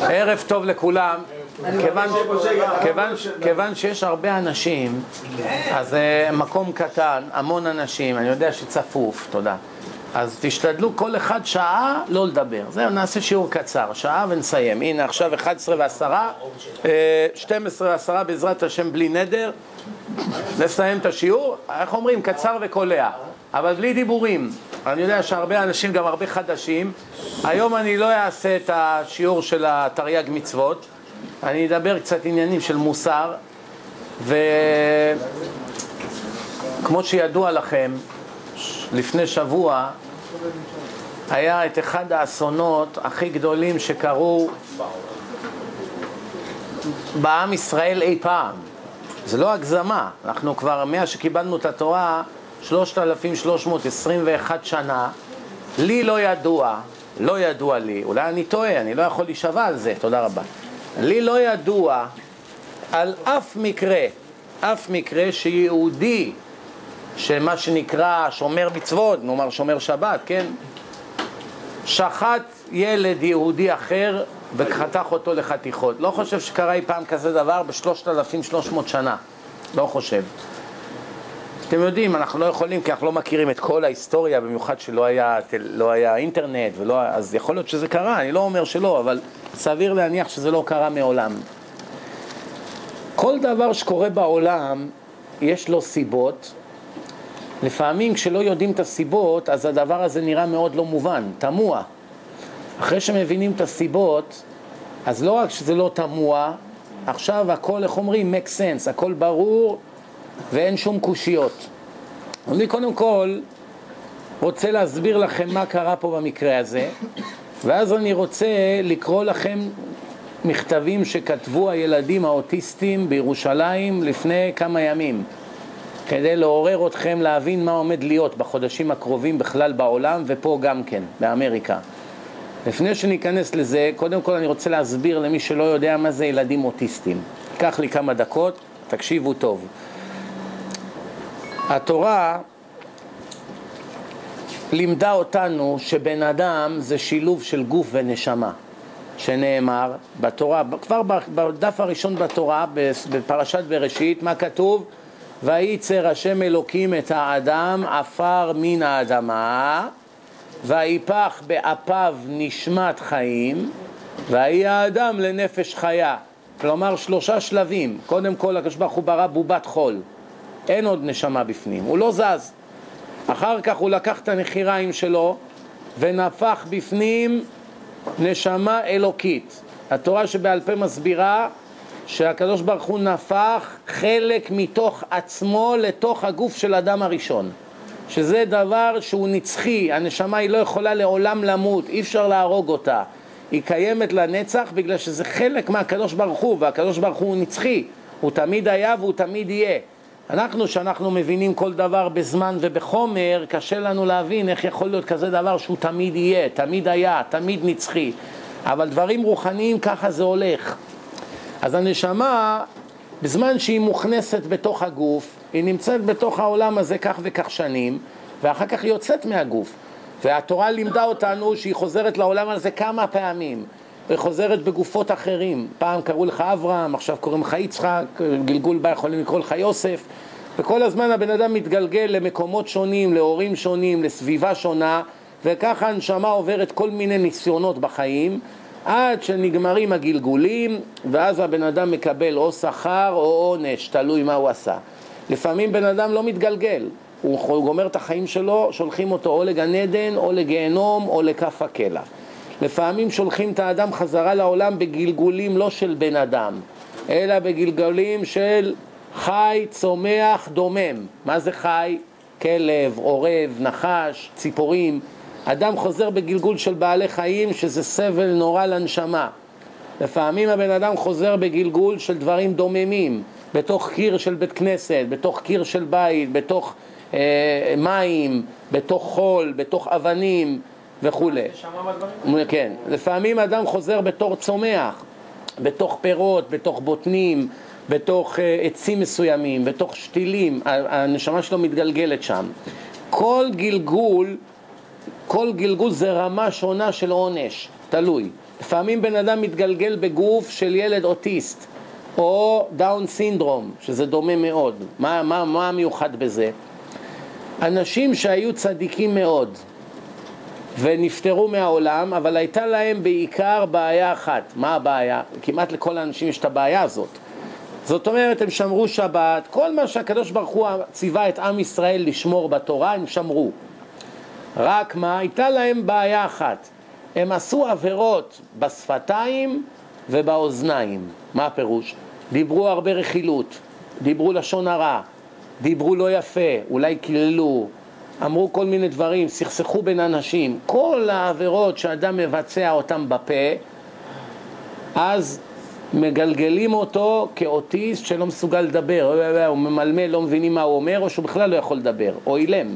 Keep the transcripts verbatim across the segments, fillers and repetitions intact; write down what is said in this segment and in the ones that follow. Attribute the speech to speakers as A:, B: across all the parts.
A: ערב טוב לכולם. כיוון, כיוון, כיוון שיש הרבה אנשים, אז מקום קטן, המון אנשים, אני יודע שצפוף, תודה. אז תשתדלו כל אחד שעה לא לדבר. זהו, נעשה שיעור קצר, שעה ונסיים. הנה עכשיו אחת עשרה ועשרה, שתים עשרה ועשרה בעזרת השם בלי נדר. נסיים את השיעור, איך אומרים? קצר וקולע, אבל בלי דיבורים. אני יודע שהרבה אנשים, גם הרבה חדשים. היום אני לא אעשה את השיעור של התרי"ג מצוות, אני אדבר קצת עניינים של מוסר. וכמו שידוע לכם, לפני שבוע היה את אחד האסונות הכי גדולים שקרו בעם ישראל אי פעם. זה לא הגזמה, אנחנו כבר מאז שקיבלנו את התורה שלושת אלפים שלוש מאות עשרים ואחת שנה. לי לא ידוע, לא ידוע לי, אולי אני טועה, אני לא יכול להישבע על זה, תודה רבה. לי לא ידוע על אף מקרה, אף מקרה שיהודי, שמה שנקרא שומר מצוות, נאמר שומר שבת, כן? שחט ילד יהודי אחר וחתך אותו לחתיכות. לא חושב שקרה אי פעם כזה דבר בשלושת אלפים שלוש מאות שנה. לא חושב. אתם יודעים, אנחנו לא יכולים, כי אנחנו לא מכירים את כל ההיסטוריה, במיוחד שלא היה, לא היה אינטרנט, ולא, אז יכול להיות שזה קרה, אני לא אומר שלא, אבל סביר להניח שזה לא קרה מעולם. כל דבר שקורה בעולם, יש לו סיבות. לפעמים כשלא יודעים את הסיבות, אז הדבר הזה נראה מאוד לא מובן, תמוה. אחרי שמבינים את הסיבות, אז לא רק שזה לא תמוה, עכשיו הכל, איך אומרים, make sense, הכל ברור ואין שום קושיות. אני קודם כל רוצה להסביר לכם מה קרה פה במקרה הזה, ואז אני רוצה לקרוא לכם מכתבים שכתבו הילדים האוטיסטים בירושלים לפני כמה ימים, כדי לעורר אתכם להבין מה עומד להיות בחודשים הקרובים בכלל בעולם, ופה גם כן, באמריקה. לפני שניכנס לזה, קודם כל אני רוצה להסביר למי שלא יודע מה זה ילדים אוטיסטים. קח לי כמה דקות, תקשיבו טוב. התורה לימדה אותנו שבן אדם זה שילוב של גוף ונשמה, שנאמר בתורה, כבר בדף הראשון בתורה, בפרשת בראשית, מה כתוב? וייצר השם אלוקים את האדם עפר מן האדמה, ויפח באפיו נשמת חיים, ויהי האדם לנפש חיה. כלומר שלושה שלבים. קודם כל הקדוש ברוך הוא ברא בובת חול, אין עוד נשמה בפנים, הוא לא זז. אחר כך הוא לקח את הנחיריים שלו ונפח בפנים נשמה אלוקית. התורה שבעל פה מסבירה שהקדוש ברוך הוא נפח חלק מתוך עצמו לתוך הגוף של אדם הראשון, שזה דבר שהוא נצחי. הנשמה היא לא יכולה לעולם למות, אי אפשר להרוג אותה, היא קיימת לנצח בגלל שזה חלק מהקדוש ברוך הוא, והקדוש ברוך הוא נצחי, הוא תמיד היה והוא תמיד יהיה. אנחנו, שאנחנו מבינים כל דבר בזמן ובחומר, קשה לנו להבין איך יכול להיות כזה דבר שהוא תמיד יהיה, תמיד היה, תמיד נצחי. אבל דברים רוחניים ככה זה הולך. אז הנשמה, בזמן שהיא מוכנסת בתוך הגוף, היא נמצאת בתוך העולם הזה כך וכך שנים, ואחר כך היא יוצאת מהגוף. והתורה לימדה אותנו שהיא חוזרת לעולם הזה כמה פעמים. היא חוזרת בגופות אחרים. פעם קראו לך אברהם, עכשיו קוראים לך יצחק, גלגול בה יכולים לקרוא לך יוסף. וכל הזמן הבן אדם מתגלגל למקומות שונים, להורים שונים, לסביבה שונה, וככה הנשמה עוברת כל מיני ניסיונות בחיים, עד שנגמרים הגלגולים, ואז הבן אדם מקבל או שכר או עונש, תלוי מה הוא עשה. לפעמים בן אדם לא מתגלגל, הוא גומר את החיים שלו, שולחים אותו או לגן עדן או לגיהנום או לכף הקלע. לפעמים שולחים את האדם חזרה לעולם בגלגולים לא של בן אדם, אלא בגלגולים של חי, צומח, דומם. מה זה חי? כלב, עורב, נחש, ציפורים. אדם חוזר בגלגול של בעלי חיים, שזה סבל נורא לנשמה. לפעמים הבן אדם חוזר בגלגול של דברים דוממים, בתוך קיר של בית כנסת, בתוך קיר של בית, בתוך אה, מים, בתוך חול, בתוך אבנים וכו'. כן. לפעמים אדם חוזר בתור צומח, בתוך פירות, בתוך בוטנים, בתוך אה, עצים מסוימים, בתוך שתילים. הנשמה שלו מתגלגלת שם. כל גלגול כל גלגול זה רמה שונה של עונש, תלוי. לפעמים בן אדם מתגלגל בגוף של ילד אוטיסט, או דאון סינדרום, שזה דומה מאוד. מה, מה, מה המיוחד בזה? אנשים שהיו צדיקים מאוד, ונפטרו מהעולם, אבל הייתה להם בעיקר בעיה אחת. מה הבעיה? כמעט לכל האנשים יש את הבעיה הזאת. זאת אומרת, הם שמרו שבת, כל מה שהקדוש ברוך הוא ציווה את עם ישראל לשמור בתורה, הם שמרו. רק מה? הייתה להם בעיה אחת. הם עשו עבירות בשפתיים ובאוזניים. מה הפירוש? דיברו הרבה רכילות, דיברו לשון הרע, דיברו לא יפה, אולי קיללו, אמרו כל מיני דברים, סכסכו בין אנשים. כל העבירות שאדם מבצע אותם בפה, אז מגלגלים אותו כאוטיסט שלא מסוגל לדבר, הוא ממלמל, לא מבינים מה הוא אומר, או שהוא בכלל לא יכול לדבר, או אילם.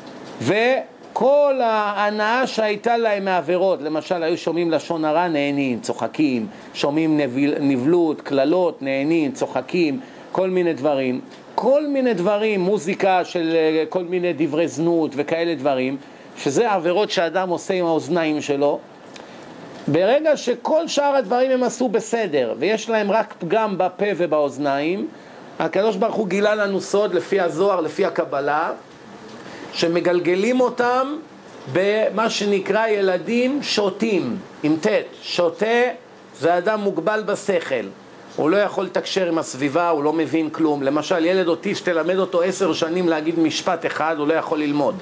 A: וכל ההנאה שהייתה להם מעבירות, למשל היו שומעים לשון הרע, נהנים, צוחקים, שומעים נבלות, כללות, נהנים, צוחקים, כל מיני דברים. כל מיני דברים, מוזיקה של כל מיני דברי זנות וכאלה דברים, שזה עבירות שאדם עושה עם האוזניים שלו. ברגע שכל שאר הדברים הם עשו בסדר, ויש להם רק פגם בפה ובאוזניים, הקדוש ברוך הוא גילה לנו סוד לפי הזוהר, לפי הקבלה, שמגלגלים אותם במה שנקרא ילדים שוטים, עם תת. שוטה זה אדם מוגבל בשכל. הוא לא יכול לתקשר עם הסביבה, הוא לא מבין כלום. למשל, ילד אוטיסט, תלמד אותו עשר שנים להגיד משפט אחד, הוא לא יכול ללמוד.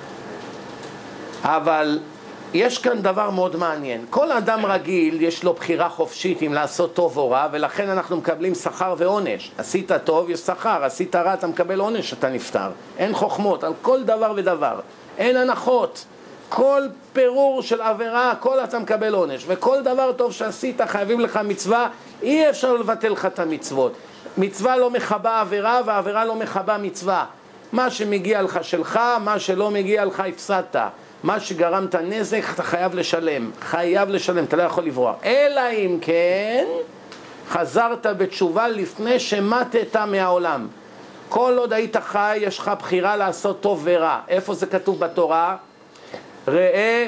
A: אבל יש כאן דבר מאוד מעניין. כל אדם רגיל יש לו בחירה חופשית אם לעשות טוב או רע, ולכן אנחנו מקבלים שכר ועונש. עשית טוב, יש שכר, עשית רע, אתה מקבל עונש, אתה נפטר. אין חוכמות על כל דבר ודבר. אין הנחות. כל פירור של עבירה, כל אתה מקבל עונש. וכל דבר טוב שעשית, חייבים לך מצווה, אי אפשר לבטל לך את המצוות. מצווה לא מחבה עבירה, והעבירה לא מחבה מצווה. מה שמגיע לך שלך, מה שלא מגיע לך הפסדת. מה שגרמת נזק, אתה חייב לשלם. חייב לשלם, אתה לא יכול לברוח. אלא אם כן, חזרת בתשובה לפני שמתת מהעולם. כל עוד היית חי, יש לך בחירה לעשות טוב ורע. איפה זה כתוב בתורה? ראה,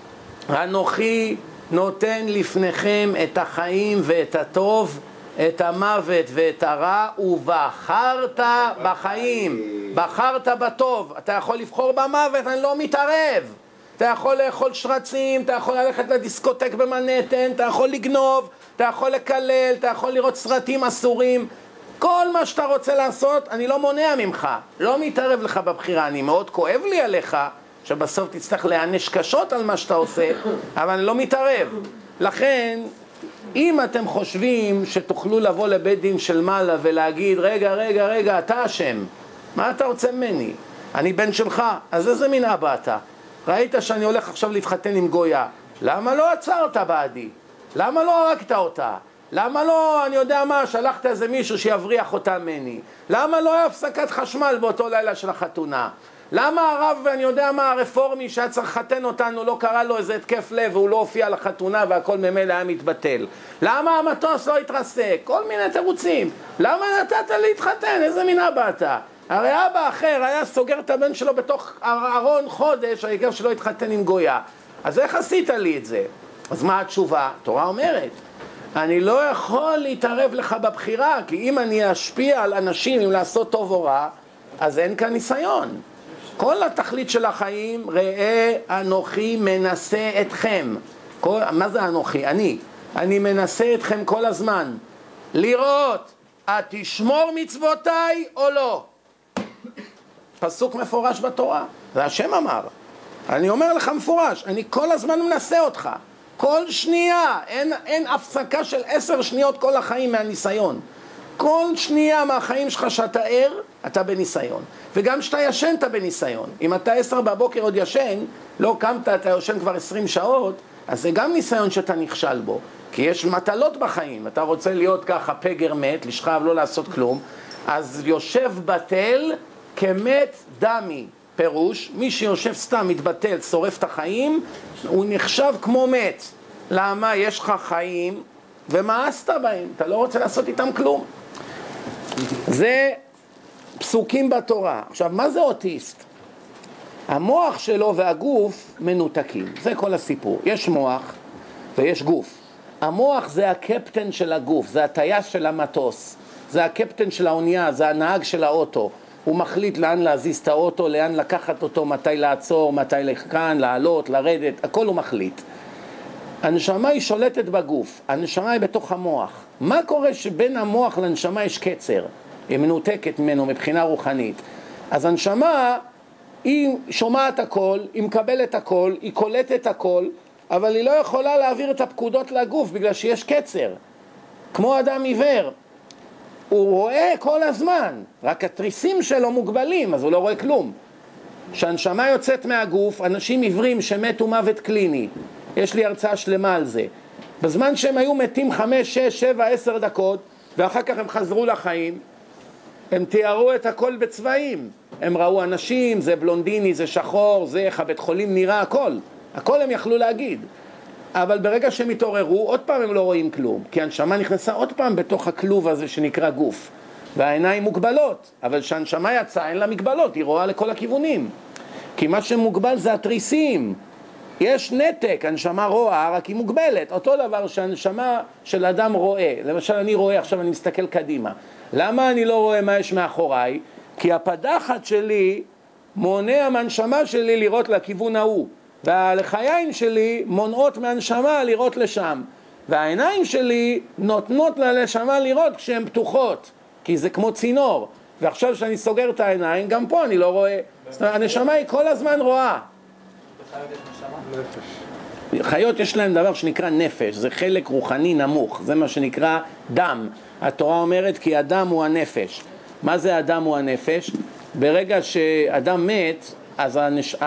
A: אנוכי נותן לפניכם את החיים ואת הטוב, את המוות ואת הרע, ובחרת בחיים, בחרת בטוב. אתה יכול לבחור במוות, אני לא מתערב. אתה יכול לאכול שרצים, אתה יכול ללכת לדיסקוטק במנהטן, אתה יכול לגנוב, אתה יכול לקלל, אתה יכול לראות סרטים אסורים. כל מה שאתה רוצה לעשות, אני לא מונע ממך, לא מתערב לך בבחירה. אני מאוד כואב לי עליך, שבסוף תצטרך להענש קשות על מה שאתה עושה, אבל אני לא מתערב. לכן, אם אתם חושבים שתוכלו לבוא לבית דין של מעלה ולהגיד, רגע, רגע, רגע, אתה אשם, מה אתה רוצה ממני? אני בן שלך, אז איזה מין אבא אתה? ראית שאני הולך עכשיו להתחתן עם גויה, למה לא עצרת בעדי? למה לא הרגת אותה? למה לא, אני יודע מה, שלחת איזה מישהו שיבריח אותה ממני? למה לא היה הפסקת חשמל באותו לילה של החתונה? למה הרב, ואני יודע מה, הרפורמי שהיה צריך לחתן אותנו, לא קרא לו איזה התקף לב והוא לא הופיע לחתונה והכל ממילא היה מתבטל? למה המטוס לא התרסק? כל מיני תירוצים. למה נתת להתחתן? איזה מין אבא אתה? הרי אבא אחר היה סוגר את הבן שלו בתוך ארון חודש, העיקר שלא התחתן עם גויה. אז איך עשית לי את זה? אז מה התשובה? התורה אומרת, אני לא יכול להתערב לך בבחירה, כי אם אני אשפיע על אנשים אם לעשות טוב או רע, אז אין כאן ניסיון. כל התכלית של החיים, ראה אנוכי מנסה אתכם. כל, מה זה אנוכי? אני. אני מנסה אתכם כל הזמן. לראות, את תשמור מצוותיי או לא? פסוק מפורש בתורה. זה השם אמר. אני אומר לך מפורש, אני כל הזמן מנסה אותך. כל שנייה, אין, אין הפסקה של עשר שניות כל החיים מהניסיון. כל שנייה מהחיים שלך שאתה ער, אתה בניסיון. וגם שאתה ישן, אתה בניסיון. אם אתה עשר בבוקר עוד ישן, לא קמת, אתה יושן כבר עשרים שעות, אז זה גם ניסיון שאתה נכשל בו. כי יש מטלות בחיים. אתה רוצה להיות ככה פגר מת, לשכב, לא לעשות כלום, אז יושב בטל כמת דמי. פירוש, מי שיושב סתם, מתבטל, שורף את החיים, הוא נחשב כמו מת. למה? יש לך חיים, ומה עשת בהם? אתה לא רוצה לעשות איתם כלום. זה פסוקים בתורה. עכשיו, מה זה אוטיסט? המוח שלו והגוף מנותקים. זה כל הסיפור. יש מוח, ויש גוף. המוח זה הקפטן של הגוף, זה הטייס של המטוס, זה הקפטן של האונייה, זה הנהג של האוטו. הוא מחליט לאן להזיז את האוטו, לאן לקחת אותו, מתי לעצור, מתי לכאן, לעלות, לרדת, הכל הוא מחליט. הנשמה היא שולטת בגוף, הנשמה היא בתוך המוח. מה קורה שבין המוח לנשמה יש קצר? היא מנותקת ממנו מבחינה רוחנית. אז הנשמה היא שומעת הכל, היא מקבלת הכל, היא קולטת הכל, אבל היא לא יכולה להעביר את הפקודות לגוף בגלל שיש קצר. כמו אדם עיוור, הוא רואה כל הזמן, רק התריסים שלו מוגבלים, אז הוא לא רואה כלום. כשהנשמה יוצאת מהגוף, אנשים עיוורים שמתו מוות קליני, יש לי הרצאה שלמה על זה. בזמן שהם היו מתים חמש, שש, שבע, עשר דקות, ואחר כך הם חזרו לחיים, הם תיארו את הכל בצבעים. הם ראו אנשים, זה בלונדיני, זה שחור, זה איך הבית חולים נראה, הכל. הכל הם יכלו להגיד. אבל ברגע שהם התעוררו, עוד פעם הם לא רואים כלום. כי הנשמה נכנסה עוד פעם בתוך הכלוב הזה שנקרא גוף. והעיניים מוגבלות. אבל כשהנשמה יצאה, אין לה מגבלות, היא רואה לכל הכיוונים. כי מה שמוגבל זה התריסים. יש נתק, הנשמה רואה, רק היא מוגבלת. אותו דבר שהנשמה של אדם רואה. למשל, אני רואה, עכשיו אני מסתכל קדימה. למה אני לא רואה מה יש מאחוריי? כי הפדחת שלי מונע מהנשמה שלי לראות לכיוון ההוא. והלחיים שלי מונעות מהנשמה לראות לשם. והעיניים שלי נותנות לנשמה לראות כשהן פתוחות. כי זה כמו צינור. ועכשיו שאני סוגר את העיניים, גם פה אני לא רואה. הנשמה היא כל הזמן רואה. חיות יש להם דבר שנקרא נפש, זה חלק רוחני נמוך, זה מה שנקרא דם. התורה אומרת כי הדם הוא הנפש. מה זה הדם הוא הנפש? ברגע שאדם מת, אז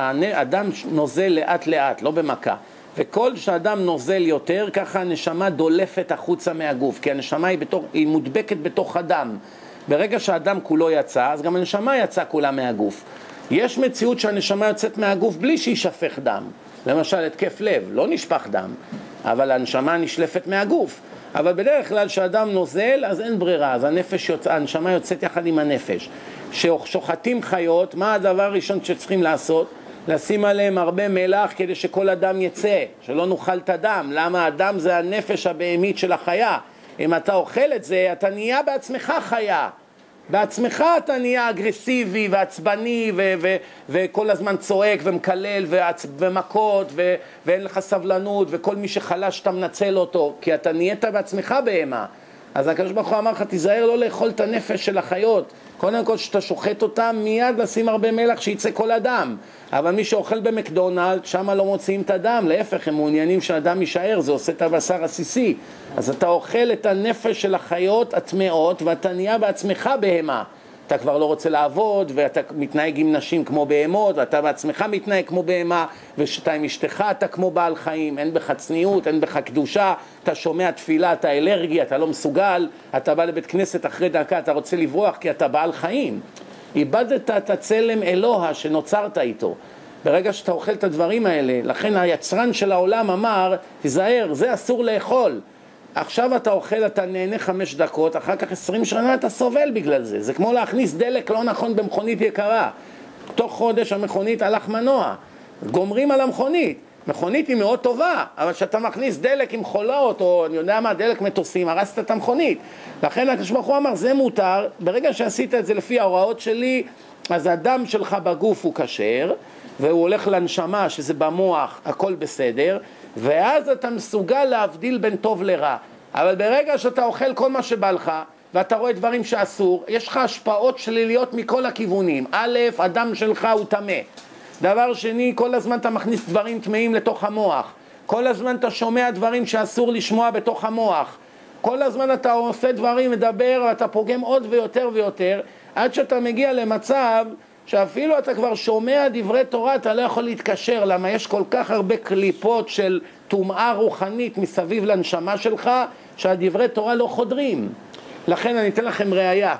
A: האדם נוזל לאט לאט, לא במכה. וכל שאדם נוזל יותר, ככה הנשמה דולפת החוצה מהגוף, כי הנשמה היא, בתוך, היא מודבקת בתוך הדם. ברגע שהאדם כולו יצא, אז גם הנשמה יצא כולה מהגוף. יש מציאות שהנשמה יוצאת מהגוף בלי שישפך דם. למשל, התקף לב, לא נשפך דם, אבל הנשמה נשלפת מהגוף. אבל בדרך כלל שהאדם נוזל, אז אין ברירה, אז הנפש יוצא, הנשמה יוצאת יחד עם הנפש. כששוחטים חיות, מה הדבר הראשון שצריכים לעשות? לשים עליהם הרבה מלח כדי שכל הדם יצא, שלא נאכל את הדם. למה? הדם זה הנפש הבהמית של החיה. אם אתה אוכל את זה, אתה נהיה בעצמך חיה. בעצמך אתה נהיה אגרסיבי ועצבני ו- ו- וכל הזמן צועק ומקלל ועצ- ומכות ו- ואין לך סבלנות, וכל מי שחלש אתה מנצל אותו, כי אתה נהיית בעצמך בהמה. אז הקדוש ברוך הוא אמר לך, תיזהר לא לאכול את הנפש של החיות. קודם כל שאתה שוחט אותם, מיד לשים הרבה מלח שיצא כל הדם. אבל מי שאוכל במקדונלד, שם לא מוציאים את הדם, להפך, הם מעוניינים שהאדם יישאר, זה עושה את הבשר הסיסי. אז אתה אוכל את הנפש של החיות הטמאות, ואתה נהיה בעצמך בהמה. אתה כבר לא רוצה לעבוד, ואתה מתנהג עם נשים כמו בהמות, ואתה בעצמך מתנהג כמו בהמה, ושאתה עם אשתך אתה כמו בעל חיים, אין בך צניעות, אין בך קדושה, אתה שומע תפילה, אתה אלרגי, אתה לא מסוגל, אתה בא לבית כנסת אחרי דקה, אתה רוצה לברוח כי אתה בעל חיים. איבדת את הצלם אלוה שנוצרת איתו. ברגע שאתה אוכל את הדברים האלה, לכן היצרן של העולם אמר, תיזהר, זה אסור לאכול. עכשיו אתה אוכל, אתה נהנה חמש דקות, אחר כך עשרים שנה אתה סובל בגלל זה. זה כמו להכניס דלק לא נכון במכונית יקרה. תוך חודש המכונית הלך מנוע. גומרים על המכונית. מכונית היא מאוד טובה, אבל כשאתה מכניס דלק עם חולות, או אני יודע מה, דלק מטוסים, הרסת את המכונית. לכן הקדוש ברוך הוא אמר, זה מותר. ברגע שעשית את זה לפי ההוראות שלי, אז הדם שלך בגוף הוא כשר, והוא הולך לנשמה, שזה במוח, הכל בסדר, ואז אתה מסוגל להבדיל בין טוב לרע. אבל ברגע שאתה אוכל כל מה שבא לך, ואתה רואה דברים שאסור, יש לך השפעות שליליות מכל הכיוונים. א', הדם שלך הוא טמא. דבר שני, כל הזמן אתה מכניס דברים טמאים לתוך המוח. כל הזמן אתה שומע דברים שאסור לשמוע בתוך המוח. כל הזמן אתה עושה דברים, מדבר, ואתה פוגם עוד ויותר ויותר, עד שאתה מגיע למצב שאפילו אתה כבר שומע דברי תורה, אתה לא יכול להתקשר, למה יש כל כך הרבה קליפות של טומאה רוחנית מסביב לנשמה שלך, שהדברי תורה לא חודרים. לכן אני אתן לכם ראייה.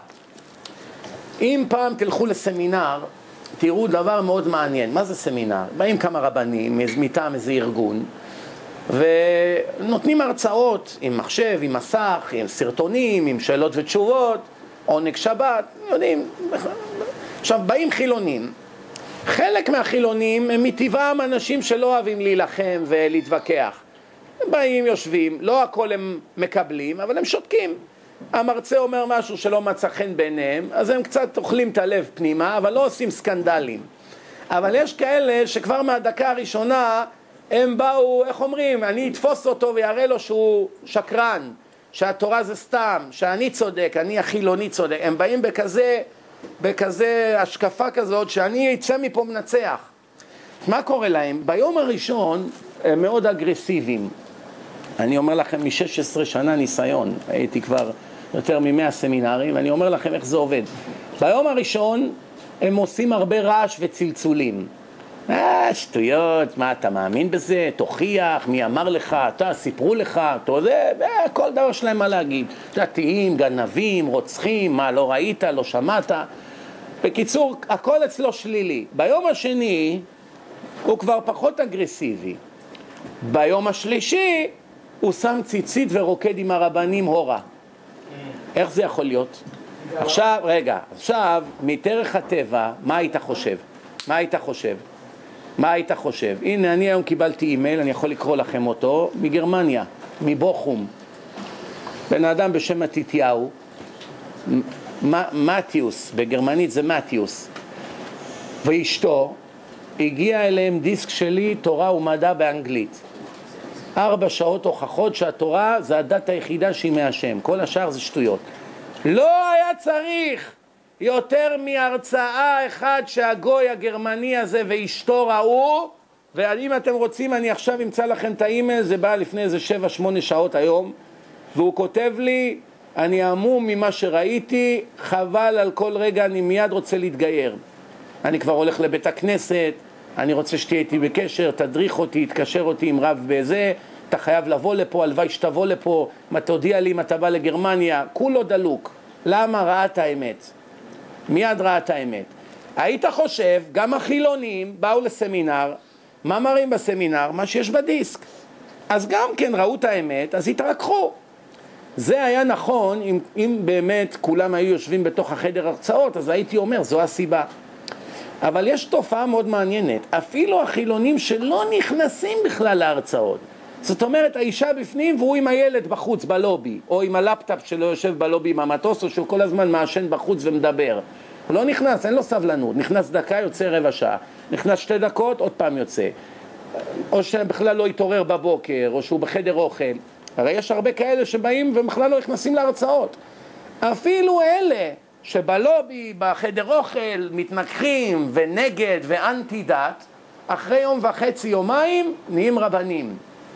A: אם פעם תלכו לסמינר, תראו דבר מאוד מעניין. מה זה סמינר? באים כמה רבנים, מטעם איזה ארגון, ונותנים הרצאות עם מחשב, עם מסך, עם סרטונים, עם שאלות ותשובות, עונג שבת, יודעים. עכשיו, באים חילונים. חלק מהחילונים הם מטבעם אנשים שלא אוהבים להילחם ולהתווכח. באים, יושבים, לא הכל הם מקבלים, אבל הם שותקים. המרצה אומר משהו שלא מצא חן בעיניהם, אז הם קצת אוכלים את הלב פנימה, אבל לא עושים סקנדלים. אבל יש כאלה שכבר מהדקה הראשונה הם באו, איך אומרים, אני אתפוס אותו ויראה לו שהוא שקרן, שהתורה זה סתם, שאני צודק, אני החילוני צודק. הם באים בכזה, בכזה השקפה כזאת שאני אצא מפה מנצח. מה קורה להם? ביום הראשון הם מאוד אגרסיביים. אני אומר לכם מ-שש עשרה שנה ניסיון, הייתי כבר יותר מ-מאה סמינרים, ואני אומר לכם איך זה עובד. ביום הראשון הם עושים הרבה רעש וצלצולים. אה, שטויות, מה אתה מאמין בזה? תוכיח, מי אמר לך, אתה, סיפרו לך, אתה יודע, כל דבר שלהם מה להגיד. דתיים, גנבים, רוצחים, מה לא ראית, לא שמעת. בקיצור, הכל אצלו שלילי. ביום השני הוא כבר פחות אגרסיבי. ביום השלישי הוא שם ציצית ורוקד עם הרבנים הורה. איך זה יכול להיות? עכשיו, רגע, עכשיו, מתארך הטבע, מה היית חושב? מה היית חושב? מה היית חושב? הנה, אני היום קיבלתי אימייל, אני יכול לקרוא לכם אותו, מגרמניה, מבוכום. בן אדם בשם מתתיהו, מתיוס, בגרמנית זה מתיוס. ואשתו, הגיע אליהם דיסק שלי, תורה ומדע באנגלית. ארבע שעות הוכחות שהתורה זה הדת היחידה שהיא מהשם, כל השאר זה שטויות. לא היה צריך יותר מהרצאה אחד שהגוי הגרמני הזה ואשתו ראו, ואם אתם רוצים אני עכשיו אמצא לכם את האימייל, זה בא לפני איזה שבע שמונה שעות היום, והוא כותב לי, אני עמום ממה שראיתי, חבל על כל רגע, אני מיד רוצה להתגייר. אני כבר הולך לבית הכנסת, אני רוצה שתהיה איתי בקשר, תדריך אותי, תקשר אותי עם רב בזה, אתה חייב לבוא לפה, הלוואי שתבוא לפה, מה תודיע לי אם אתה בא לגרמניה, כולו דלוק. למה? ראה את האמת. מיד ראה את האמת. היית חושב, גם החילונים באו לסמינר, מה מראים בסמינר? מה שיש בדיסק. אז גם כן ראו את האמת, אז התרככו. זה היה נכון, אם, אם באמת כולם היו יושבים בתוך החדר הרצאות, אז הייתי אומר, זו הסיבה. אבל יש תופעה מאוד מעניינת, אפילו החילונים שלא נכנסים בכלל להרצאות. זאת אומרת, האישה בפנים והוא עם הילד בחוץ בלובי, או עם הלפטאפ שלו יושב בלובי עם המטוס, או שהוא כל הזמן מעשן בחוץ ומדבר. הוא לא נכנס, אין לו סבלנות, נכנס דקה, יוצא רבע שעה, נכנס שתי דקות, עוד פעם יוצא. או שבכלל לא יתעורר בבוקר, או שהוא בחדר אוכל. הרי יש הרבה כאלה שבאים ובכלל לא נכנסים להרצאות. אפילו אלה שבלובי, בחדר אוכל, מתנגחים ונגד ואנטי דת, אחרי יום וחצי, יומיים, נהיים רבנים.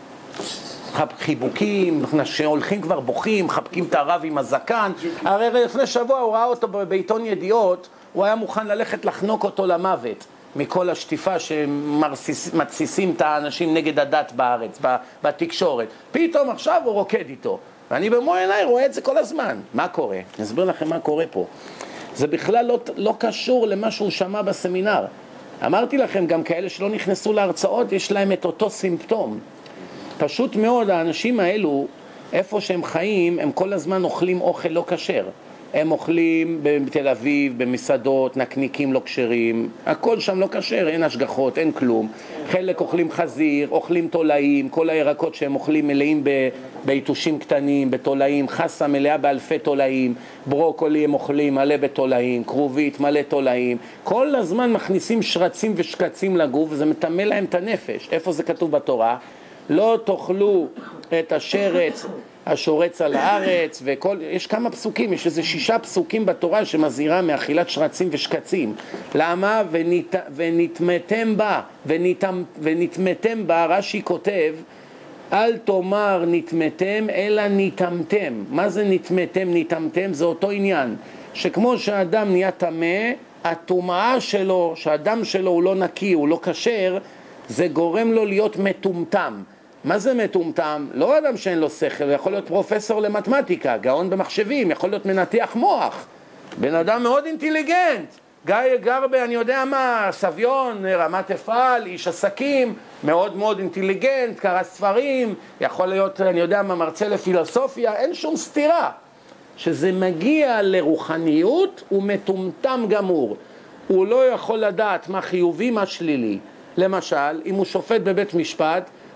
A: חיבוקים, שהולכים כבר בוכים, חבקים את הרב עם הזקן. הרי לפני שבוע הוא ראה אותו בעיתון ידיעות, הוא היה מוכן ללכת לחנוק אותו למוות, מכל השטיפה שמתסיסים את האנשים נגד הדת בארץ, בתקשורת. פתאום עכשיו הוא רוקד איתו. ואני במו עיניי רואה את זה כל הזמן. מה קורה? אני אסביר לכם מה קורה פה. זה בכלל לא, לא קשור למה שהוא שמע בסמינר. אמרתי לכם, גם כאלה שלא נכנסו להרצאות, יש להם את אותו סימפטום. פשוט מאוד, האנשים האלו, איפה שהם חיים, הם כל הזמן אוכלים אוכל לא כשר. הם אוכלים בתל אביב, במסעדות, נקניקים לא כשרים, הכל שם לא כשר, אין השגחות, אין כלום. חלק אוכלים חזיר, אוכלים תולעים, כל הירקות שהם אוכלים מלאים בעיתושים קטנים, בתולעים, חסה מלאה באלפי תולעים, ברוקולי הם אוכלים מלא בתולעים, כרובית מלא תולעים, כל הזמן מכניסים שרצים ושקצים לגוף, וזה מטמא להם את הנפש. איפה זה כתוב בתורה? לא תאכלו את השרץ השורץ על הארץ, וכל, יש כמה פסוקים, יש איזה שישה פסוקים בתורה שמזהירה מאכילת שרצים ושקצים. למה? ונת, ונתמתם בה, ונת, ונתמתם בה, רש"י כותב, אל תאמר נתמתם, אלא נתמתם. מה זה נתמתם, נתמתם? זה אותו עניין, שכמו שהאדם נהיה טמא, הטומאה שלו, שהאדם שלו הוא לא נקי, הוא לא כשר, זה גורם לו להיות מטומטם. מה זה מטומטם? לא אדם שאין לו שכל, יכול להיות פרופסור למתמטיקה, גאון במחשבים, יכול להיות מנתח מוח, בן אדם מאוד אינטליגנט, גיא גרבה, אני יודע מה, סביון, רמת אפעל, איש עסקים, מאוד מאוד אינטליגנט, קרא ספרים, יכול להיות, אני יודע מה, מרצה לפילוסופיה, אין שום סתירה. שזה מגיע לרוחניות, הוא מטומטם גמור. הוא לא יכול לדעת מה חיובי, מה שלילי. למשל, אם הוא שופט בבית משפט,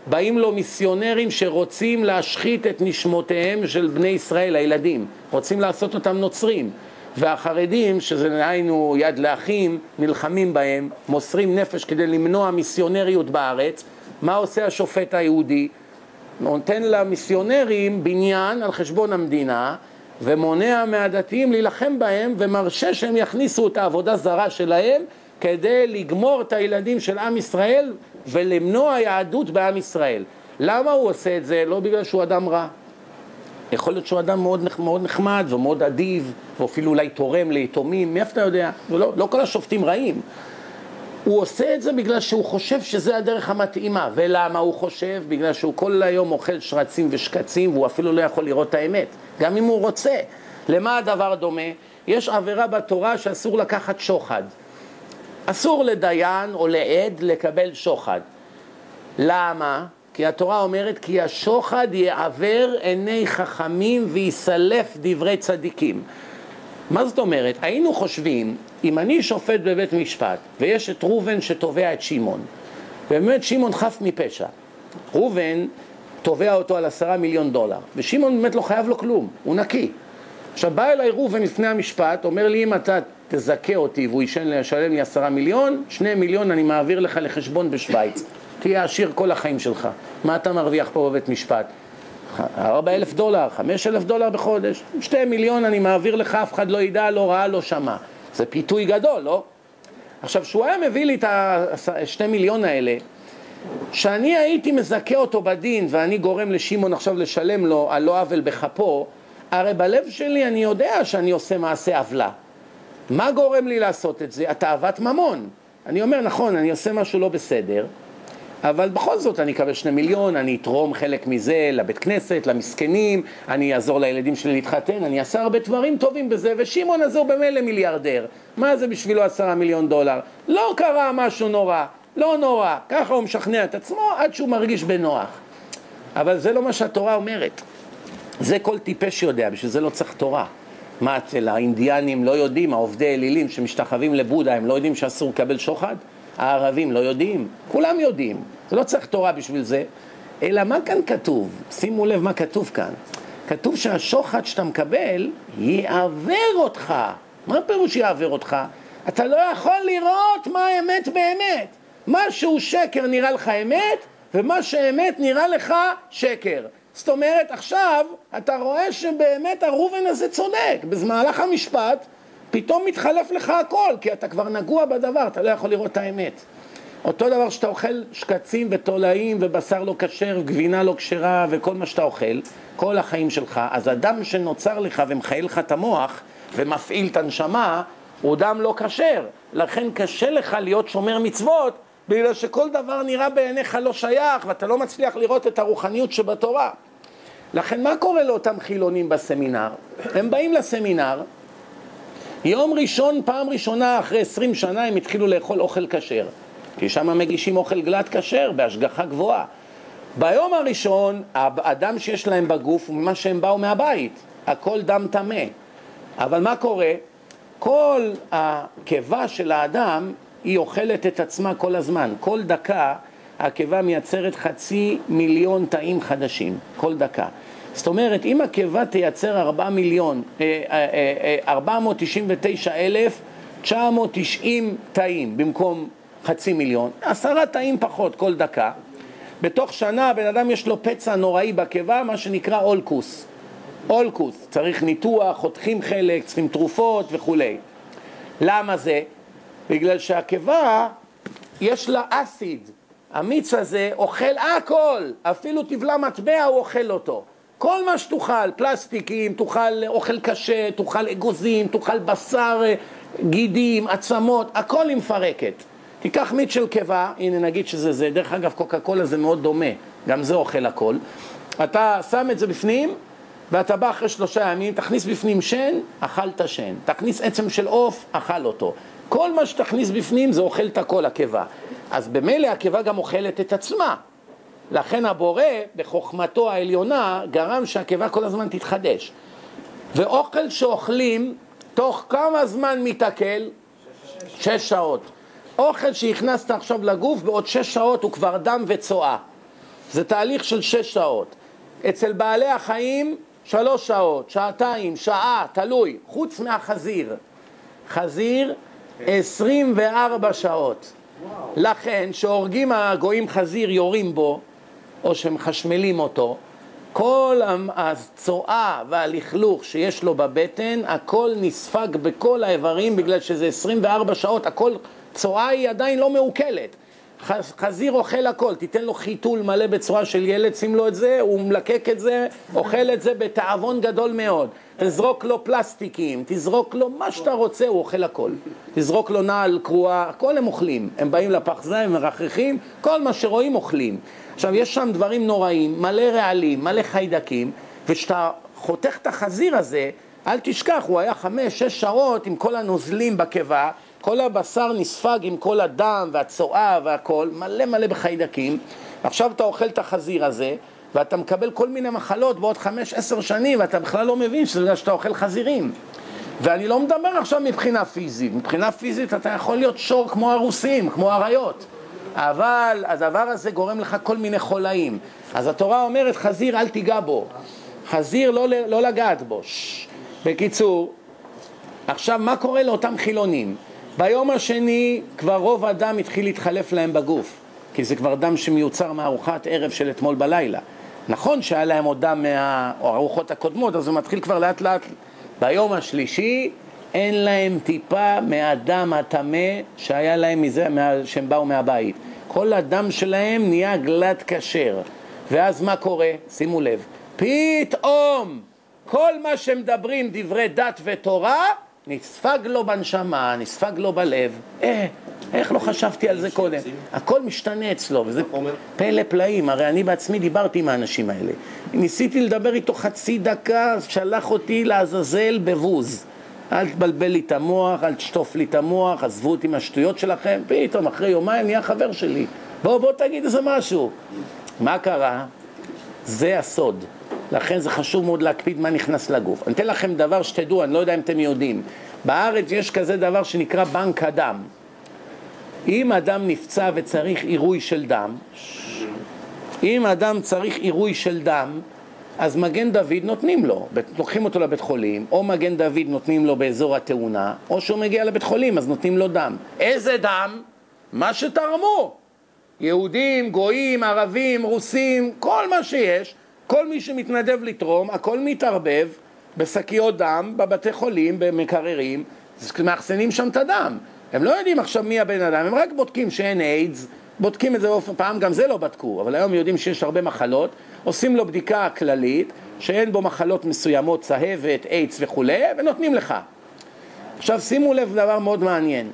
A: באים לו מיסיונרים שרוצים להשחית את נשמותיהם של בני ישראל, הילדים, רוצים לעשות אותם נוצרים, והחרדים, שזה היינו יד לאחים, נלחמים בהם, מוסרים נפש כדי למנוע מיסיונריות בארץ. מה עושה השופט היהודי? נותן למיסיונרים בניין על חשבון המדינה, ומונע מהדתיים להילחם בהם, ומרשה שהם יכניסו את העבודה זרה שלהם, כדי לגמור את הילדים של עם ישראל, ולמנוע יהדות בעם ישראל. למה הוא עושה את זה? לא בגלל שהוא אדם רע. יכול להיות שהוא אדם מאוד, מאוד נחמד ומאוד אדיב, ואפילו אולי תורם ליתומים, מאיפה אתה יודע? לא, לא כל השופטים רעים. הוא עושה את זה בגלל שהוא חושב שזה הדרך המתאימה. ולמה הוא חושב? בגלל שהוא כל היום אוכל שרצים ושקצים, והוא אפילו לא יכול לראות את האמת, גם אם הוא רוצה. למה הדבר דומה? יש עבירה בתורה שאסור לקחת שוחד. אסור לדיין או לעד לקבל שוחד. למה? כי התורה אומרת כי השוחד יעבר עיני חכמים ויסלף דברי צדיקים. מה זאת אומרת? היינו חושבים, אם אני שופט בבית משפט ויש את ראובן שתובע את שמעון, באמת שמעון חף מפשע, ראובן תובע אותו על עשרה מיליון דולר, ושמעון באמת לא חייב לו כלום, הוא נקי. עכשיו בא אליי ראובן לפני המשפט, אומר לי אם אתה תזכה אותי והוא ישלם לי עשרה מיליון, שני מיליון אני מעביר לך לחשבון בשוויץ, תהיה עשיר כל החיים שלך. מה אתה מרוויח פה בבית משפט? ארבע אלף דולר, חמש אלף דולר בחודש, שתי מיליון אני מעביר לך, אף אחד לא ידע, לא ראה, לא שמע. זה פיתוי גדול, לא? עכשיו, שהוא היה מביא לי את השתי מיליון האלה, שאני הייתי מזכה אותו בדין, ואני גורם לשמעון עכשיו לשלם לו על לא עוול בחפו, הרי בלב שלי אני יודע שאני עושה מעשה עוולה. מה גורם לי לעשות את זה? התאוות ממון. אני אומר, נכון, אני עושה משהו לא בסדר, אבל בכל זאת אני אקבל שני מיליון, אני אתרום חלק מזה לבית כנסת, למסכנים, אני אעזור לילדים שלי להתחתן, אני אעשה הרבה דברים טובים בזה, ושמעון הזה הוא במילא מיליארדר. מה זה בשבילו עשרה מיליון דולר? לא קרה משהו נורא, לא נורא. ככה הוא משכנע את עצמו עד שהוא מרגיש בנוח. אבל זה לא מה שהתורה אומרת. זה כל טיפש יודע, בשביל זה לא צריך תורה. מה אצל האינדיאנים לא יודעים, העובדי אלילים שמשתחווים לבודה, הם לא יודעים שאסור לקבל שוחד? הערבים לא יודעים, כולם יודעים, זה לא צריך תורה בשביל זה. אלא מה כאן כתוב? שימו לב מה כתוב כאן. כתוב שהשוחד שאתה מקבל יעבר אותך. מה פירוש יעבר אותך? אתה לא יכול לראות מה האמת באמת. מה שהוא שקר נראה לך אמת, ומה שאמת נראה לך שקר. זאת אומרת, עכשיו אתה רואה שבאמת הראובן הזה צודק. במהלך המשפט פתאום מתחלף לך הכל, כי אתה כבר נגוע בדבר, אתה לא יכול לראות את האמת. אותו דבר שאתה אוכל שקצים ותולעים ובשר לא כשר וגבינה לא כשרה וכל מה שאתה אוכל, כל החיים שלך, אז אדם שנוצר לך ומחייל לך את המוח ומפעיל את הנשמה, הוא דם לא כשר. לכן קשה לך להיות שומר מצוות, בגלל שכל דבר נראה בעיניך לא שייך, ואתה לא מצליח לראות את הרוחניות שבתורה. לכן מה קורה לאותם חילונים בסמינר? הם באים לסמינר, יום ראשון, פעם ראשונה אחרי עשרים שנה הם התחילו לאכול אוכל כשר, כי שם מגישים אוכל גלת כשר בהשגחה גבוהה. ביום הראשון האדם שיש להם בגוף הוא ממה שהם באו מהבית, הכל דם טמא. אבל מה קורה? כל הקיבה של האדם היא אוכלת את עצמה כל הזמן. כל דקה הקיבה מייצרת חצי מיליון תאים חדשים, כל דקה. זאת אומרת, אם הקיבה תייצר ארבעה מיליון, ארבע מאות תשעים ותשע אלף תשע מאות תשעים תאים במקום חצי מיליון, עשרה תאים פחות כל דקה, בתוך שנה בן אדם יש לו פצע נוראי בקיבה, מה שנקרא אולקוס. אולקוס, צריך ניתוח, חותכים חלק, צריכים תרופות וכו'. למה זה? בגלל שהקיבה יש לה אסיד. המיץ הזה אוכל הכל, אפילו תבלה מטבע הוא אוכל אותו. כל מה שתוכל, פלסטיקים, תוכל אוכל קשה, תוכל אגוזים, תוכל בשר, גידים, עצמות, הכל היא מפרקת. תיקח מיץ של קיבה, הנה נגיד שזה זה, דרך אגב קוקה קולה זה מאוד דומה, גם זה אוכל הכל. אתה שם את זה בפנים, ואתה בא אחרי שלושה ימים, תכניס בפנים שן, אכלת שן. תכניס עצם של עוף, אכל אותו. כל מה שתכניס בפנים זה אוכל את הכל, הקיבה. אז במילא הקיבה גם אוכלת את עצמה. לכן הבורא, בחוכמתו העליונה, גרם שהקיבה כל הזמן תתחדש. ואוכל שאוכלים, תוך כמה זמן מתעכל? שש, שש שעות. אוכל שהכנסת עכשיו לגוף, בעוד שש שעות הוא כבר דם וצואה. זה תהליך של שש שעות. אצל בעלי החיים שלוש שעות, שעתיים, שעה, תלוי, חוץ מהחזיר. חזיר עשרים וארבע שעות. לכן שהורגים הגויים חזיר יורים בו, או שמחשמלים אותו, כל הצואה והלכלוך שיש לו בבטן, הכל נספג בכל האיברים, בגלל שזה עשרים וארבע שעות, הכל, צואה היא עדיין לא מעוקלת. חזיר אוכל הכל, תיתן לו חיתול מלא בצורה של ילד, שים לו את זה, הוא מלקק את זה, אוכל את זה בתאבון גדול מאוד. תזרוק לו פלסטיקים, תזרוק לו מה שאתה רוצה, הוא אוכל הכל. תזרוק לו נעל קרועה, הכל הם אוכלים. הם באים לפחזה, הם מרחכים, כל מה שרואים אוכלים. עכשיו, יש שם דברים נוראים, מלא רעלים, מלא חיידקים, ושאתה חותך את החזיר הזה, אל תשכח, הוא היה חמש, שש שעות עם כל הנוזלים בקיבה, כל הבשר נספג עם כל הדם והצואה והכל, מלא מלא בחיידקים. עכשיו אתה אוכל את החזיר הזה, ואתה מקבל כל מיני מחלות בעוד חמש, עשר שנים, ואתה בכלל לא מבין שזה בגלל שאתה אוכל חזירים. ואני לא מדבר עכשיו מבחינה פיזית. מבחינה פיזית אתה יכול להיות שור כמו הרוסים, כמו אריות. אבל הדבר הזה גורם לך כל מיני חולאים. אז התורה אומרת, חזיר אל תיגע בו. חזיר לא, לא לגעת בו. ש... בקיצור, עכשיו מה קורה לאותם חילונים? ביום השני כבר רוב הדם התחיל להתחלף להם בגוף, כי זה כבר דם שמיוצר מארוחת ערב של אתמול בלילה. נכון שהיה להם עוד דם מהארוחות הקודמות, אז הוא מתחיל כבר לאט לאט. ביום השלישי אין להם טיפה מהדם הטמא שהיה להם מזה, מה, שהם באו מהבית. כל הדם שלהם נהיה גלת כשר. ואז מה קורה? שימו לב, פתאום כל מה שמדברים דברי דת ותורה נספג לו בנשמה, נספג לו בלב. אה, איך לא חשבתי על זה קודם? הכל משתנה אצלו, וזה פלא פלאים. הרי אני בעצמי דיברתי עם האנשים האלה. ניסיתי לדבר איתו חצי דקה, שלח אותי לעזאזל בבוז. אל תבלבל לי את המוח, אל תשטוף לי את המוח, עזבו אותי מהשטויות שלכם. פתאום אחרי יומיים נהיה חבר שלי. בוא, בוא תגיד איזה משהו. מה קרה? זה הסוד. לכן זה חשוב מאוד להקפיד מה נכנס לגוף. אני אתן לכם דבר שתדעו, אני לא יודע אם אתם יודעים. בארץ יש כזה דבר שנקרא בנק הדם. אם אדם נפצע וצריך עירוי של דם, אם אדם צריך עירוי של דם, אז מגן דוד נותנים לו. לוקחים אותו לבית חולים, או מגן דוד נותנים לו באזור התאונה, או שהוא מגיע לבית חולים, אז נותנים לו דם. איזה דם? מה שתרמו. יהודים, גויים, ערבים, רוסים, כל מה שיש. כל מי שמתנדב לתרום, הכל מתערבב בשקיות דם, בבתי חולים, במקררים, מאחסנים שם את הדם. הם לא יודעים עכשיו מי הבן אדם, הם רק בודקים שאין איידס, בודקים את זה באופן, פעם גם זה לא בדקו, אבל היום יודעים שיש הרבה מחלות, עושים לו בדיקה כללית, שאין בו מחלות מסוימות, צהבת, איידס וכו', ונותנים לך. עכשיו שימו לב דבר מאוד מעניין.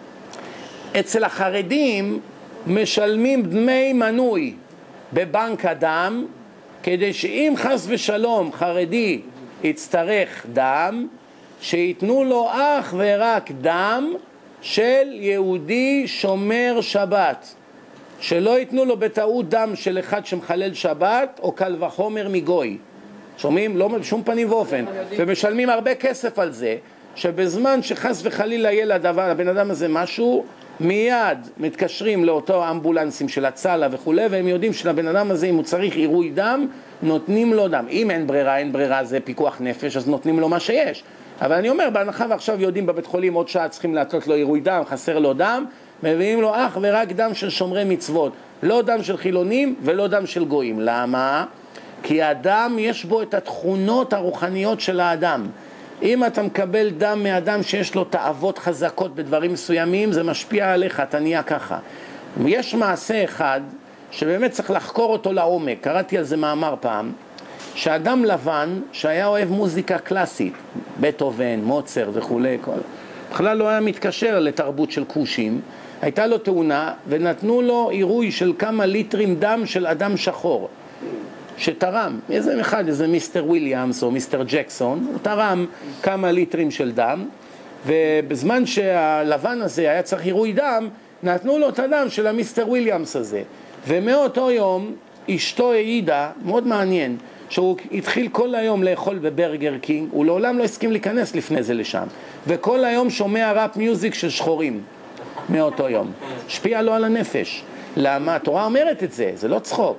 A: אצל החרדים משלמים דמי מנוי בבנק הדם, כדי שאם חס ושלום חרדי יצטרך דם, שיתנו לו אך ורק דם של יהודי שומר שבת, שלא ייתנו לו בטעות דם של אחד שמחלל שבת או קל וחומר מגוי. שומעים? לא בשום פנים ואופן. ומשלמים הרבה כסף על זה, שבזמן שחס וחלילה יהיה לדבר, לבן אדם הזה משהו, מיד מתקשרים לאותו אמבולנסים של הצלה וכו', והם יודעים שלבן אדם הזה אם הוא צריך עירוי דם, נותנים לו דם. אם אין ברירה, אין ברירה, זה פיקוח נפש, אז נותנים לו מה שיש. אבל אני אומר, בהנחה ועכשיו יודעים בבית חולים עוד שעה צריכים לתת לו עירוי דם, חסר לו דם, מביאים לו אך ורק דם של שומרי מצוות, לא דם של חילונים ולא דם של גויים. למה? כי הדם יש בו את התכונות הרוחניות של האדם. אם אתה מקבל דם מאדם שיש לו תאוות חזקות בדברים מסוימים, זה משפיע עליך, אתה נהיה ככה. יש מעשה אחד שבאמת צריך לחקור אותו לעומק, קראתי על זה מאמר פעם, שאדם לבן שהיה אוהב מוזיקה קלאסית, בטהובן, מוצרט וכו', כל... בכלל לא היה מתקשר לתרבות של קושים, הייתה לו תאונה ונתנו לו עירוי של כמה ליטרים דם של אדם שחור, שתרם, איזה אחד, איזה מיסטר וויליאמס או מיסטר ג'קסון, הוא תרם כמה ליטרים של דם, ובזמן שהלבן הזה היה צריך עירוי דם, נתנו לו את הדם של המיסטר וויליאמס הזה. ומאותו יום אשתו העידה, מאוד מעניין, שהוא התחיל כל היום לאכול בברגר קינג, הוא לעולם לא הסכים להיכנס לפני זה לשם, וכל היום שומע ראפ מיוזיק של שחורים מאותו יום. השפיע לו על הנפש. למה? התורה אומרת את זה, זה לא צחוק.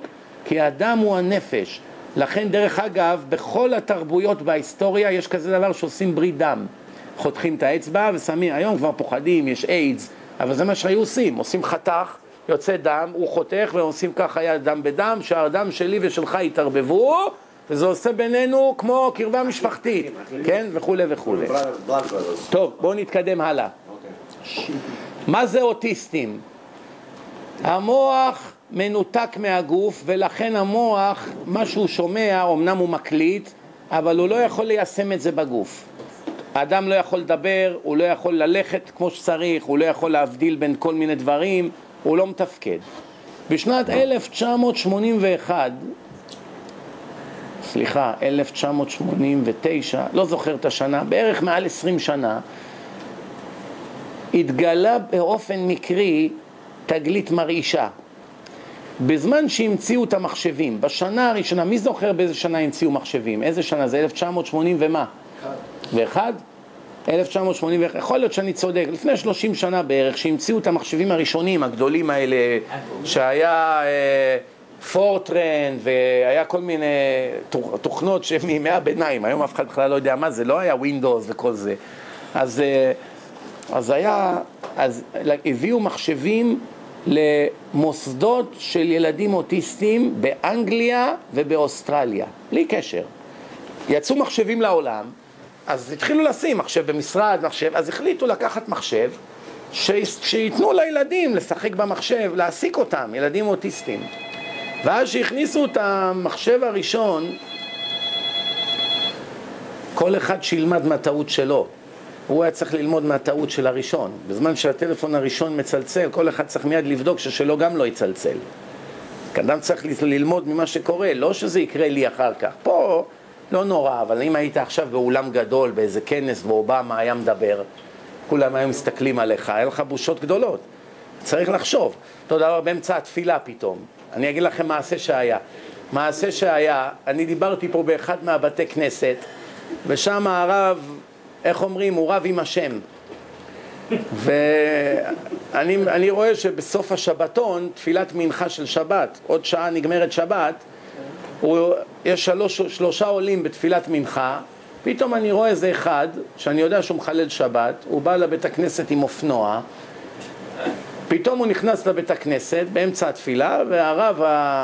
A: כי האדם הוא הנפש. לכן דרך אגב, בכל התרבויות בהיסטוריה יש כזה דבר שעושים ברית דם. חותכים את האצבע ושמים, היום כבר פוחדים, יש איידס, אבל זה מה שהיו עושים, עושים חתך, יוצא דם, הוא חותך ועושים ככה היה דם בדם, שהדם שלי ושלך יתערבבו, וזה עושה בינינו כמו קרבה משפחתית, כן? וכו' וכו'. טוב, בואו נתקדם הלאה. מה זה אוטיסטים? המוח מנותק מהגוף, ולכן המוח, מה שהוא שומע, אמנם הוא מקליט, אבל הוא לא יכול ליישם את זה בגוף. האדם לא יכול לדבר, הוא לא יכול ללכת כמו שצריך, הוא לא יכול להבדיל בין כל מיני דברים, הוא לא מתפקד. בשנת אלף תשע מאות שמונים ואחת, סליחה, אלף תשע מאות שמונים ותשע, לא זוכר את השנה, בערך מעל עשרים שנה, התגלה באופן מקרי תגלית מרעישה. בזמן שהמציאו את המחשבים, בשנה הראשונה, מי זוכר באיזה שנה המציאו מחשבים? איזה שנה? זה אלף תשע מאות שמונים ומה? ואחד? אלף תשע מאות שמונים ואחת, יכול להיות שאני צודק, לפני שלושים שנה בערך, שהמציאו את המחשבים הראשונים, הגדולים האלה, שהיה אה, פורטרן, והיה כל מיני תוכנות שמימי הביניים, היום אף אחד בכלל לא יודע מה זה, לא היה ווינדוס וכל זה. אז, אה, אז היה, אז הביאו מחשבים למוסדות של ילדים אוטיסטים באנגליה ובאוסטרליה, בלי קשר. יצאו מחשבים לעולם, אז התחילו לשים מחשב במשרד, מחשב, אז החליטו לקחת מחשב שיתנו לילדים לשחק במחשב, להעסיק אותם, ילדים אוטיסטים. ואז שהכניסו את המחשב הראשון, כל אחד שילמד מהטעות שלו. הוא היה צריך ללמוד מהטעות של הראשון. בזמן שהטלפון הראשון מצלצל, כל אחד צריך מיד לבדוק ששלו גם לא יצלצל. אדם צריך ללמוד ממה שקורה, לא שזה יקרה לי אחר כך. פה לא נורא, אבל אם היית עכשיו באולם גדול, באיזה כנס ואובמה היה מדבר, כולם היו מסתכלים עליך, היה לך בושות גדולות. צריך לחשוב. תודה רבה, באמצע התפילה פתאום. אני אגיד לכם מעשה שהיה. מעשה שהיה, אני דיברתי פה באחד מהבתי כנסת, ושם הרב, איך אומרים, הוא רב עם השם. ואני אני רואה שבסוף השבתון, תפילת מנחה של שבת, עוד שעה נגמרת שבת, הוא, יש שלוש, שלושה עולים בתפילת מנחה, פתאום אני רואה איזה אחד, שאני יודע שהוא מחלל שבת, הוא בא לבית הכנסת עם אופנוע, פתאום הוא נכנס לבית הכנסת באמצע התפילה, והרב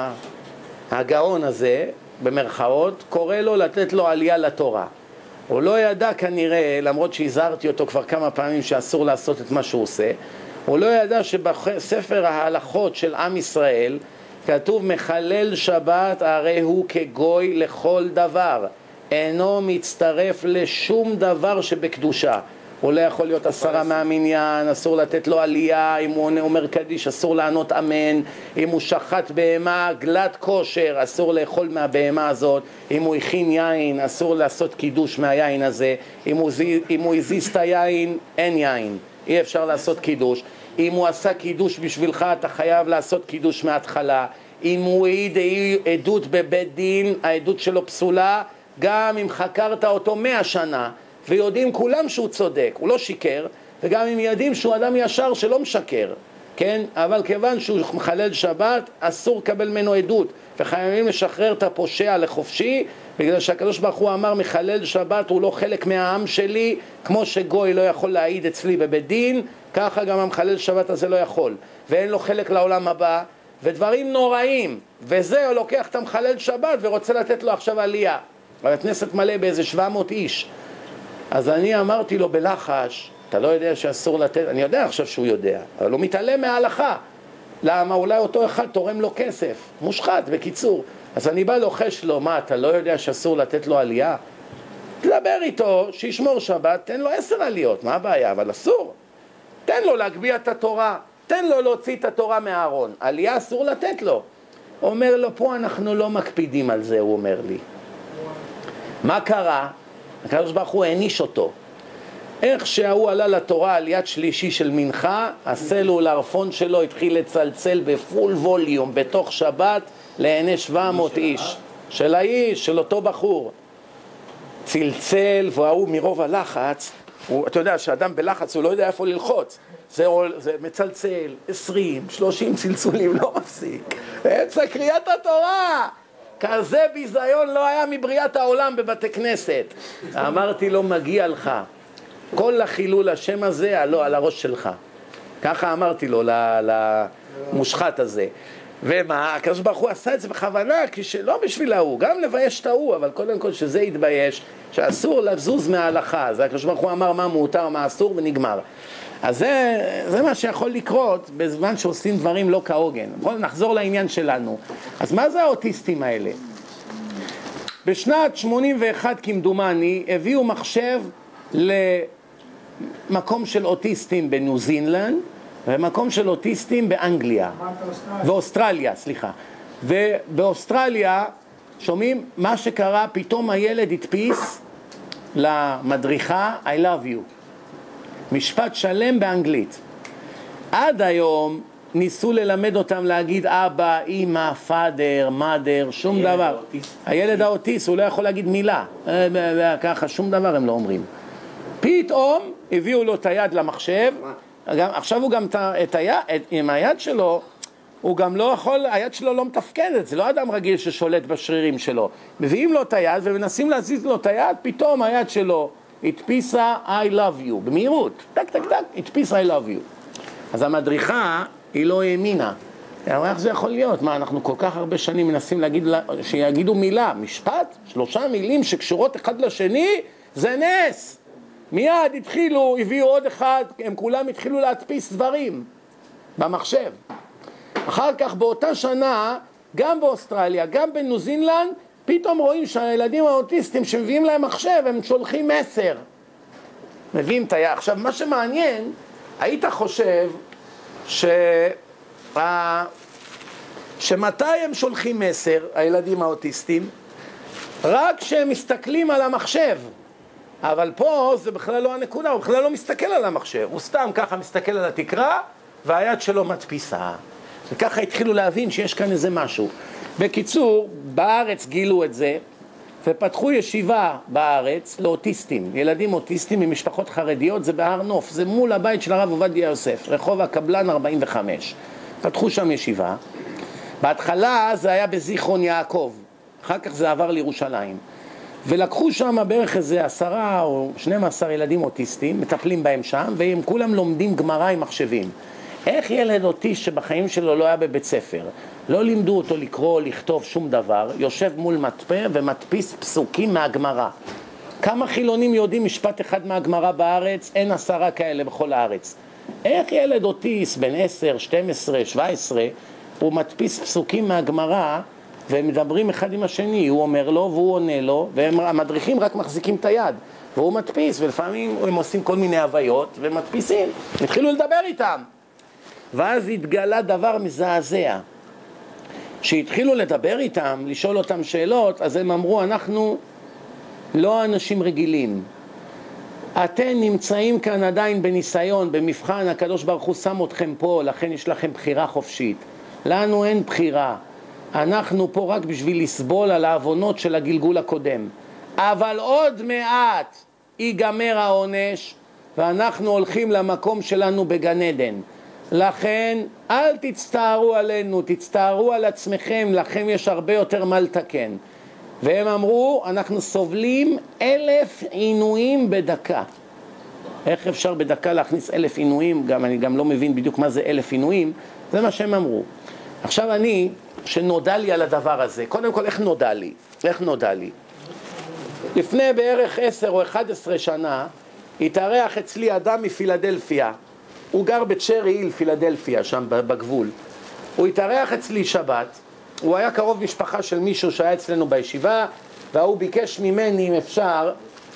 A: הגאון הזה, במרכאות, קורא לו לתת לו עלייה לתורה. הוא לא ידע כנראה, למרות שהזהרתי אותו כבר כמה פעמים שאסור לעשות את מה שהוא עושה, הוא לא ידע שבספר ההלכות של עם ישראל כתוב מחלל שבת הרי הוא כגוי לכל דבר, אינו מצטרף לשום דבר שבקדושה. הוא לא יכול להיות עשרה מהמניין, אסור לתת לו עלייה, אם הוא אומר קדיש אסור לענות אמן, אם הוא שחט בהמה גלת כושר אסור לאכול מהבהמה הזאת, אם הוא הכין יין אסור לעשות קידוש מהיין הזה, אם הוא, אם הוא הזיז את היין אין יין, אי אפשר לעשות קידוש. אם הוא עשה קידוש בשבילך אתה חייב לעשות קידוש מההתחלה. אם הוא העיד עדות בבית דין, העדות שלו פסולה, גם אם חקרת אותו מאה שנה ויודעים כולם שהוא צודק, הוא לא שיקר, וגם אם יודעים שהוא אדם ישר שלא משקר, כן? אבל כיוון שהוא מחלל שבת אסור לקבל ממנו עדות, וחייבים לשחרר את הפושע לחופשי, בגלל שהקדוש ברוך הוא אמר מחלל שבת הוא לא חלק מהעם שלי, כמו שגוי לא יכול להעיד אצלי בבית דין, ככה גם המחלל שבת הזה לא יכול, ואין לו חלק לעולם הבא, ודברים נוראים, וזה הוא לוקח את המחלל שבת ורוצה לתת לו עכשיו עלייה. אבל הכנסת מלא באיזה שבע מאות איש. אז אני אמרתי לו בלחש, אתה לא יודע שאסור לתת, אני יודע עכשיו שהוא יודע, אבל הוא מתעלם מההלכה. למה? אולי אותו אחד תורם לו כסף, מושחת בקיצור. אז אני בא לוחש לו, מה אתה לא יודע שאסור לתת לו עלייה? תדבר איתו, שישמור שבת, תן לו עשר עליות, מה הבעיה? אבל אסור. תן לו להגביה את התורה, תן לו להוציא את התורה מהארון, עלייה אסור לתת לו. אומר לו, פה אנחנו לא מקפידים על זה, הוא אומר לי. מה קרה? הקדוש ברוך הוא העניש אותו. איך שהוא עלה לתורה על יד שלישי של מנחה, הסלולרפון שלו התחיל לצלצל בפול ווליום בתוך שבת לעיני שבע מאות איש. של האיש, של אותו בחור. צלצל, והוא מרוב הלחץ הוא, אתה יודע שאדם בלחץ הוא לא יודע איפה ללחוץ, זה, זה מצלצל, עשרים, שלושים צלצולים, לא מפסיק, אצל קריאת התורה, כזה ביזיון לא היה מבריאת העולם בבתי כנסת. אמרתי לו, מגיע לך, כל החילול השם הזה, לא, על הראש שלך. ככה אמרתי לו, למושחת הזה. ומה, הקדוש ברוך הוא עשה את זה בכוונה, לא בשביל ההוא, גם לבייש את ההוא, אבל קודם כל שזה יתבייש, שאסור לזוז מההלכה. זה הקדוש ברוך הוא אמר מה מותר, מה אסור, ונגמר. אז זה, זה מה שיכול לקרות בזמן שעושים דברים לא כהוגן. בואו נחזור לעניין שלנו. אז מה זה האוטיסטים האלה? בשנת שמונים ואחת כמדומני הביאו מחשב למקום של אוטיסטים בניו זינלנד, ומקום של אוטיסטים באנגליה ואוסטרליה, סליחה. ובאוסטרליה שומעים מה שקרה, פתאום הילד הדפיס למדריכה I love you, משפט שלם באנגלית. עד היום ניסו ללמד אותם להגיד אבא, אמא, פאדר, מאדר, שום דבר. הילד האוטיסט הוא לא יכול להגיד מילה, ככה שום דבר הם לא אומרים. פתאום הביאו לו את היד למחשב, עכשיו הוא גם את היד, עם היד שלו, הוא גם לא יכול, היד שלו לא מתפקדת, זה לא אדם רגיל ששולט בשרירים שלו. מביאים לו את היד ומנסים להזיז לו את היד, פתאום היד שלו הדפיסה I love you, במהירות, טק טק טק, הדפיסה I love you. אז המדריכה היא לא האמינה. איך זה יכול להיות? מה, אנחנו כל כך הרבה שנים מנסים להגיד, שיגידו מילה, משפט, שלושה מילים שקשורות אחד לשני, זה נס. מיד התחילו, הביאו עוד אחד, הם כולם התחילו להדפיס דברים במחשב. אחר כך באותה שנה, גם באוסטרליה, גם בניו זינלנד, פתאום רואים שהילדים האוטיסטים שמביאים להם מחשב, הם שולחים מסר. מביאים את היד. עכשיו, מה שמעניין, היית חושב ש... שמתי הם שולחים מסר, הילדים האוטיסטים? רק כשהם מסתכלים על המחשב. אבל פה זה בכלל לא הנקודה, הוא בכלל לא מסתכל על המחשב, הוא סתם ככה מסתכל על התקרה, והיד שלו מדפיסה. וככה התחילו להבין שיש כאן איזה משהו. בקיצור, בארץ גילו את זה, ופתחו ישיבה בארץ לאוטיסטים, ילדים אוטיסטים ממשפחות חרדיות, זה בהר נוף, זה מול הבית של הרב עובדיה יוסף, רחוב הקבלן ארבעים וחמש. פתחו שם ישיבה, בהתחלה זה היה בזיכרון יעקב, אחר כך זה עבר לירושלים. ולקחו שם בערך איזה עשרה או שנים עשר ילדים אוטיסטים, מטפלים בהם שם, והם כולם לומדים גמרא עם מחשבים. איך ילד אוטיסט שבחיים שלו לא היה בבית ספר, לא לימדו אותו לקרוא, לכתוב שום דבר, יושב מול מטפה ומדפיס פסוקים מהגמרא. כמה חילונים יודעים משפט אחד מהגמרא בארץ? אין עשרה כאלה בכל הארץ. איך ילד אוטיסט בן עשר, שתים עשרה, שבע עשרה, הוא מדפיס פסוקים מהגמרא, והם מדברים אחד עם השני, הוא אומר לו והוא עונה לו, והמדריכים רק מחזיקים את היד, והוא מדפיס, ולפעמים הם עושים כל מיני הוויות, ומדפיסים, התחילו לדבר איתם. ואז התגלה דבר מזעזע. כשהתחילו לדבר איתם, לשאול אותם שאלות, אז הם אמרו, אנחנו לא אנשים רגילים. אתם נמצאים כאן עדיין בניסיון, במבחן, הקדוש ברוך הוא שם אתכם פה, לכן יש לכם בחירה חופשית. לנו אין בחירה. אנחנו פה רק בשביל לסבול על העוונות של הגלגול הקודם. אבל עוד מעט ייגמר העונש, ואנחנו הולכים למקום שלנו בגן עדן. לכן אל תצטערו עלינו, תצטערו על עצמכם, לכם יש הרבה יותר מה לתקן. והם אמרו, אנחנו סובלים אלף עינויים בדקה. איך אפשר בדקה להכניס אלף עינויים? גם, אני גם לא מבין בדיוק מה זה אלף עינויים. זה מה שהם אמרו. עכשיו אני, שנודע לי על הדבר הזה, קודם כל איך נודע לי? איך נודע לי? לפני בערך עשר או אחד עשרה שנה, התארח אצלי אדם מפילדלפיה. הוא גר בצ'רי היל, פילדלפיה, שם בגבול. הוא התארח אצלי שבת, הוא היה קרוב משפחה של מישהו שהיה אצלנו בישיבה, והוא ביקש ממני אם אפשר...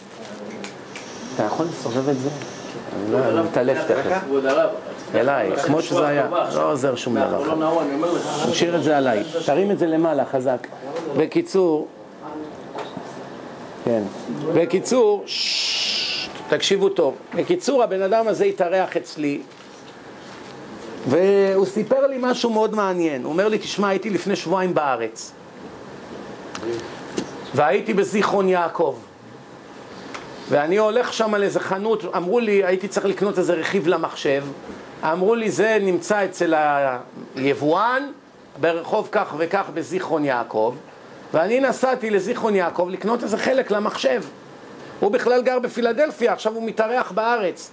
A: אתה יכול לסובב את זה? אני מתעלף תכף. אליי, כמו שזה היה, לא עוזר שום דבר. נשאיר את זה עליי, תרים את זה למעלה, חזק. בקיצור, כן, בקיצור, תקשיבו טוב. בקיצור, הבן אדם הזה התארח אצלי, והוא סיפר לי משהו מאוד מעניין. הוא אומר לי, תשמע, הייתי לפני שבועיים בארץ, והייתי בזיכרון יעקב, ואני הולך שם על איזה חנות, אמרו לי, הייתי צריך לקנות איזה רכיב למחשב, אמרו לי, זה נמצא אצל היבואן, ברחוב כך וכך בזיכרון יעקב, ואני נסעתי לזיכרון יעקב לקנות איזה חלק למחשב. הוא בכלל גר בפילדלפיה, עכשיו הוא מתארח בארץ.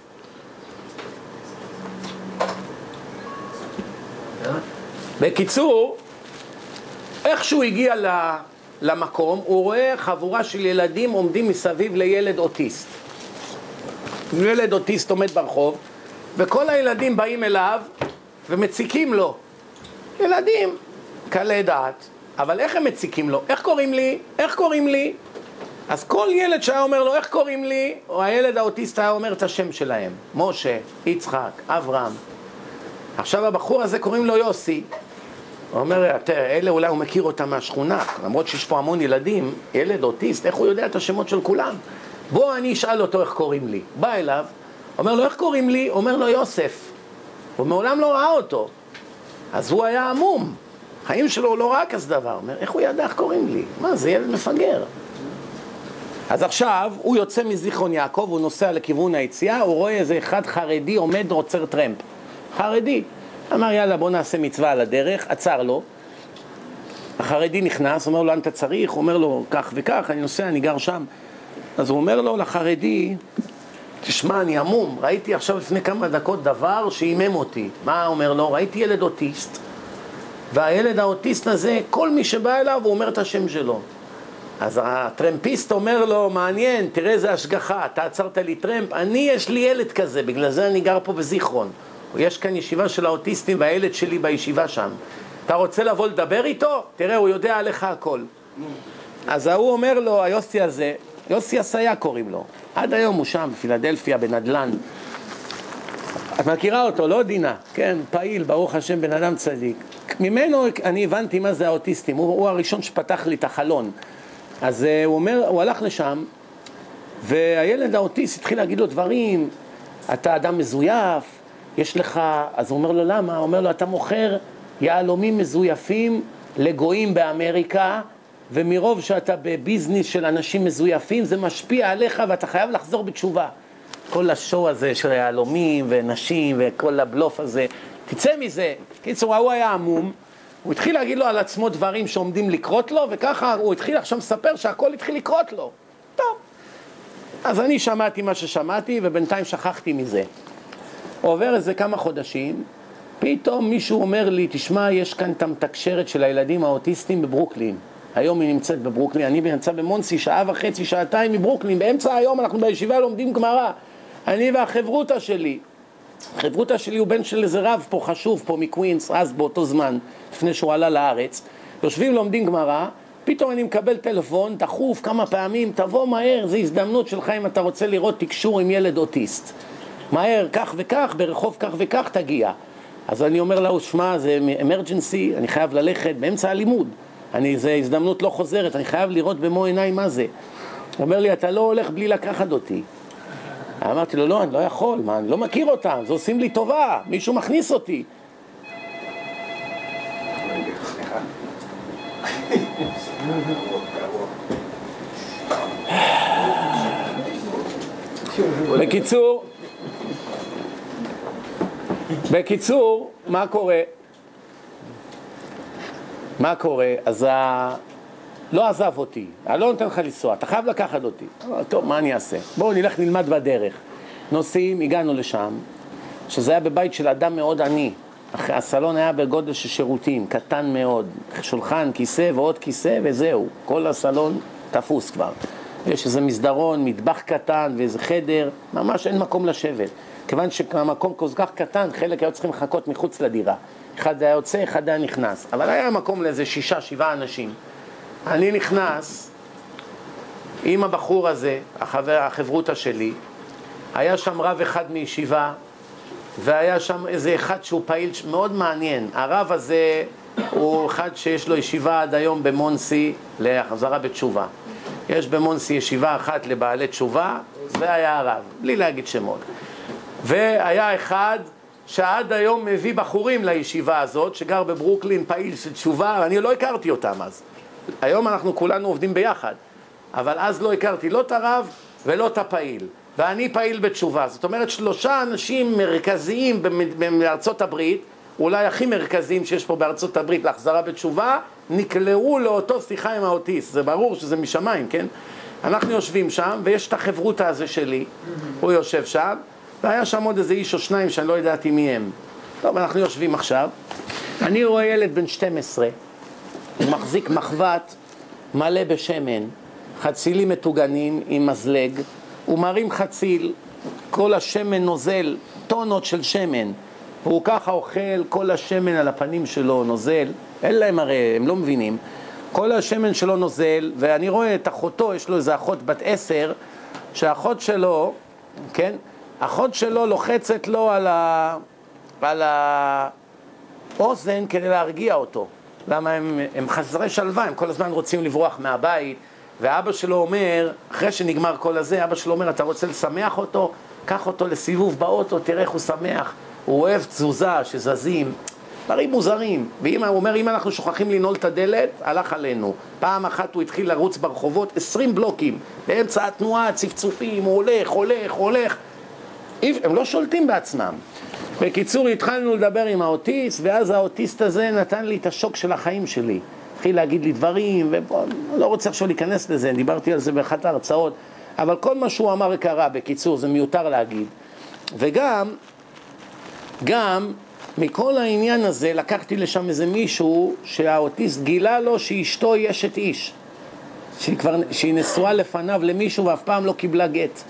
A: בקיצור, איך שהוא הגיע למקום, הוא רואה חבורה של ילדים עומדים מסביב לילד אוטיסט. ילד אוטיסט עומד ברחוב, וכל הילדים באים אליו ומציקים לו. ילדים קלי דעת, אבל איך הם מציקים לו? איך קוראים לי? איך קוראים לי? אז כל ילד שהיה אומר לו איך קוראים לי, או הילד האוטיסט היה אומר את השם שלהם. משה, יצחק, אברהם. עכשיו הבחור הזה קוראים לו יוסי. הוא אומר, תראה, אלה אולי הוא מכיר אותם מהשכונה, למרות שיש פה המון ילדים, ילד אוטיסט, איך הוא יודע את השמות של כולם? בוא אני אשאל אותו איך קוראים לי. בא אליו, אומר לו איך קוראים לי? אומר לו יוסף. הוא מעולם לא ראה אותו. אז הוא היה עמום. חיים שלו הוא לא ראה כזה דבר. אומר, איך הוא ידע איך קוראים לי? מה, זה ילד מפגר. אז עכשיו הוא יוצא מזיכרון יעקב, הוא נוסע לכיוון היציאה, הוא רואה איזה אחד חרדי עומד עוצר טרמפ. חרדי. אמר יאללה בוא נעשה מצווה על הדרך, עצר לו. החרדי נכנס, אומר לו לאן אתה צריך? הוא אומר לו כך וכך, אני נוסע, אני גר שם. אז הוא אומר לו לחרדי, תשמע אני עמום, ראיתי עכשיו לפני כמה דקות דבר שאימם אותי. מה אומר לו? ראיתי ילד אוטיסט, והילד האוטיסט הזה, כל מי שבא אליו הוא אומר את השם שלו. אז הטרמפיסט אומר לו, מעניין, תראה איזה השגחה, אתה עצרת לי טרמפ, אני יש לי ילד כזה, בגלל זה אני גר פה בזיכרון. יש כאן ישיבה של האוטיסטים והילד שלי בישיבה שם. אתה רוצה לבוא לדבר איתו? תראה, הוא יודע עליך הכל. אז הוא אומר לו, היוסי הזה, יוסי עשיה קוראים לו. עד היום הוא שם, בפילדלפיה, בנדלן. את מכירה אותו, לא דינה? כן, פעיל, ברוך השם, בן אדם צדיק. ממנו אני הבנתי מה זה האוטיסטים. הוא, הוא הראשון שפתח לי את החלון. אז הוא אומר, הוא הלך לשם, והילד האוטיסט התחיל להגיד לו דברים, אתה אדם מזויף, יש לך, אז הוא אומר לו למה? הוא אומר לו, אתה מוכר יהלומים מזויפים לגויים באמריקה, ומרוב שאתה בביזנס של אנשים מזויפים, זה משפיע עליך ואתה חייב לחזור בתשובה. כל השואו הזה של יהלומים ונשים וכל הבלוף הזה, תצא מזה. קיצור, הוא היה עמום, הוא התחיל להגיד לו על עצמו דברים שעומדים לקרות לו, וככה הוא התחיל עכשיו לספר שהכל התחיל לקרות לו. טוב. אז אני שמעתי מה ששמעתי, ובינתיים שכחתי מזה. עובר איזה כמה חודשים, פתאום מישהו אומר לי, תשמע, יש כאן את המתקשרת של הילדים האוטיסטים בברוקלין. היום היא נמצאת בברוקלין, אני נמצא במונסי, שעה וחצי, שעתיים מברוקלין, באמצע היום אנחנו בישיבה לומדים גמרא. אני והחברותה שלי. החברותה שלי הוא בן של איזה רב פה חשוב, פה מקווינס, אז באותו זמן, לפני שהוא עלה לארץ. יושבים לומדים גמרא, פתאום אני מקבל טלפון, דחוף כמה פעמים, תבוא מהר, זו הזדמנות שלך אם אתה רוצה לראות תקשור עם ילד אוטיסט. מהר, כך וכך, ברחוב כך וכך תגיע. אז אני אומר לה, שמע, זה אמרג'נסי, אני חייב ללכת באמצע הלימוד. אני, זה הזדמנות לא חוזרת, אני חייב לראות במו עיניי מה זה. הוא אומר לי, אתה לא הולך בלי לקחת אותי. אמרתי לו, לא, אני לא יכול, מה, אני לא מכיר אותם, זה עושים לי טובה, מישהו מכניס אותי. בקיצור, בקיצור, מה קורה? מה קורה? אז ה... לא עזב אותי, אני לא נותן לך לנסוע, אתה חייב לקחת אותי. טוב, מה אני אעשה? בואו נלך נלמד בדרך. נוסעים, הגענו לשם, שזה היה בבית של אדם מאוד עני. הסלון היה בגודל של שירותים, קטן מאוד. שולחן, כיסא ועוד כיסא וזהו. כל הסלון תפוס כבר. יש איזה מסדרון, מטבח קטן ואיזה חדר, ממש אין מקום לשבת. כיוון שהמקום כל כך קטן, חלק היו צריכים לחכות מחוץ לדירה. אחד היה יוצא, אחד היה נכנס. אבל היה מקום לאיזה שישה, שבעה אנשים. אני נכנס עם הבחור הזה, החבר, החברותה שלי, היה שם רב אחד מישיבה, והיה שם איזה אחד שהוא פעיל מאוד מעניין. הרב הזה הוא אחד שיש לו ישיבה עד היום במונסי לחזרה בתשובה. יש במונסי ישיבה אחת לבעלי תשובה, זה היה הרב, בלי להגיד שמות. והיה אחד שעד היום מביא בחורים לישיבה הזאת, שגר בברוקלין, פעיל של תשובה, אני לא הכרתי אותם אז. היום אנחנו כולנו עובדים ביחד, אבל אז לא הכרתי לא את הרב ולא אתה פעיל, ואני פעיל בתשובה. זאת אומרת, שלושה אנשים מרכזיים בארצות הברית, אולי הכי מרכזיים שיש פה בארצות הברית להחזרה בתשובה, נקלעו לאותו שיחה עם האוטיסט. זה ברור שזה משמיים, כן? אנחנו יושבים שם, ויש את החברותה הזה שלי, הוא יושב שם, והיה שם עוד איזה איש או שניים שאני לא ידעתי מי הם. טוב, אנחנו יושבים עכשיו, אני רואה ילד בן שתים עשרה, הוא מחזיק מחבת מלא בשמן, חצילים מטוגנים עם מזלג, הוא מרים חציל, כל השמן נוזל, טונות של שמן, והוא ככה אוכל, כל השמן על הפנים שלו נוזל, אין להם הרי, הם לא מבינים, כל השמן שלו נוזל, ואני רואה את אחותו, יש לו איזה אחות בת עשר, שהאחות שלו, כן, אחות שלו לוחצת לו על ה... על האוזן כדי להרגיע אותו. למה הם, הם חסרי שלווה, הם כל הזמן רוצים לברוח מהבית, ואבא שלו אומר, אחרי שנגמר כל הזה, אבא שלו אומר, אתה רוצה לשמח אותו? קח אותו לסיבוב באוטו, תראה איך הוא שמח, הוא אוהב תזוזה שזזים, דברים מוזרים. ואמא, הוא אומר, אם אנחנו שוכחים לנעול את הדלת, הלך עלינו. פעם אחת הוא התחיל לרוץ ברחובות, עשרים בלוקים, באמצע התנועה, צפצופים, הוא הולך, הולך, הולך. הם לא שולטים בעצמם. בקיצור, התחלנו לדבר עם האוטיסט, ואז האוטיסט הזה נתן לי את השוק של החיים שלי. התחיל להגיד לי דברים, ולא רוצה עכשיו להיכנס לזה, דיברתי על זה באחת ההרצאות, אבל כל מה שהוא אמר קרה, בקיצור, זה מיותר להגיד. וגם, גם, מכל העניין הזה, לקחתי לשם איזה מישהו, שהאוטיסט גילה לו שאשתו היא אשת איש. שהיא, כבר, שהיא נשואה לפניו למישהו, ואף פעם לא קיבלה גט.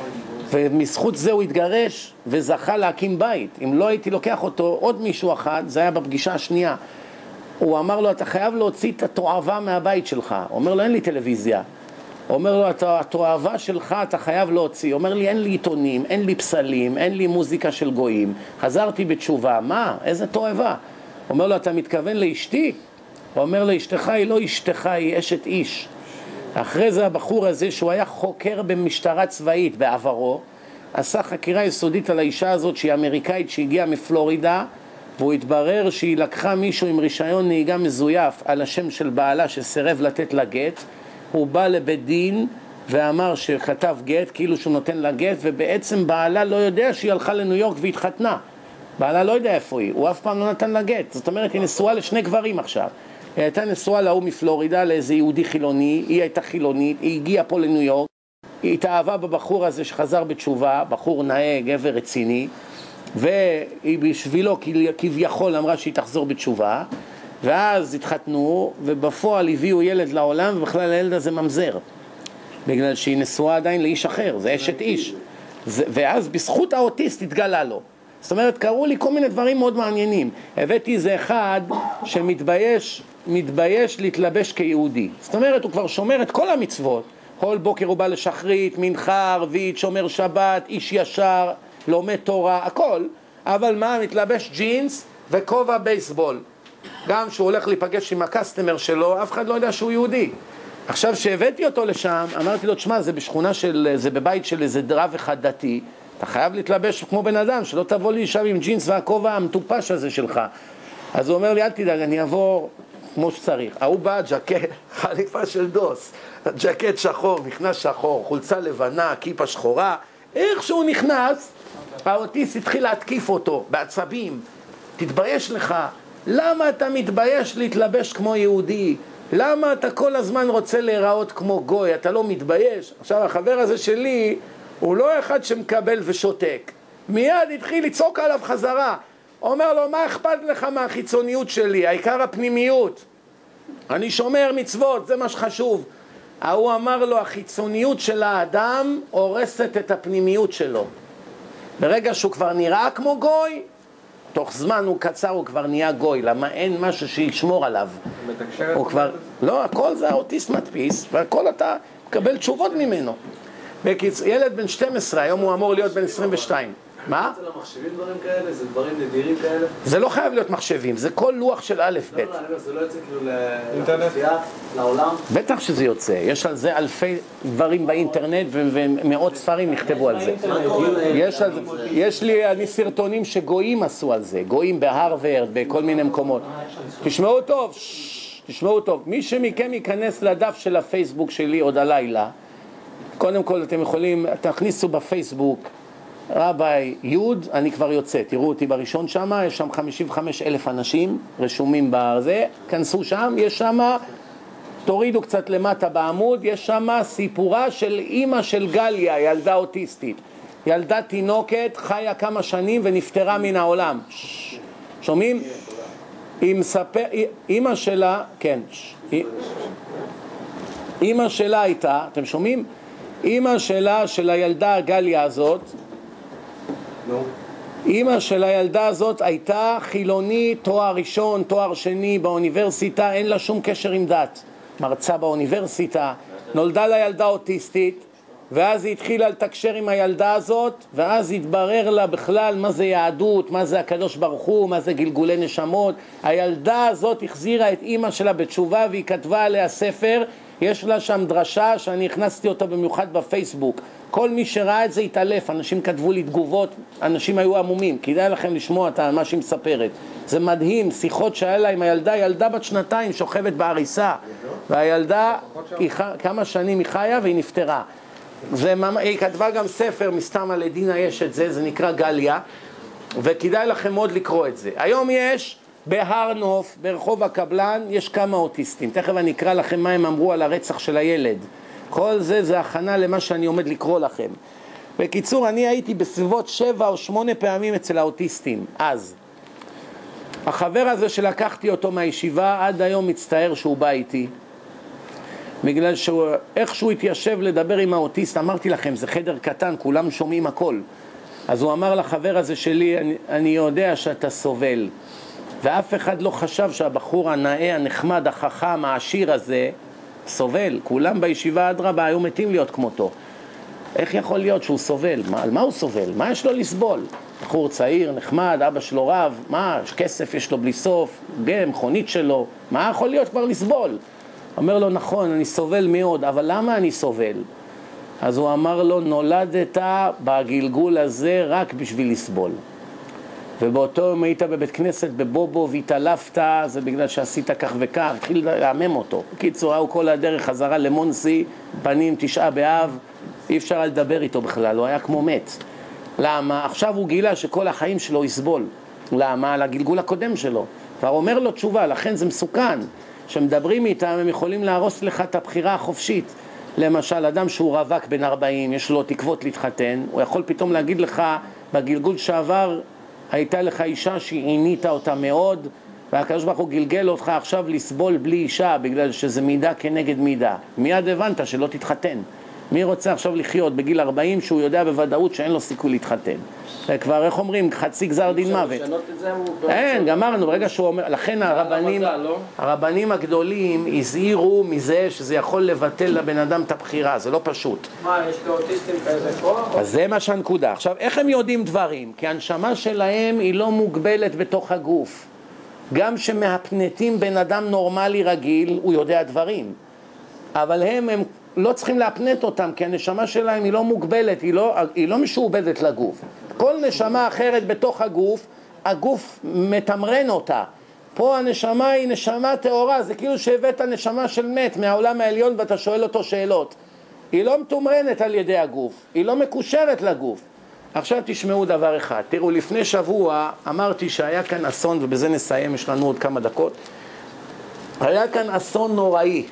A: ומזכות זה הוא התגרש וזכה להקים בית. אם לא הייתי לוקח אותו עוד מישהו אחד, זה היה בפגישה השנייה. הוא אמר לו, אתה חייב להוציא את התועבה מהבית שלך. הוא אומר לו, אין לי טלוויזיה. הוא אומר לו, התועבה שלך אתה חייב להוציא. הוא אומר לי, אין לי עיתונים, אין לי פסלים, אין לי מוזיקה של גויים. חזרתי בתשובה. מה? איזה תועבה? הוא אומר לו, אתה מתכוון לאשתי? הוא אומר לו, אשתך היא לא אשתך, היא אשת איש. אחרי זה הבחור הזה, שהוא היה חוקר במשטרה צבאית בעברו, עשה חקירה יסודית על האישה הזאת שהיא אמריקאית שהגיעה מפלורידה, והוא התברר שהיא לקחה מישהו עם רישיון נהיגה מזויף על השם של בעלה שסירב לתת לה גט. הוא בא לבית דין ואמר שכתב גט כאילו שהוא נותן לה גט, ובעצם בעלה לא יודע שהיא הלכה לניו יורק והתחתנה. בעלה לא יודע איפה היא, הוא אף פעם לא נתן לה גט. זאת אומרת, היא נשואה לשני גברים עכשיו. היא הייתה נשואה להוא מפלורידה לאיזה יהודי חילוני, היא הייתה חילונית, היא הגיעה פה לניו יורק, היא התאהבה בבחור הזה שחזר בתשובה, בחור נאה, גבר רציני, והיא בשבילו כביכול אמרה שהיא תחזור בתשובה, ואז התחתנו, ובפועל הביאו ילד לעולם, ובכלל הילד הזה ממזר, בגלל שהיא נשואה עדיין לאיש אחר, זה אשת איש. ואז בזכות האוטיסט התגלה לו. זאת אומרת, קראו לי כל מיני דברים מאוד מעניינים. הבאתי איזה אחד שמתבייש, מתבייש להתלבש כיהודי. זאת אומרת, הוא כבר שומר את כל המצוות. כל בוקר הוא בא לשחרית, מנחה, ערבית, שומר שבת, איש ישר, לומד תורה, הכל. אבל מה? מתלבש ג'ינס וכובע בייסבול. גם שהוא הולך להיפגש עם הקסטמר שלו, אף אחד לא יודע שהוא יהודי. עכשיו שהבאתי אותו לשם, אמרתי לו, תשמע, זה בשכונה של, זה בבית של איזה רב אחד דתי, אתה חייב להתלבש כמו בן אדם, שלא תבוא לי שם עם ג'ינס והכובע המטופש הזה שלך. אז הוא אומר לי, אל תדאג, אני אעבור כמו שצריך. ההוא בא, ג'קט, חליפה של דוס, ג'קט שחור, נכנס שחור, חולצה לבנה, כיפה שחורה. איך שהוא נכנס, האוטיסט התחיל להתקיף אותו בעצבים. תתבייש לך, למה אתה מתבייש להתלבש כמו יהודי? למה אתה כל הזמן רוצה להיראות כמו גוי? אתה לא מתבייש? עכשיו החבר הזה שלי הוא לא אחד שמקבל ושותק, מיד התחיל לצעוק עליו חזרה. אומר לו, מה אכפת לך מהחיצוניות שלי? העיקר הפנימיות, אני שומר מצוות, זה מה שחשוב. הוא אמר לו, החיצוניות של האדם הורסת את הפנימיות שלו. ברגע שהוא כבר נראה כמו גוי, תוך זמן הוא קצר הוא כבר נהיה גוי. למה? אין משהו שישמור עליו. הוא כבר, לא, הכל זה האוטיסט מדפיס, והכל אתה מקבל תשובות ממנו. בקיצור, ילד בן שתים עשרה, היום הוא אמור להיות בן עשרים ושתיים. מה?
B: זה לא מחשבים דברים כאלה? זה דברים נדירים כאלה?
A: זה לא חייב להיות מחשבים, זה כל לוח של א' ב'.
B: לא, לא, זה לא יוצא כאילו לאוכלוסייה, לעולם?
A: בטח שזה יוצא, יש על זה אלפי דברים באינטרנט ומאות ספרים נכתבו על זה. יש לי, אני סרטונים שגויים עשו על זה, גויים בהרווארד, בכל מיני מקומות. תשמעו טוב, תשמעו טוב, מי שמכם ייכנס לדף של הפייסבוק שלי עוד הלילה, קודם כל אתם יכולים, תכניסו בפייסבוק רבי יוד, אני כבר יוצא, תראו אותי בראשון שם, יש שם חמישים וחמישה אלף אנשים רשומים בזה, כנסו שם, יש שם, תורידו קצת למטה בעמוד, יש שם סיפורה של אימא של גליה, ילדה אוטיסטית, ילדה תינוקת, חיה כמה שנים ונפטרה מן העולם. שומעים? היא מספר, אימא שלה, כן, אימא שלה הייתה, אתם שומעים? אימא שלה, של הילדה גליה הזאת, אימא של הילדה הזאת הייתה חילונית, תואר ראשון, תואר שני באוניברסיטה, אין לה שום קשר עם דת, מרצה באוניברסיטה, נולדה לה ילדה אוטיסטית, ואז היא התחילה לתקשר עם הילדה הזאת, ואז התברר לה בכלל מה זה יהדות, מה זה הקדוש ברוך הוא, מה זה גלגולי נשמות. הילדה הזאת החזירה את אימא שלה בתשובה, והיא כתבה עליה ספר, יש לה שם דרשה שאני הכנסתי אותה במיוחד בפייסבוק. כל מי שראה את זה התעלף, אנשים כתבו לי תגובות, אנשים היו עמומים, כדאי לכם לשמוע את מה שהיא מספרת. זה מדהים, שיחות שהיה לה עם הילדה, ילדה בת שנתיים שוכבת בעריסה, והילדה, היא, כמה שנים היא חיה והיא נפטרה. זה, היא כתבה גם ספר, מסתם על עדינה יש את זה, זה נקרא גליה, וכדאי לכם מאוד לקרוא את זה. היום יש בהר נוף, ברחוב הקבלן, יש כמה אוטיסטים. תכף אני אקרא לכם מה הם אמרו על הרצח של הילד. כל זה זה הכנה למה שאני עומד לקרוא לכם. בקיצור, אני הייתי בסביבות שבע או שמונה פעמים אצל האוטיסטים, אז. החבר הזה שלקחתי אותו מהישיבה, עד היום מצטער שהוא בא איתי. בגלל שאיך שהוא התיישב לדבר עם האוטיסט, אמרתי לכם, זה חדר קטן, כולם שומעים הכל. אז הוא אמר לחבר הזה שלי, אני, אני יודע שאתה סובל. ואף אחד לא חשב שהבחור הנאה, הנחמד, החכם, העשיר הזה, סובל. כולם בישיבה אדרבה היו מתים להיות כמותו. איך יכול להיות שהוא סובל? מה, על מה הוא סובל? מה יש לו לסבול? בחור צעיר, נחמד, אבא שלו רב, מה, כסף יש לו בלי סוף, גם, מכונית שלו, מה יכול להיות כבר לסבול? אומר לו, נכון, אני סובל מאוד, אבל למה אני סובל? אז הוא אמר לו, נולדת בגלגול הזה רק בשביל לסבול. ובאותו יום היית בבית כנסת בבובו והתעלפת, זה בגלל שעשית כך וכך, התחיל להמם אותו. קיצור, הוא כל הדרך חזרה למונסי, פנים תשעה באב, אי אפשר לדבר איתו בכלל, הוא היה כמו מת. למה? עכשיו הוא גילה שכל החיים שלו יסבול. למה? על הגלגול הקודם שלו. כבר אומר לו תשובה, לכן זה מסוכן. שמדברים איתם, הם יכולים להרוס לך את הבחירה החופשית. למשל, אדם שהוא רווק בן ארבעים, יש לו תקוות להתחתן, הוא יכול פתאום להגיד לך, בגלגול שעבר, הייתה לך אישה שעינית אותה מאוד, והקדוש ברוך הוא גלגל אותך עכשיו לסבול בלי אישה, בגלל שזה מידה כנגד מידה. מיד הבנת שלא תתחתן. מי רוצה עכשיו לחיות בגיל ארבעים שהוא יודע בוודאות שאין לו סיכוי להתחתן? כבר, איך אומרים, חצי גזר דין מוות. אין, גמרנו, ברגע שהוא אומר, לכן הרבנים, הרבנים הגדולים הזהירו מזה שזה יכול לבטל לבן אדם את הבחירה, זה לא פשוט.
C: מה, יש לאוטיסטים כאלה כוח?
A: אז זה מה שהנקודה. עכשיו, איך הם יודעים דברים? כי הנשמה שלהם היא לא מוגבלת בתוך הגוף. גם שמהפנטים בן אדם נורמלי רגיל, הוא יודע דברים. אבל הם, הם לא צריכים להפנט אותם, כי הנשמה שלהם היא לא מוגבלת, היא לא, היא לא משועבדת לגוף. כל נשמה אחרת בתוך הגוף, הגוף מתמרן אותה. פה הנשמה היא נשמה טהורה, זה כאילו שהבאת נשמה של מת מהעולם העליון ואתה שואל אותו שאלות. היא לא מתומרנת על ידי הגוף, היא לא מקושרת לגוף. עכשיו תשמעו דבר אחד, תראו, לפני שבוע אמרתי שהיה כאן אסון, ובזה נסיים, יש לנו עוד כמה דקות. היה כאן אסון נוראי.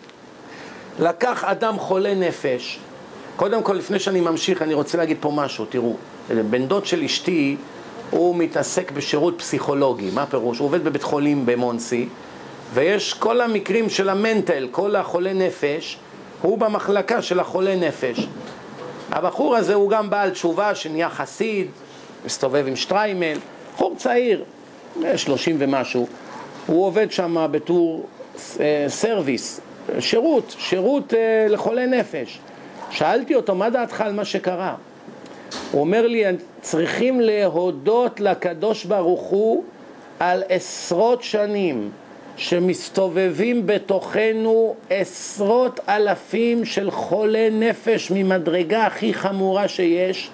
A: לקח אדם חולה נפש. קודם כל, לפני שאני ממשיך, אני רוצה להגיד פה משהו. תראו, בן דוד של אשתי, הוא מתעסק בשירות פסיכולוגי. מה פירוש? הוא עובד בבית חולים במונסי, ויש כל המקרים של המנטל, כל החולה נפש, הוא במחלקה של החולה נפש. הבחור הזה הוא גם בעל תשובה שנהיה חסיד, מסתובב עם שטריימל, בחור צעיר, שלושים ומשהו. הוא עובד שם בתור אה, סרוויס, שירות, שירות אה, לחולה נפש. שאלתי אותו, מה דעתך על מה שקרה? הוא אומר לי, צריכים להודות לקדוש ברוך הוא על עשרות שנים שמסתובבים בתוכנו עשרות אלפים של חולי נפש ממדרגה הכי חמורה שיש,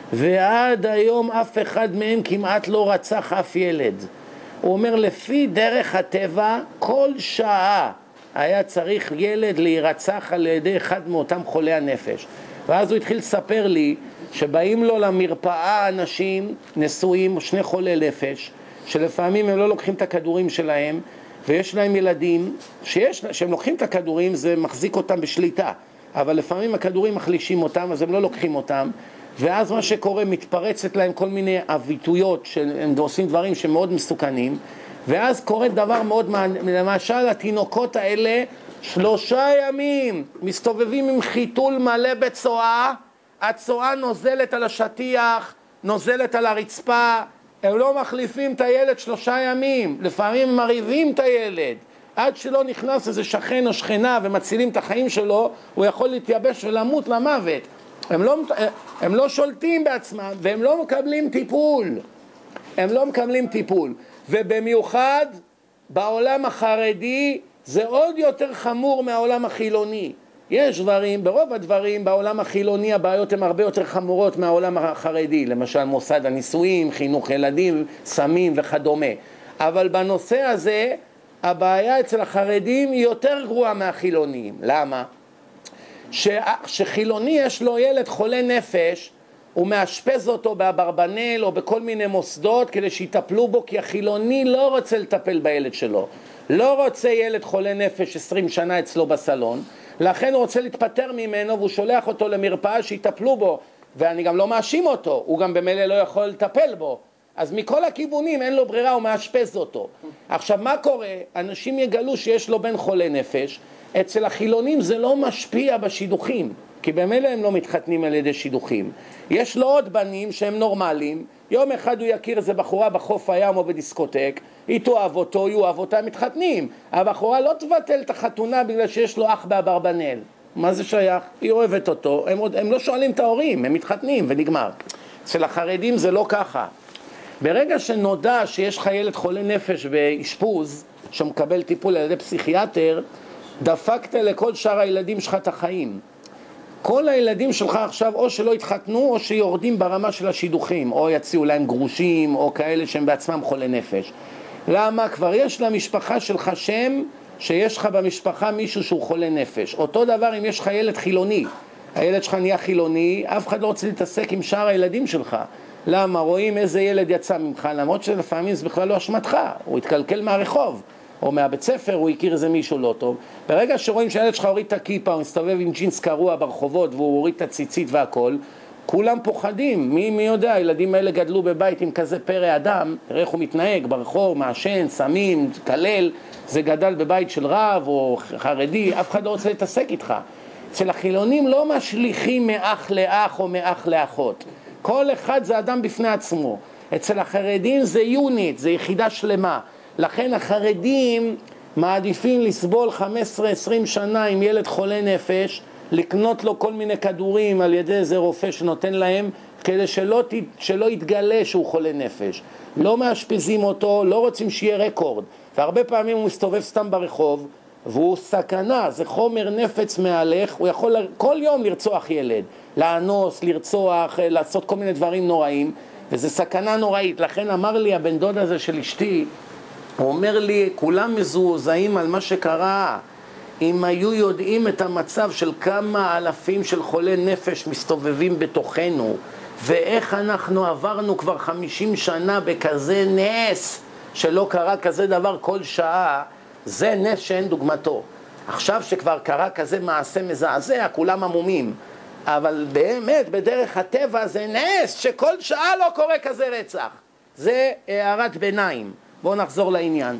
A: ועד היום אף אחד מהם כמעט לא רצח אף ילד. הוא אומר, לפי דרך הטבע, כל שעה היה צריך ילד להירצח על ידי אחד מאותם חולי הנפש. ואז הוא התחיל לספר לי שבאים לו למרפאה אנשים נשואים, שני חולי נפש, שלפעמים הם לא לוקחים את הכדורים שלהם, ויש להם ילדים, שיש, שהם לוקחים את הכדורים זה מחזיק אותם בשליטה, אבל לפעמים הכדורים מחלישים אותם, אז הם לא לוקחים אותם, ואז מה שקורה, מתפרצת להם כל מיני אביתויות, שהם עושים דברים שמאוד מסוכנים, ואז קורה דבר מאוד מעניין, למשל התינוקות האלה, שלושה ימים מסתובבים עם חיתול מלא בצואה, הצואה נוזלת על השטיח, נוזלת על הרצפה, הם לא מחליפים את הילד שלושה ימים, לפעמים הם מריבים את הילד, עד שלא נכנס איזה שכן או שכנה ומצילים את החיים שלו, הוא יכול להתייבש ולמות למוות. הם לא, הם לא שולטים בעצמם והם לא מקבלים טיפול, הם לא מקבלים טיפול, ובמיוחד בעולם החרדי זה עוד יותר חמור מהעולם החילוני. יש דברים, ברוב הדברים בעולם החילוני הבעיות הן הרבה יותר חמורות מהעולם החרדי, למשל מוסד הנישואים, חינוך ילדים, סמים וכדומה. אבל בנושא הזה הבעיה אצל החרדים היא יותר גרועה מהחילוניים. למה? ש... שחילוני יש לו ילד חולה נפש, הוא מאשפז אותו באברבנל או בכל מיני מוסדות כדי שיטפלו בו, כי החילוני לא רוצה לטפל בילד שלו, לא רוצה ילד חולה נפש עשרים שנה אצלו בסלון, לכן הוא רוצה להתפטר ממנו והוא שולח אותו למרפאה שיטפלו בו, ואני גם לא מאשים אותו, הוא גם במילא לא יכול לטפל בו, אז מכל הכיוונים אין לו ברירה, הוא מאשפז אותו. עכשיו מה קורה? אנשים יגלו שיש לו בן חולה נפש, אצל החילונים זה לא משפיע בשידוכים, כי במילא הם לא מתחתנים על ידי שידוכים. יש לו עוד בנים שהם נורמליים, יום אחד הוא יכיר איזה בחורה בחוף הים או בדיסקוטק, היא תאהב אותו, היא אוהב אותה, הם מתחתנים. הבחורה לא תבטל את החתונה בגלל שיש לו אח באברבנל. מה זה שייך? היא אוהבת אותו, הם, עוד, הם לא שואלים את ההורים, הם מתחתנים ונגמר. אצל החרדים זה לא ככה. ברגע שנודע שיש לך ילד חולה נפש באשפוז, שמקבל טיפול על ידי פסיכיאטר, דפקת לכל שאר הילדים שלך את החיים. כל הילדים שלך עכשיו או שלא התחתנו או שיורדים ברמה של השידוכים, או יציעו להם גרושים או כאלה שהם בעצמם חולי נפש. למה? כבר יש למשפחה שלך שם שיש לך במשפחה מישהו שהוא חולה נפש. אותו דבר אם יש לך ילד חילוני, הילד שלך נהיה חילוני, אף אחד לא רוצה להתעסק עם שאר הילדים שלך. למה? רואים איזה ילד יצא ממך, למרות שלפעמים זה בכלל לא אשמתך, הוא התקלקל מהרחוב או מהבית ספר, הוא הכיר איזה מישהו לא טוב. ברגע שרואים שהילד שלך הוריד את הכיפה, הוא מסתובב עם ג'ינס קרוע ברחובות והוא הוריד את הציצית והכל, כולם פוחדים. מי, מי יודע, הילדים האלה גדלו בבית עם כזה פרא אדם, תראה איך הוא מתנהג ברחוב, מעשן, סמים, כלל, זה גדל בבית של רב או חרדי, אף אחד לא רוצה להתעסק איתך. אצל החילונים לא משליכים מאח לאח או מאח לאחות, כל אחד זה אדם בפני עצמו. אצל החרדים זה יוניט, זה יחידה שלמה. לכן החרדים מעדיפים לסבול חמש עשרה עשרים שנה עם ילד חולה נפש, לקנות לו כל מיני כדורים על ידי איזה רופא שנותן להם, כדי שלא, שלא יתגלה שהוא חולה נפש. לא מאשפזים אותו, לא רוצים שיהיה רקורד. והרבה פעמים הוא מסתובב סתם ברחוב, והוא סכנה, זה חומר נפץ מהלך, הוא יכול כל יום לרצוח ילד, לאנוס, לרצוח, לעשות כל מיני דברים נוראים, וזה סכנה נוראית. לכן אמר לי הבן דוד הזה של אשתי, הוא אומר לי, כולם מזועזעים על מה שקרה, אם היו יודעים את המצב של כמה אלפים של חולי נפש מסתובבים בתוכנו, ואיך אנחנו עברנו כבר חמישים שנה בכזה נס, שלא קרה כזה דבר כל שעה, זה נס שאין דוגמתו. עכשיו שכבר קרה כזה מעשה מזעזע, כולם עמומים. אבל באמת, בדרך הטבע זה נס שכל שעה לא קורה כזה רצח. זה הערת ביניים. בואו נחזור לעניין.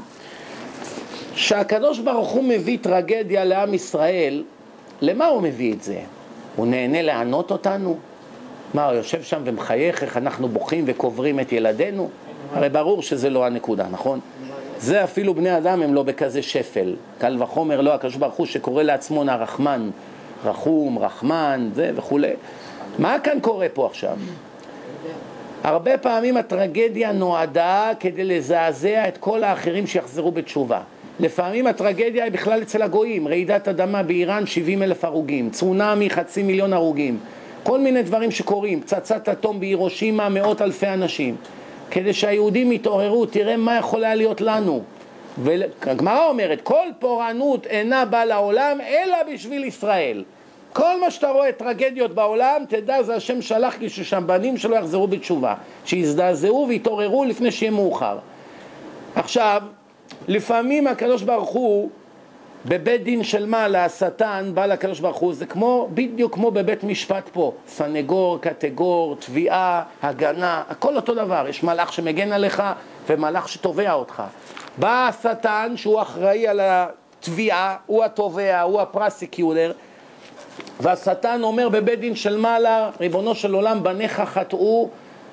A: שהקדוש ברוך הוא מביא טרגדיה לעם ישראל, למה הוא מביא את זה? הוא נהנה לענות אותנו? מה, הוא יושב שם ומחייך איך אנחנו בוכים וקוברים את ילדינו? הרי ברור שזה לא הנקודה, נכון? זה אפילו בני אדם הם לא בכזה שפל. קל וחומר לא הקדוש ברוך הוא שקורא לעצמו הרחמן, רחום, רחמן, זה וכו'. מה כאן קורה פה עכשיו? הרבה פעמים הטרגדיה נועדה כדי לזעזע את כל האחרים שיחזרו בתשובה. לפעמים הטרגדיה היא בכלל אצל הגויים, רעידת אדמה באיראן, שבעים אלף הרוגים, צונאמי, חצי מיליון הרוגים, כל מיני דברים שקורים, פצצת אטום בהירושימה, מאות אלפי אנשים. כדי שהיהודים יתעוררו, תראה מה יכולה להיות לנו. והגמרא אומרת, כל פורענות אינה באה לעולם אלא בשביל ישראל. כל מה שאתה רואה טרגדיות בעולם, תדע זה השם שלח לי ששם בנים שלא יחזרו בתשובה, שיזדעזעו ויתעוררו לפני שיהיה מאוחר. עכשיו, לפעמים הקדוש ברוך הוא בבית דין של מעלה, השטן בא לקדוש ברוך הוא, זה כמו, בדיוק כמו בבית משפט פה, סנגור, קטגור, תביעה, הגנה, הכל אותו דבר. יש מלאך שמגן עליך ומלאך שתובע אותך. בא השטן שהוא אחראי על התביעה, הוא התובע, הוא הפרסיקיולר, והשטן אומר בבית דין של מעלה, ריבונו של עולם, בניך חטאו,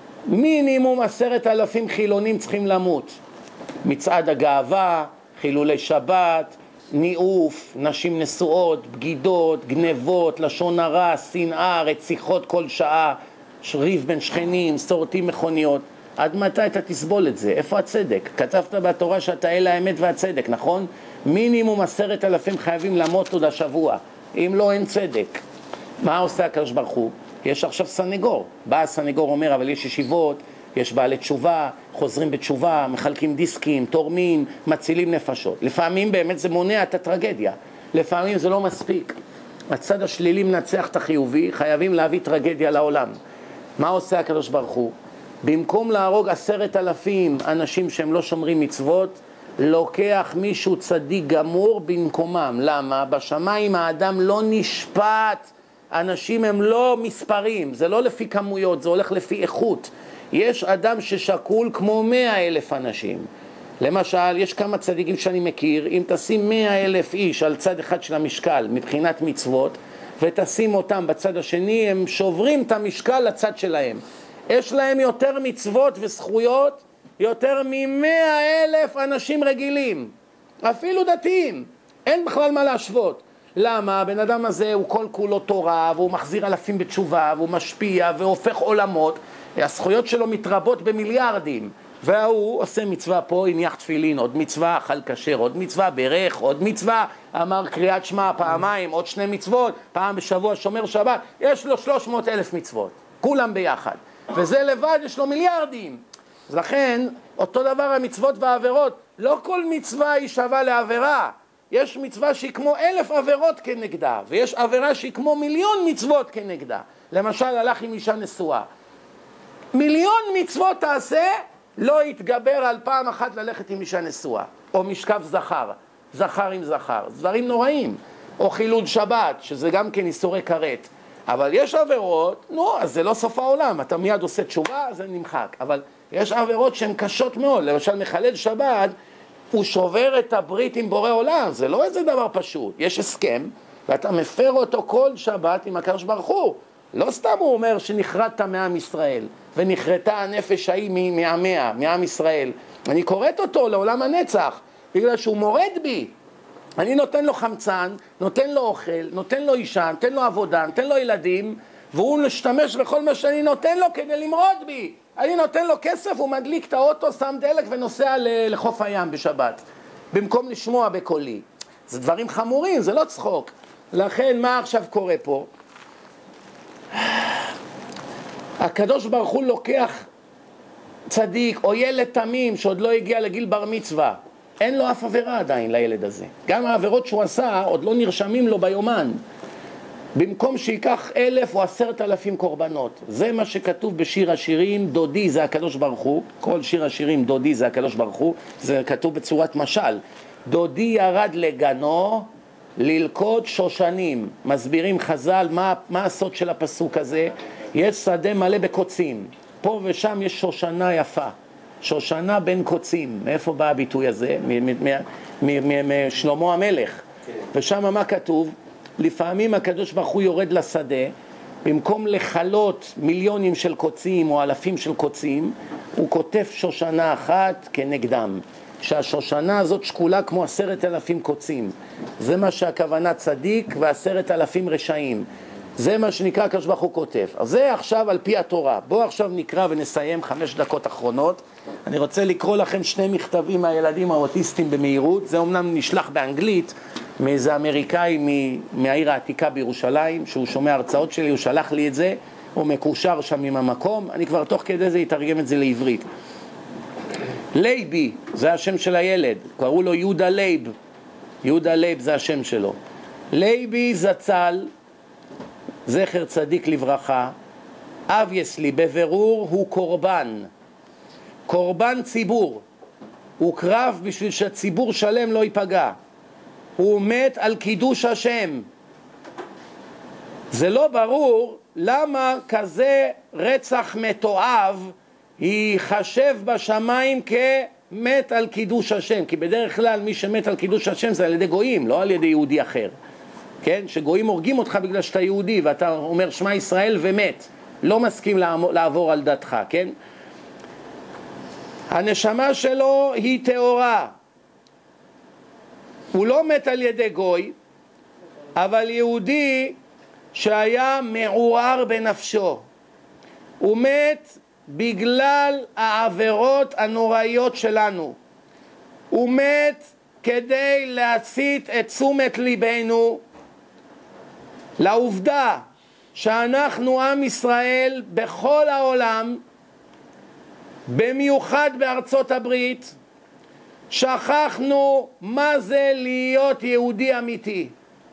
A: מינימום עשרת אלפים חילונים צריכים למות. מצעד הגאווה, חילולי שבת, ניאוף, נשים נשואות, בגידות, גנבות, לשון הרע, שנאה, רציחות כל שעה, ריב בין שכנים, סורטים מכוניות. עד מתי אתה תסבול את זה? איפה הצדק? כתבת בתורה שאתה אל האמת והצדק, נכון? מינימום עשרת אלפים חייבים למות עוד השבוע. אם לא, אין צדק. מה עושה הקדוש ברוך הוא? יש עכשיו סנגור. בא הסנגור אומר, אבל יש ישיבות, יש בעלי תשובה, חוזרים בתשובה, מחלקים דיסקים, תורמים, מצילים נפשות. לפעמים באמת זה מונע את הטרגדיה. לפעמים זה לא מספיק. הצד השלילי מנצח את החיובי, חייבים להביא טרגדיה לעולם. מה עושה הקדוש ברוך הוא? במקום להרוג עשרת אלפים אנשים שהם לא שומרים מצוות, לוקח מישהו צדיק גמור במקומם. למה? בשמיים האדם לא נשפט, אנשים הם לא מספרים, זה לא לפי כמויות, זה הולך לפי איכות. יש אדם ששקול כמו מאה אלף אנשים. למשל, יש כמה צדיקים שאני מכיר, אם תשים מאה אלף איש על צד אחד של המשקל מבחינת מצוות, ותשים אותם בצד השני, הם שוברים את המשקל לצד שלהם. יש להם יותר מצוות וזכויות, יותר ממאה אלף אנשים רגילים, אפילו דתיים. אין בכלל מה להשוות. למה? הבן אדם הזה הוא כל כולו תורה, והוא מחזיר אלפים בתשובה, והוא משפיע והופך עולמות. הזכויות שלו מתרבות במיליארדים, והוא עושה מצווה פה, הניח תפילין, עוד מצווה, אכל כשר, עוד מצווה, ברך, עוד מצווה, אמר קריאת שמע פעמיים, עוד שני מצוות, פעם בשבוע שומר שבת, יש לו שלוש מאות אלף מצוות, כולם ביחד, וזה לבד יש לו מיליארדים. אז לכן, אותו דבר המצוות והעבירות, לא כל מצווה היא שווה לעבירה, יש מצווה שהיא כמו אלף עבירות כנגדה, ויש עבירה שהיא כמו מיליון מצוות כנגדה. למשל, הלך עם אישה נשואה, מיליון מצוות תעשה, לא יתגבר על פעם אחת ללכת עם אישה נשואה, או משכב זכר, זכר עם זכר, דברים נוראים, או חילול שבת, שזה גם כן איסורי כרת. אבל יש עבירות, נו, אז זה לא סוף העולם, אתה מיד עושה תשובה, זה נמחק. אבל יש עבירות שהן קשות מאוד, למשל מחלל שבת, הוא שובר את הברית עם בורא עולם, זה לא איזה דבר פשוט, יש הסכם, ואתה מפר אותו כל שבת עם הקדוש ברוך הוא. לא סתם הוא אומר שנחרדת מעם ישראל, ונחרתה הנפש ההיא מעמיה, מעם ישראל. אני קוראת אותו לעולם הנצח, בגלל שהוא מורד בי. אני נותן לו חמצן, נותן לו אוכל, נותן לו אישה, נותן לו עבודה, נותן לו ילדים, והוא משתמש בכל מה שאני נותן לו כדי למרוד בי. אני נותן לו כסף, הוא מדליק את האוטו, שם דלק ונוסע לחוף הים בשבת, במקום לשמוע בקולי. זה דברים חמורים, זה לא צחוק. לכן מה עכשיו קורה פה? הקדוש ברוך הוא לוקח צדיק או ילד תמים שעוד לא הגיע לגיל בר מצווה, אין לו אף עבירה עדיין לילד הזה, גם העבירות שהוא עשה עוד לא נרשמים לו ביומן, במקום שיקח אלף או עשרת אלפים קורבנות. זה מה שכתוב בשיר השירים, דודי זה הקדוש ברוך הוא, כל שיר השירים דודי זה הקדוש ברוך הוא, זה כתוב בצורת משל. דודי ירד לגנו ללקוד שושנים. מסבירים חז"ל מה, מה הסוד של הפסוק הזה. יש שדה מלא בקוצים, פה ושם יש שושנה יפה, שושנה בין קוצים. מאיפה בא הביטוי הזה? משלמה המלך. ושם מה כתוב? לפעמים הקדוש ברוך הוא יורד לשדה, במקום לחלות מיליונים של קוצים או אלפים של קוצים, הוא כותב שושנה אחת כנגדם, שהשושנה הזאת שקולה כמו עשרת אלפים קוצים. זה מה שהכוונה צדיק ועשרת אלפים רשעים, זה מה שנקרא הקדוש ברוך הוא כותב. אז זה עכשיו על פי התורה. בואו עכשיו נקרא ונסיים חמש דקות אחרונות. אני רוצה לקרוא לכם שני מכתבים מהילדים האוטיסטים במהירות. זה אומנם נשלח באנגלית מאיזה אמריקאי מהעיר העתיקה בירושלים, שהוא שומע הרצאות שלי, הוא שלח לי את זה, הוא מקושר שם עם המקום, אני כבר תוך כדי זה יתרגם את זה לעברית. לייבי, זה השם של הילד, קראו לו יהודה לייב, יהודה לייב זה השם שלו. לייבי זצ"ל זכר צדיק לברכה, obviously, בבירור הוא קורבן, קורבן ציבור, הוא קרב בשביל שהציבור שלם לא ייפגע, הוא מת על קידוש השם. זה לא ברור למה כזה רצח מתועב ייחשב בשמיים כמת על קידוש השם, כי בדרך כלל מי שמת על קידוש השם זה על ידי גויים, לא על ידי יהודי אחר, כן? שגויים הורגים אותך בגלל שאתה יהודי ואתה אומר שמע ישראל ומת, לא מסכים לעבור על דתך, כן? הנשמה שלו היא טהורה, הוא לא מת על ידי גוי, אבל יהודי שהיה מעורער בנפשו, הוא מת בגלל העבירות הנוראיות שלנו, הוא מת כדי להצית את תשומת ליבנו לעובדה שאנחנו עם ישראל בכל העולם, במיוחד בארצות הברית, שכחנו מה זה להיות יהודי אמיתי.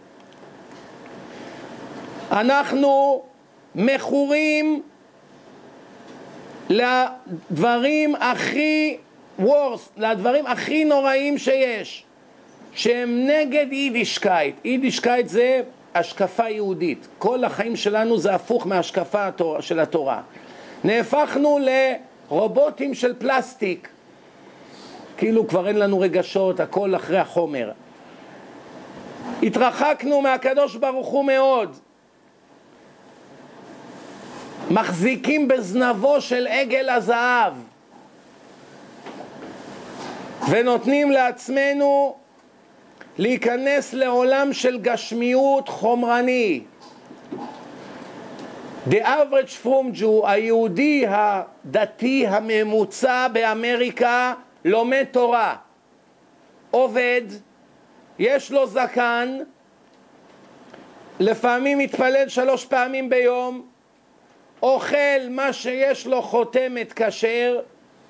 A: אנחנו מכורים לדברים הכי וורס, לדברים הכי נוראים שיש, שהם נגד יידישקייט. יידישקייט זה השקפה יהודית, כל החיים שלנו זה הפוך מהשקפה של התורה. נהפכנו לרובוטים של פלסטיק, כאילו כבר אין לנו רגשות, הכל אחרי החומר. התרחקנו מהקדוש ברוך הוא מאוד, מחזיקים בזנבו של עגל הזהב ונותנים לעצמנו להיכנס לעולם של גשמיות חומרני. The average from Jew, היהודי הדתי הממוצע באמריקה, לומד תורה, עובד, יש לו זקן, לפעמים מתפלל שלוש פעמים ביום, אוכל מה שיש לו חותמת כשר,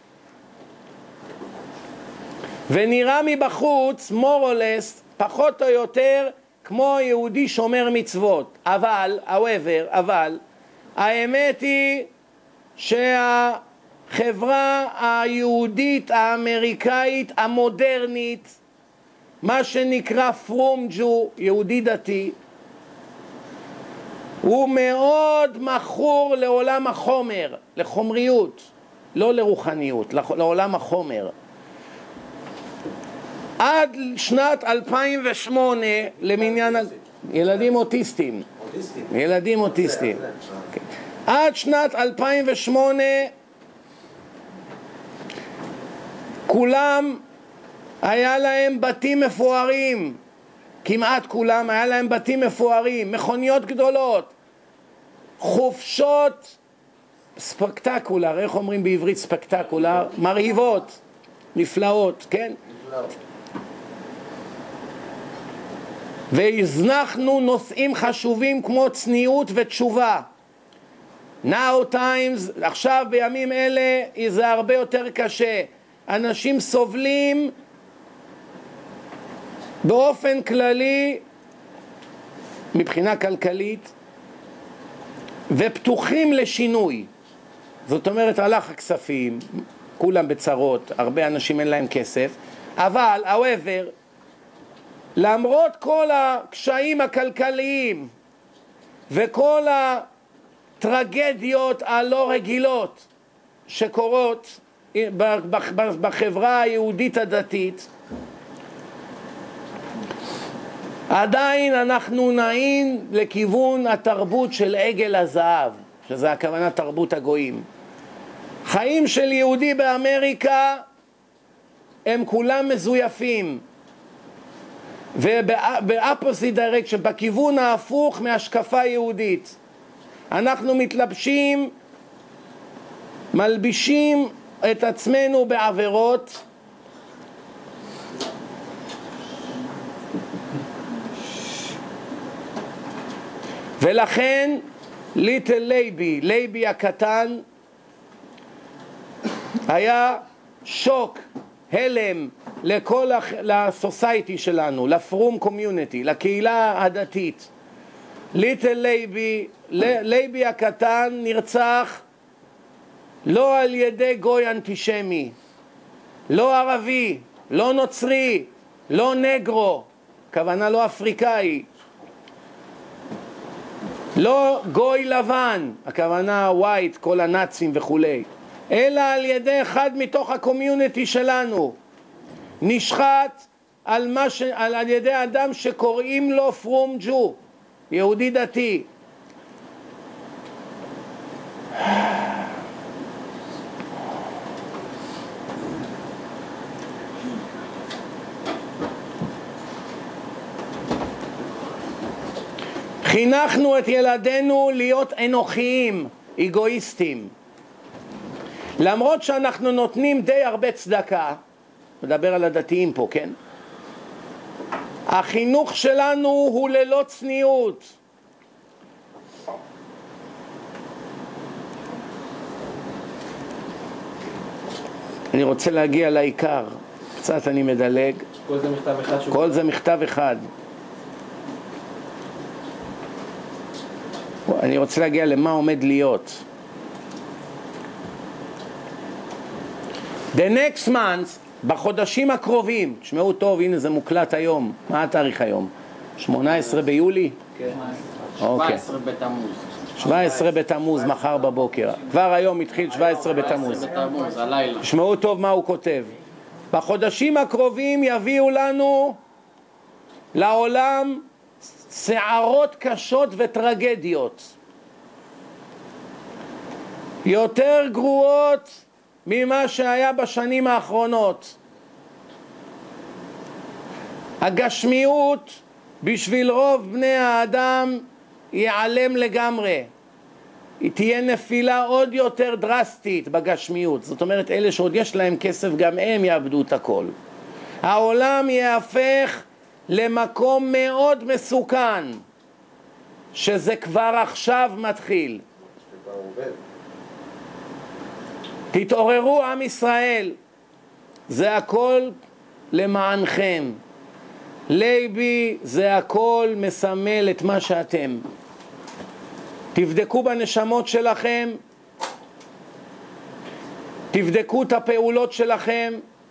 A: ונראה מבחוץ more or less, פחות או יותר, כמו יהודי שומר מצוות. אבל, however, אבל, האמת היא שהחברה היהודית האמריקאית המודרנית, מה שנקרא from Jew, יהודי דתי, הוא מאוד מכור לעולם החומר, לחומריות, לא לרוחניות, לעולם החומר. עד שנת אלפיים ושמונה למניין ילדים אוטיסטים, ילדים אוטיסטים. עד שנת אלפיים ושמונה כולם היה להם בתים מפוארים, כמעט כולם היה להם בתים מפוארים, מכוניות גדולות, חופשות ספקטקולר, איך אומרים בעברית ספקטקולר? מרהיבות, נפלאות, כן? נפלאות. והזנחנו נושאים חשובים כמו צניעות ותשובה. Now times, עכשיו בימים אלה זה הרבה יותר קשה. אנשים סובלים באופן כללי מבחינה כלכלית ופתוחים לשינוי. זאת אומרת, הלך הכספים, כולם בצרות, הרבה אנשים אין להם כסף, אבל however, למרות כל הקשיים הכלכליים וכל הטרגדיות הלא רגילות שקורות בחברה היהודית הדתית, עדיין אנחנו נעים לכיוון התרבות של עגל הזהב, שזה הכוונה תרבות הגויים. חיים של יהודי באמריקה הם כולם מזויפים, ובאפוסיט דירקשן, בכיוון ההפוך מהשקפה יהודית. אנחנו מתלבשים, מלבישים את עצמנו בעבירות, ולכן ליטל לייבי, לייבי הקטן, היה שוק, הלם לכל הסוסייטי שלנו, לפרום קומיוניטי, לקהילה הדתית. ליטל לייבי, לייבי הקטן נרצח לא על ידי גוי אנטישמי, לא ערבי, לא נוצרי, לא נגרו, כוונה לא אפריקאי, לא גוי לבן, הכוונה ווייט, כל הנאצים וכולי, אלא על ידי אחד מתוך הקומיוניטי שלנו, נשחט על, מה ש... על, על ידי אדם שקוראים לו פרום ג'ו, יהודי דתי. חינכנו את ילדינו להיות אנוכיים, אגואיסטים. למרות שאנחנו נותנים די הרבה צדקה, מדבר על הדתיים פה, כן? החינוך שלנו הוא ללא צניעות. אני רוצה להגיע לעיקר, קצת אני מדלג.
C: כל זה מכתב אחד.
A: כל זה מכתב אחד. אני רוצה להגיע למה עומד להיות. The next month, בחודשים הקרובים, תשמעו טוב, הנה זה מוקלט היום. מה התאריך היום? שמונה עשרה ביולי?
C: כן.
A: אוקיי.
D: שבע עשרה בתמוז.
A: שבע עשרה בתמוז, מחר בבוקר. כבר היום התחיל שבע עשרה בתמוז.
D: שבע עשרה בתמוז, הלילה.
A: תשמעו טוב מה הוא כותב. בחודשים הקרובים יביאו לנו, לעולם, סערות קשות וטרגדיות. יותר גרועות ממה שהיה בשנים האחרונות. הגשמיות בשביל רוב בני האדם ייעלם לגמרי. היא תהיה נפילה עוד יותר דרסטית בגשמיות. זאת אומרת, אלה שעוד יש להם כסף גם הם יאבדו את הכל. העולם יהפך למקום מאוד מסוכן, שזה כבר עכשיו מתחיל. תתעוררו עם ישראל, זה הכל למענכם. לייבי זה הכל מסמל את מה שאתם. תבדקו בנשמות שלכם, תבדקו את הפעולות שלכם,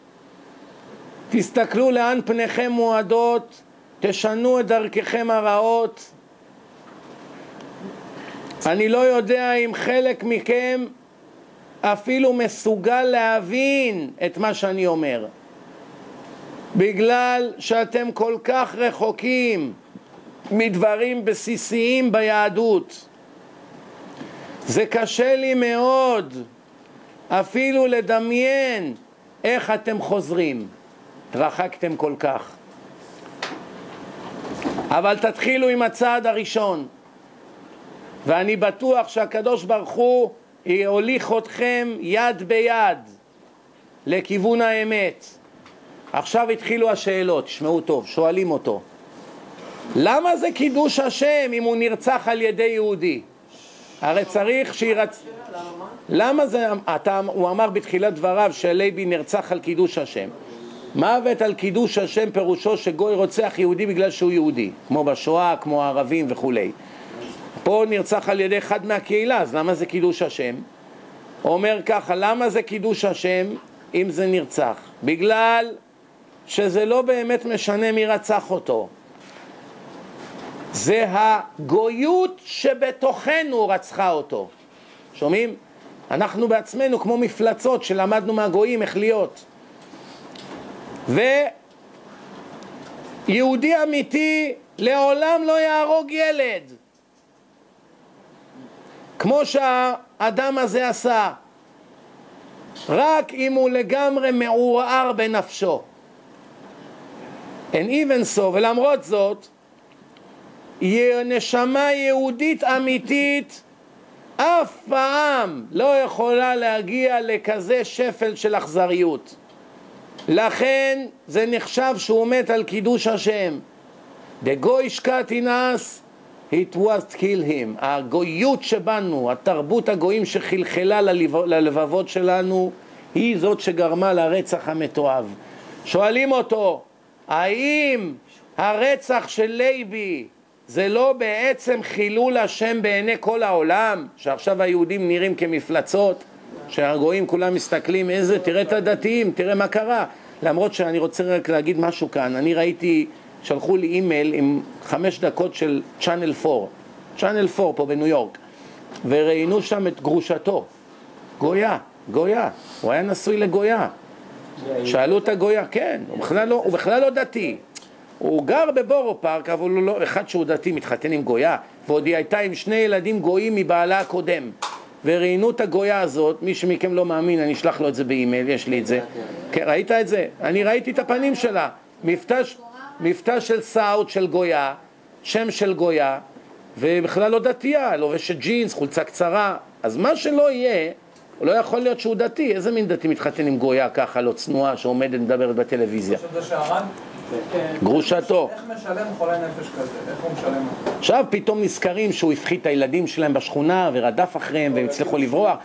A: תסתכלו לאן פניכם מועדות, תשנו את דרככם הרעות. אני לא יודע אם חלק מכם אפילו מסוגל להבין את מה שאני אומר, בגלל שאתם כל כך רחוקים מדברים בסיסיים ביהדות. זה קשה לי מאוד אפילו לדמיין איך אתם חוזרים, רחקתם כל כך. אבל תתחילו עם הצעד הראשון, ואני בטוח שהקדוש ברוך הוא יוליך אתכם יד ביד לכיוון האמת. עכשיו התחילו השאלות, תשמעו טוב, שואלים אותו, למה זה קידוש השם אם הוא נרצח על ידי יהודי? הרי צריך שירצ... למה זה, אתה, הוא אמר בתחילת דבריו שלייבי נרצח על קידוש השם. מוות על קידוש השם פירושו שגוי רוצח יהודי בגלל שהוא יהודי, כמו בשואה, כמו הערבים וכולי. פה נרצח על ידי אחד מהקהילה, אז למה זה קידוש השם? הוא אומר ככה, למה זה קידוש השם אם זה נרצח? בגלל שזה לא באמת משנה מי רצח אותו. זה הגויות שבתוכנו רצחה אותו. שומעים? אנחנו בעצמנו כמו מפלצות שלמדנו מהגויים איך להיות. ויהודי אמיתי לעולם לא יהרוג ילד, כמו שהאדם הזה עשה, רק אם הוא לגמרי מעורער בנפשו. And even so, ולמרות זאת, נשמה יהודית אמיתית אף פעם לא יכולה להגיע לכזה שפל של אכזריות. לכן זה נחשב שהוא מת על קידוש השם. The goyish katinas, it was to kill him. הגויות שבנו, התרבות הגויים שחלחלה ללבבות שלנו, היא זאת שגרמה לרצח המתועב. שואלים אותו, האם הרצח של לייבי זה לא בעצם חילול השם בעיני כל העולם, שעכשיו היהודים נראים כמפלצות, שהגויים כולם מסתכלים, איזה, תראה את הדתיים, תראה מה קרה. למרות שאני רוצה רק להגיד משהו כאן, אני ראיתי, שלחו לי אימייל עם חמש דקות של צ'אנל פור, צ'אנל פור פה בניו יורק, וראינו שם את גרושתו, גויה, גויה, הוא היה נשוי לגויה. שאלו את הגויה, כן, הוא בכלל לא, הוא בכלל לא דתי. הוא גר בבורו פארק, אבל הוא לא, אחד שהוא דתי מתחתן עם גויה, ועוד היא הייתה עם שני ילדים גויים מבעלה הקודם. וראינו את הגויה הזאת, מי שמכם לא מאמין, אני אשלח לו את זה באימייל, יש לי את זה. כן, ראית את זה? אני ראיתי את הפנים שלה. מבטא, מבטא של סאוט של גויה, שם של גויה, ובכלל לא דתייה, לובשת ג'ינס, חולצה קצרה. אז מה שלא יהיה, הוא לא יכול להיות שהוא דתי. איזה מין דתי מתחתן עם גויה ככה, לא צנועה, שעומדת מדברת בטלוויזיה?
C: זה שערן?
A: גרושתו.
C: איך משלם חולה נפש כזה? איך הוא משלם?
A: עכשיו פתאום נזכרים שהוא הפחית את הילדים שלהם בשכונה ורדף אחריהם והם הצליחו לברוח.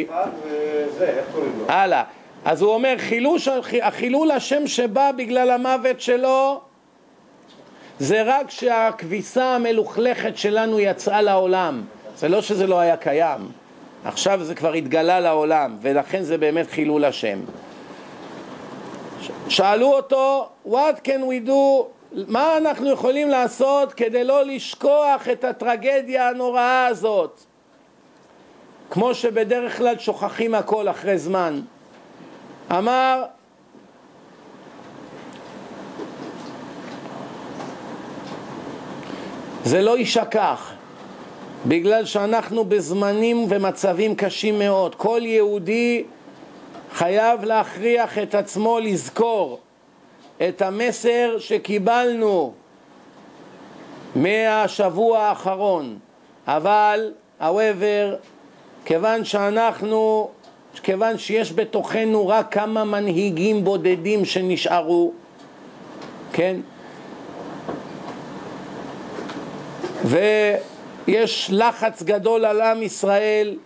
A: הלאה. אז הוא אומר, החילול השם שבא בגלל המוות שלו זה רק שהכביסה המלוכלכת שלנו יצאה לעולם. זה לא שזה לא היה קיים. עכשיו זה כבר התגלה לעולם, ולכן זה באמת חילול השם. שאלו אותו, what can we do? מה אנחנו יכולים לעשות כדי לא לשכוח את הטרגדיה הנוראה הזאת? כמו שבדרך כלל שוכחים הכל אחרי זמן. אמר, זה לא יישכח, בגלל שאנחנו בזמנים ומצבים קשים מאוד. כל יהודי חייב להכריח את עצמו לזכור את המסר שקיבלנו מהשבוע האחרון. אבל, however, כיוון שאנחנו, כיוון שיש בתוכנו רק כמה מנהיגים בודדים שנשארו, כן? ויש לחץ גדול על עם ישראל,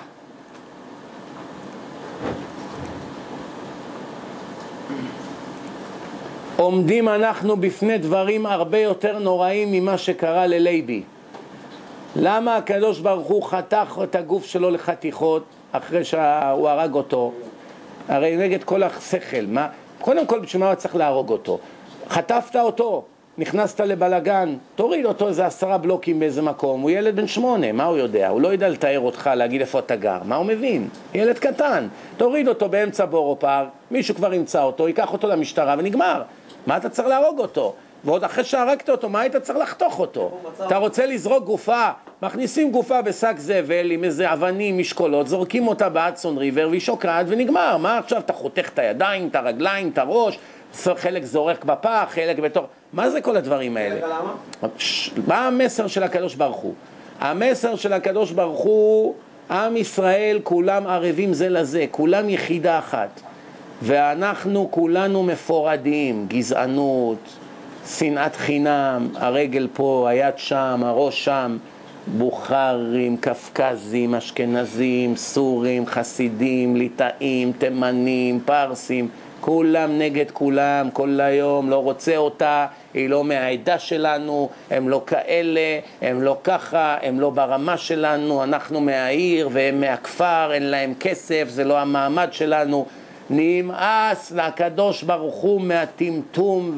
A: עומדים אנחנו בפני דברים הרבה יותר נוראים ממה שקרה ללייבי. למה הקדוש ברוך הוא חתך את הגוף שלו לחתיכות אחרי שהוא הרג אותו? הרי נגד כל השכל. מה? קודם כל, בשביל מה צריך להרוג אותו? חטפת אותו, נכנסת לבלגן, תוריד אותו איזה עשרה בלוקים באיזה מקום. הוא ילד בן שמונה, מה הוא יודע? הוא לא יודע לתאר אותך, להגיד איפה אתה גר. מה הוא מבין? ילד קטן. תוריד אותו באמצע בורו פארק, מישהו כבר ימצא אותו, ייקח אותו למשטרה ונגמר. מה אתה צריך להרוג אותו? ועוד אחרי שהרגת אותו, מה היית צריך לחתוך אותו? אתה רוצה לזרוק גופה, מכניסים גופה בשק זבל עם איזה אבנים, משקולות, זורקים אותה באדסון ריבר והיא שוקעת ונגמר. מה עכשיו? אתה חותך את הידיים, את הרגליים, את הראש, חלק זורק בפח, חלק בתור... מה זה כל הדברים האלה? למה? מה המסר של הקדוש ברוך הוא? המסר של הקדוש ברוך הוא, עם ישראל כולם ערבים זה לזה, כולם יחידה אחת. ואנחנו כולנו מפורדים, גזענות, שנאת חינם, הרגל פה, היד שם, הראש שם, בוכרים, קפקזים, אשכנזים, סורים, חסידים, ליטאים, תימנים, פרסים, כולם נגד כולם, כל היום, לא רוצה אותה, היא לא מהעדה שלנו, הם לא כאלה, הם לא ככה, הם לא ברמה שלנו, אנחנו מהעיר והם מהכפר, אין להם כסף, זה לא המעמד שלנו. נמאס לקדוש ברוך הוא מהטמטום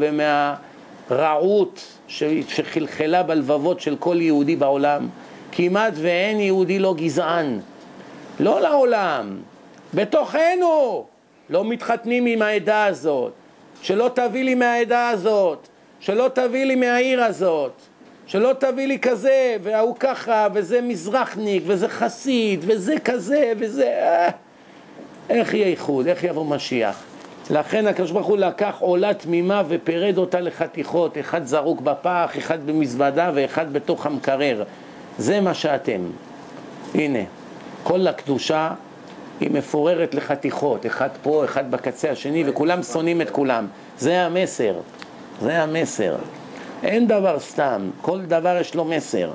A: ומהרעות שחלחלה בלבבות של כל יהודי בעולם. כמעט ואין יהודי לא גזען, לא לעולם, בתוכנו לא מתחתנים עם העדה הזאת, שלא תביא לי מהעדה הזאת, שלא תביא לי מהעיר הזאת, שלא תביא לי כזה והוא ככה וזה מזרחניק וזה חסיד וזה כזה וזה אה. איך יהיה איחוד, איך יבוא משיח? לכן הקדוש ברוך הוא לקח עולה תמימה ופרד אותה לחתיכות, אחד זרוק בפח, אחד במזוודה ואחד בתוך המקרר. זה מה שאתם. הנה, כל הקדושה היא מפוררת לחתיכות, אחד פה, אחד בקצה השני, וכולם שונאים את כולם. זה המסר, זה המסר. אין דבר סתם, כל דבר יש לו מסר.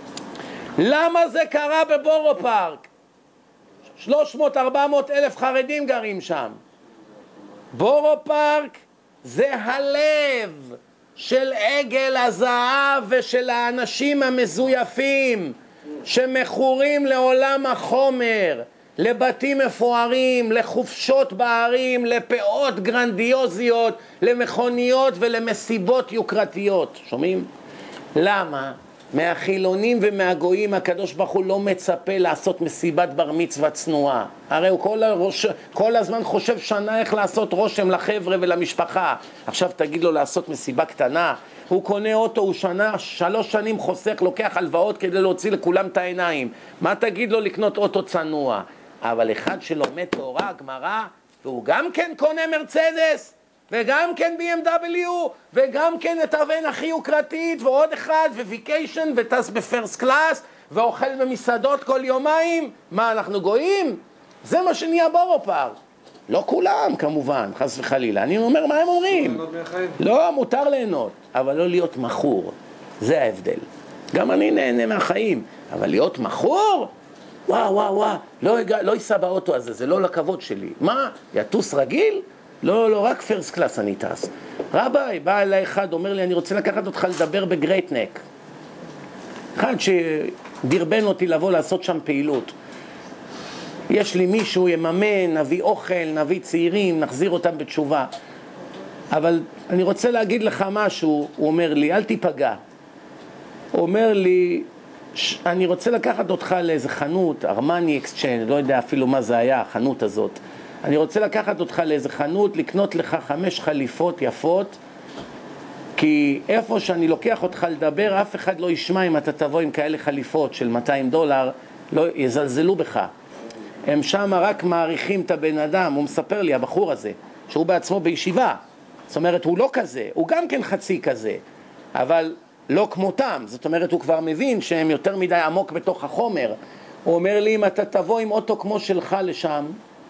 A: למה זה קרה בבורו פארק? שלוש מאות ארבע מאות אלף חרדים גרים שם. בורו פארק זה הלב של עגל הזהב ושל האנשים המזויפים שמכורים לעולם החומר, לבתים מפוארים, לחופשות בערים, לפאות גרנדיוזיות, למכוניות ולמסיבות יוקרתיות. שומעים? למה? מהחילונים ומהגויים הקדוש ברוך הוא לא מצפה לעשות מסיבת בר מצווה צנועה. הרי הוא כל, הראש, כל הזמן חושב שנה איך לעשות רושם לחבר'ה ולמשפחה. עכשיו תגיד לו לעשות מסיבה קטנה, הוא קונה אוטו, הוא שנה, שלוש שנים חוסך, לוקח הלוואות כדי להוציא לכולם את העיניים. מה תגיד לו לקנות אוטו צנוע? אבל אחד שלומד תורה, גמרא, והוא גם כן קונה מרצדס, וגם כן בי אם דאבליו, וגם כן את הבן הכי יוקרתית, ועוד אחד, וויקיישן, וטס בפרס קלאס, ואוכל במסעדות כל יומיים. מה, אנחנו גויים? זה מה שנהיה בורופר. לא כולם, כמובן, חס וחלילה. אני אומר מה הם אומרים. לא, מותר ליהנות, אבל לא להיות מכור. זה ההבדל. גם אני נהנה מהחיים, אבל להיות מכור? וואו, וואו, וואו, לא, לא ייסע באוטו הזה, זה לא לכבוד שלי. מה? יטוס רגיל? לא, לא, רק פרס קלאס אני טס. רבי, בא אליי אחד, אומר לי, אני רוצה לקחת אותך לדבר בגרייט נק. אחד שדרבן אותי לבוא לעשות שם פעילות. יש לי מישהו, יממן, נביא אוכל, נביא צעירים, נחזיר אותם בתשובה. אבל אני רוצה להגיד לך משהו, הוא אומר לי, אל תיפגע. הוא אומר לי, אני רוצה לקחת אותך לאיזה חנות, ארמני אקסצ'יינג, לא יודע אפילו מה זה היה, החנות הזאת. אני רוצה לקחת אותך לאיזה חנות, לקנות לך חמש חליפות יפות, כי איפה שאני לוקח אותך לדבר, אף אחד לא ישמע אם אתה תבוא עם כאלה חליפות של מאתיים דולר, לא יזלזלו בך. הם שם רק מעריכים את הבן אדם, הוא מספר לי, הבחור הזה, שהוא בעצמו בישיבה. זאת אומרת, הוא לא כזה, הוא גם כן חצי כזה, אבל לא כמותם. זאת אומרת, הוא כבר מבין שהם יותר מדי עמוק בתוך החומר. הוא אומר לי, אם אתה תבוא עם אוטו כמו שלך לשם,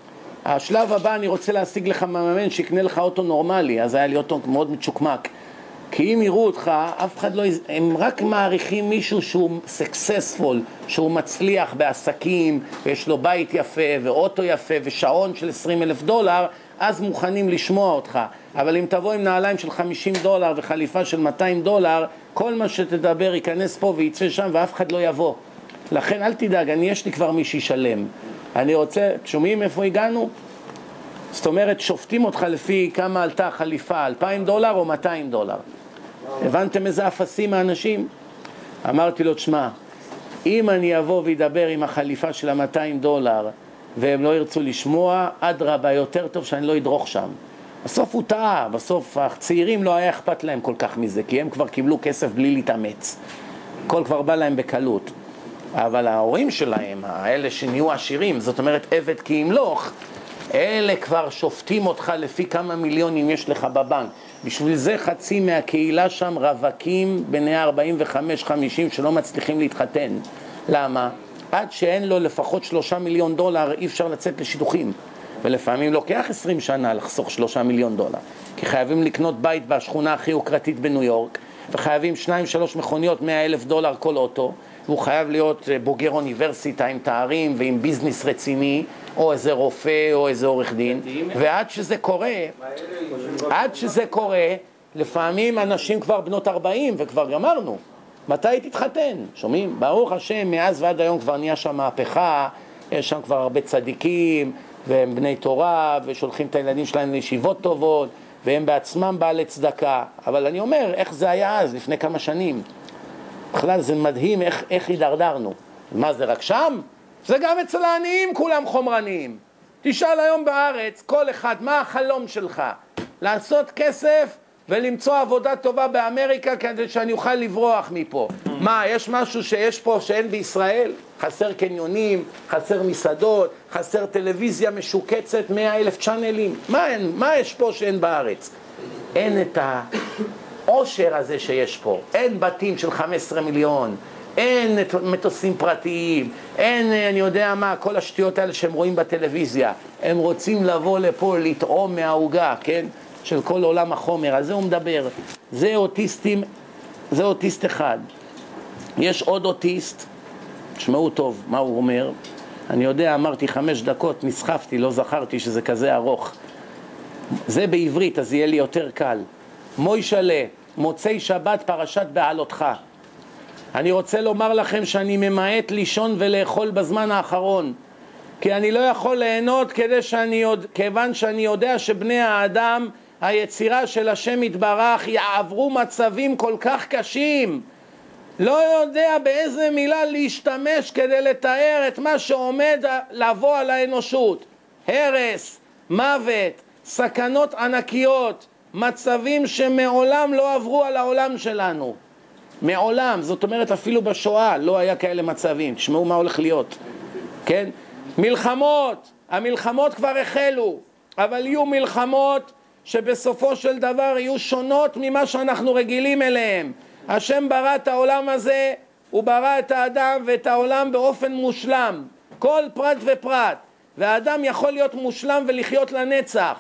A: השלב הבא אני רוצה להשיג לך מממן שיקנה לך אוטו נורמלי. אז היה לי אוטו מאוד מצ'וקמק. כי אם יראו אותך, אף אחד לא, הם רק מעריכים מישהו שהוא successful, שהוא מצליח בעסקים, ויש לו בית יפה, ואוטו יפה, ושעון של עשרים אלף דולר, אז מוכנים לשמוע אותך. אבל אם תבוא עם נעליים של חמישים דולר וחליפה של מאתיים דולר, כל מה שתדבר ייכנס פה וייצא שם, ואף אחד לא יבוא. לכן אל תדאג, אני יש לי כבר מישהי שלם. אני רוצה, שומעים איפה הגענו? זאת אומרת, שופטים אותך לפי כמה עלתה חליפה, אלפיים דולר או מאתיים דולר. הבנתם איזה אפסים האנשים? אמרתי לו, תשמע, אם אני אבוא וידבר עם החליפה של ה-מאתיים דולר והם לא ירצו לשמוע, אדרבה, יותר טוב שאני לא אדרוך שם. בסוף הוא טעה, בסוף הצעירים לא היה אכפת להם כל כך מזה, כי הם כבר קיבלו כסף בלי להתאמץ. הכל כבר בא להם בקלות. אבל ההורים שלהם, האלה שנהיו עשירים, זאת אומרת עבד כי ימלוך, אלה כבר שופטים אותך לפי כמה מיליונים יש לך בבנק. בשביל זה חצי מהקהילה שם רווקים בני ארבעים וחמש חמישים שלא מצליחים להתחתן. למה? עד שאין לו לפחות שלושה מיליון דולר אי אפשר לצאת לשידוכים. ולפעמים לוקח עשרים שנה לחסוך שלושה מיליון דולר. כי חייבים לקנות בית בשכונה הכי יוקרתית בניו יורק, וחייבים שניים שלוש מכוניות מאה אלף דולר כל אוטו, והוא חייב להיות בוגר אוניברסיטה עם תארים ועם ביזנס רציני, או איזה רופא או איזה עורך דין. ועד שזה קורה, עד שזה קורה, לפעמים אנשים כבר בנות ארבעים וכבר גמרנו. מתי תתחתן? שומעים? ברוך השם, מאז ועד היום כבר נהיה שם מהפכה, יש שם כבר הרבה צדיקים, והם בני תורה, ושולחים את הילדים שלהם לישיבות טובות, והם בעצמם בעלי צדקה. אבל אני אומר, איך זה היה אז, לפני כמה שנים? בכלל זה מדהים איך, איך הידרדרנו. מה זה, רק שם? זה גם אצל העניים כולם חומרניים. תשאל היום בארץ, כל אחד, מה החלום שלך? לעשות כסף ולמצוא עבודה טובה באמריקה כדי שאני אוכל לברוח מפה. מה, יש משהו שיש פה שאין בישראל? חסר קניונים, חסר מסעדות, חסר טלוויזיה משוקצת, מאה אלף צ'אנלים. מה, אין, מה יש פה שאין בארץ? אין את העושר הזה שיש פה. אין בתים של חמישה עשר מיליון. אין מטוסים פרטיים, אין, אני יודע מה, כל השטויות האלה שהם רואים בטלוויזיה. הם רוצים לבוא לפה, לטעום מההוגה, כן? של כל עולם החומר. אז זה הוא מדבר. זה אוטיסטים, זה אוטיסט אחד. יש עוד אוטיסט, תשמעו טוב מה הוא אומר. אני יודע, אמרתי חמש דקות, נסחפתי, לא זכרתי שזה כזה ארוך. זה בעברית, אז יהיה לי יותר קל. מוישלה, מוצאי שבת פרשת בעלותך. אני רוצה לומר לכם שאני ממעט לישון ולאכול בזמן האחרון, כי אני לא יכול ליהנות כדי שאני, כיוון שאני יודע שבני האדם, היצירה של השם יתברך, יעברו מצבים כל כך קשים. לא יודע באיזה מילה להשתמש כדי לתאר את מה שעומד לבוא על האנושות. הרס, מוות, סכנות ענקיות, מצבים שמעולם לא עברו על העולם שלנו. מעולם, זאת אומרת אפילו בשואה לא היה כאלה מצבים. תשמעו מה הולך להיות, כן? מלחמות, המלחמות כבר החלו, אבל יהיו מלחמות שבסופו של דבר יהיו שונות ממה שאנחנו רגילים אליהם. השם ברא את העולם הזה, הוא ברא את האדם ואת העולם באופן מושלם, כל פרט ופרט, והאדם יכול להיות מושלם ולחיות לנצח,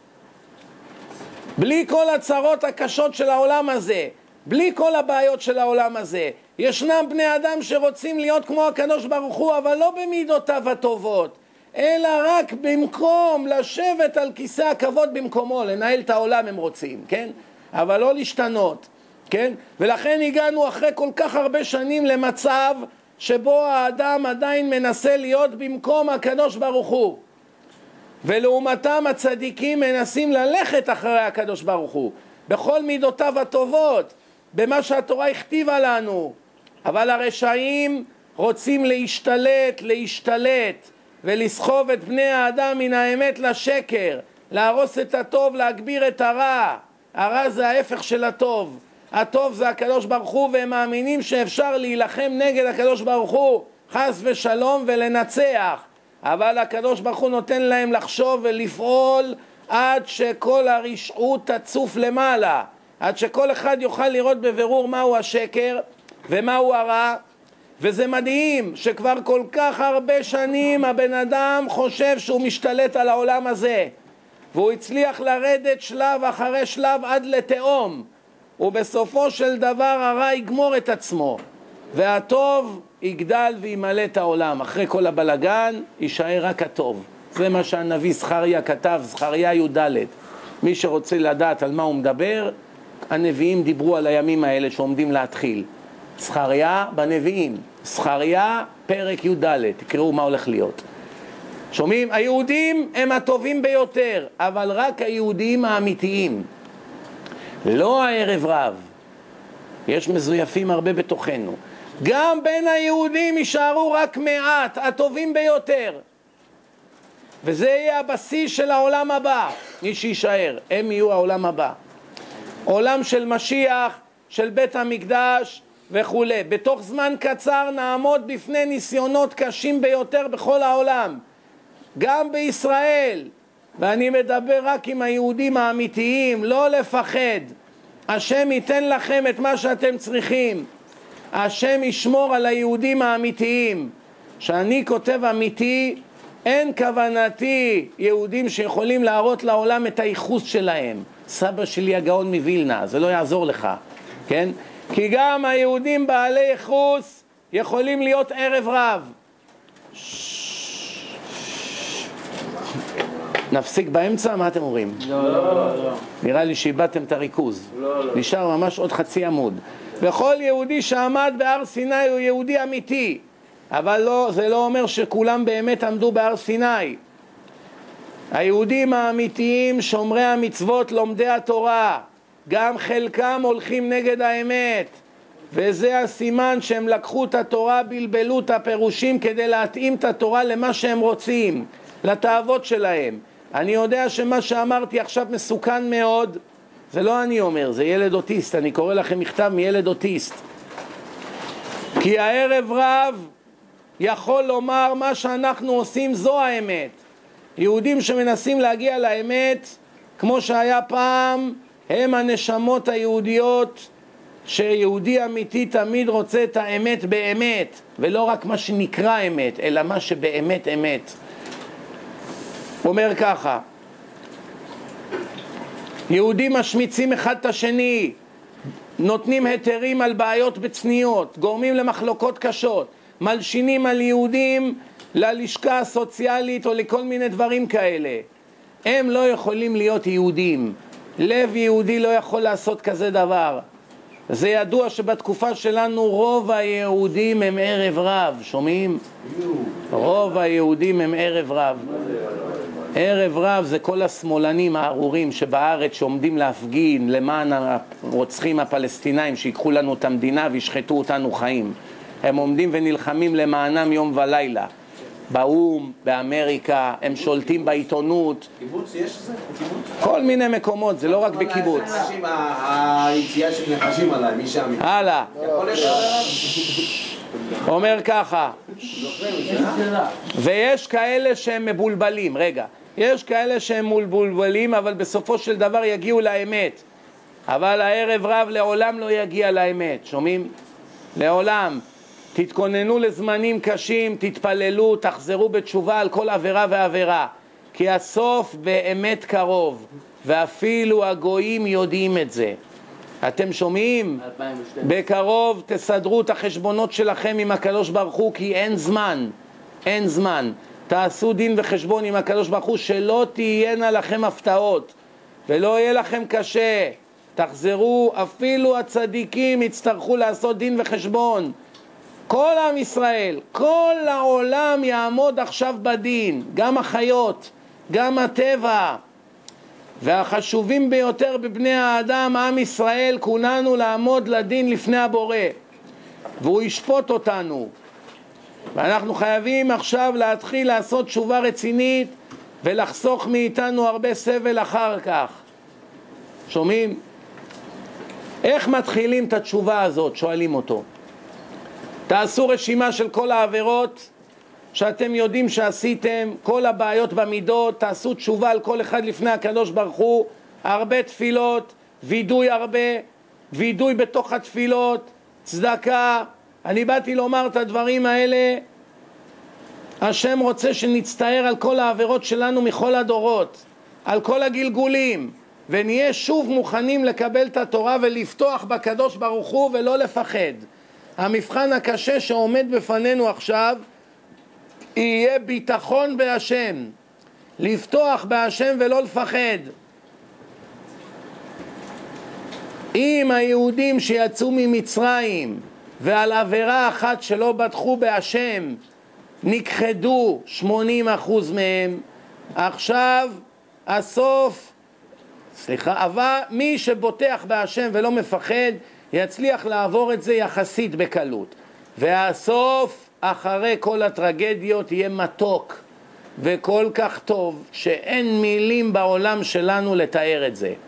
A: בלי כל הצרות הקשות של העולם הזה, בלי כל הבעיות של העולם הזה. ישנם בני אדם שרוצים להיות כמו הקדוש ברוך הוא, אבל לא במידותיו הטובות, אלא רק במקום לשבת על כיסא הכבוד במקומו, לנהל את העולם הם רוצים, כן? אבל לא להשתנות, כן? ולכן הגענו אחרי כל כך הרבה שנים למצב שבו האדם עדיין מנסה להיות במקום הקדוש ברוך הוא, ולעומתם הצדיקים מנסים ללכת אחרי הקדוש ברוך הוא בכל מידותיו הטובות, במה שהתורה הכתיבה לנו. אבל הרשעים רוצים להשתלט, להשתלט ולסחוב את בני האדם מן האמת לשקר, להרוס את הטוב, להגביר את הרע. הרע זה ההפך של הטוב, הטוב זה הקדוש ברוך הוא, והם מאמינים שאפשר להילחם נגד הקדוש ברוך הוא חס ושלום ולנצח, אבל הקדוש ברוך הוא נותן להם לחשוב ולפעול עד שכל הרשעות תצוף למעלה, עד שכל אחד יוכל לראות בבירור מהו השקר ומהו הרע. וזה מדהים שכבר כל כך הרבה שנים הבן אדם חושב שהוא משתלט על העולם הזה, והוא הצליח לרדת שלב אחרי שלב עד לתהום, ובסופו של דבר הרע יגמור את עצמו והטוב יגדל וימלא את העולם. אחרי כל הבלגן יישאר רק הטוב. זה מה שהנביא זכריה כתב, זכריה י"ד. מי שרוצה לדעת על מה הוא מדבר, הנביאים דיברו על הימים האלה שעומדים להתחיל. זכריה בנביאים, זכריה פרק י"ד, תקראו מה הולך להיות. שומעים? היהודים הם הטובים ביותר, אבל רק היהודים האמיתיים, לא הערב רב. יש מזויפים הרבה בתוכנו. גם בין היהודים יישארו רק מעט, הטובים ביותר, וזה יהיה הבסיס של העולם הבא. מי שישאר, הם יהיו העולם הבא, עולם של משיח, של בית המקדש וכו'. בתוך זמן קצר נעמוד בפני ניסיונות קשים ביותר בכל העולם, גם בישראל, ואני מדבר רק עם היהודים האמיתיים. לא לפחד, השם ייתן לכם את מה שאתם צריכים, השם ישמור על היהודים האמיתיים. שאני כותב אמיתי, אין כוונתי יהודים שיכולים להראות לעולם את הייחוס שלהם. סבא שלי הגאון מווילנה, זה לא יעזור לך, כן? כי גם היהודים בעלי ייחוס יכולים להיות ערב רב. נפסיק באמצע? מה אתם אומרים?
B: לא, לא, לא.
A: נראה לי שאיבדתם את הריכוז.
B: לא, לא.
A: נשאר ממש עוד חצי עמוד. וכל יהודי שעמד בהר סיני הוא יהודי אמיתי, אבל לא, זה לא אומר שכולם באמת עמדו בהר סיני. היהודים האמיתיים, שומרי המצוות, לומדי התורה, גם חלקם הולכים נגד האמת, וזה הסימן שהם לקחו את התורה, בלבלו את הפירושים כדי להתאים את התורה למה שהם רוצים, לתאוות שלהם. אני יודע שמה שאמרתי עכשיו מסוכן מאוד, זה לא אני אומר, זה ילד אוטיסט. אני קורא לכם מכתב מילד אוטיסט, כי הערב רב יכול לומר מה שאנחנו עושים זו האמת. יהודים שמנסים להגיע לאמת כמו שהיה פעם, הם הנשמות היהודיות, שיהודי אמיתי תמיד רוצה את האמת באמת, ולא רק מה שנקרא אמת, אלא מה שבאמת אמת. אומר ככה, יהודים משמיצים אחד את השני, נותנים היתרים על בעיות בצניות, גורמים למחלוקות קשות, מלשינים על יהודים ללשכה הסוציאלית או לכל מיני דברים כאלה. הם לא יכולים להיות יהודים. לב יהודי לא יכול לעשות כזה דבר. זה ידוע שבתקופה שלנו רוב היהודים הם ערב רב, שומעים? רוב היהודים הם ערב רב. ערב רב זה כל השמאלנים הארורים שבארץ שעומדים להפגין למען הרוצחים הפלסטינאים שיקחו לנו את המדינה וישחטו אותנו חיים. הם עומדים ונלחמים למענם יום ולילה. באום, באמריקה, הם שולטים בעיתונות.
B: קיבוץ יש זה? קיבוץ?
A: כל מיני מקומות, זה לא רק בקיבוץ.
B: היציאה של נחשים עליי, משם.
A: הלאה. אומר ככה, ויש כאלה שהם מבולבלים, רגע, יש כאלה שהם מבולבלים, אבל בסופו של דבר יגיעו לאמת. אבל הערב רב לעולם לא יגיע לאמת, שומעים? לעולם. תתכוננו לזמנים קשים, תתפללו, תחזרו בתשובה על כל עבירה ועבירה, כי הסוף באמת קרוב, ואפילו הגויים יודעים את זה. אתם שומעים? בקרוב תסדרו את החשבונות שלכם עם הקדוש ברוך הוא, כי אין זמן, אין זמן. תעשו דין וחשבון עם הקדוש ברוך הוא, שלא תהיינה לכם הפתעות, ולא יהיה לכם קשה. תחזרו, אפילו הצדיקים יצטרכו לעשות דין וחשבון. כל עם ישראל, כל העולם יעמוד עכשיו בדין, גם החיות, גם הטבע, והחשובים ביותר בבני האדם, עם ישראל, כולנו לעמוד לדין לפני הבורא, והוא ישפוט אותנו. ואנחנו חייבים עכשיו להתחיל לעשות תשובה רצינית, ולחסוך מאיתנו הרבה סבל אחר כך. שומעים? איך מתחילים את התשובה הזאת? שואלים אותו. תעשו רשימה של כל העבירות שאתם יודעים שעשיתם, כל הבעיות במידות, תעשו תשובה על כל אחד לפני הקדוש ברוך הוא, הרבה תפילות, וידוי הרבה, וידוי בתוך התפילות, צדקה. אני באתי לומר את הדברים האלה, השם רוצה שנצטער על כל העבירות שלנו מכל הדורות, על כל הגלגולים, ונהיה שוב מוכנים לקבל את התורה ולפתוח בקדוש ברוך הוא ולא לפחד. המבחן הקשה שעומד בפנינו עכשיו יהיה ביטחון בהשם, לפתוח בהשם ולא לפחד. אם היהודים שיצאו ממצרים ועל עבירה אחת שלא בטחו בהשם נכחדו שמונים אחוז מהם, עכשיו הסוף, סליחה, אבל מי שבוטח בהשם ולא מפחד יצליח לעבור את זה יחסית בקלות, והסוף אחרי כל הטרגדיות יהיה מתוק וכל כך טוב שאין מילים בעולם שלנו לתאר את זה.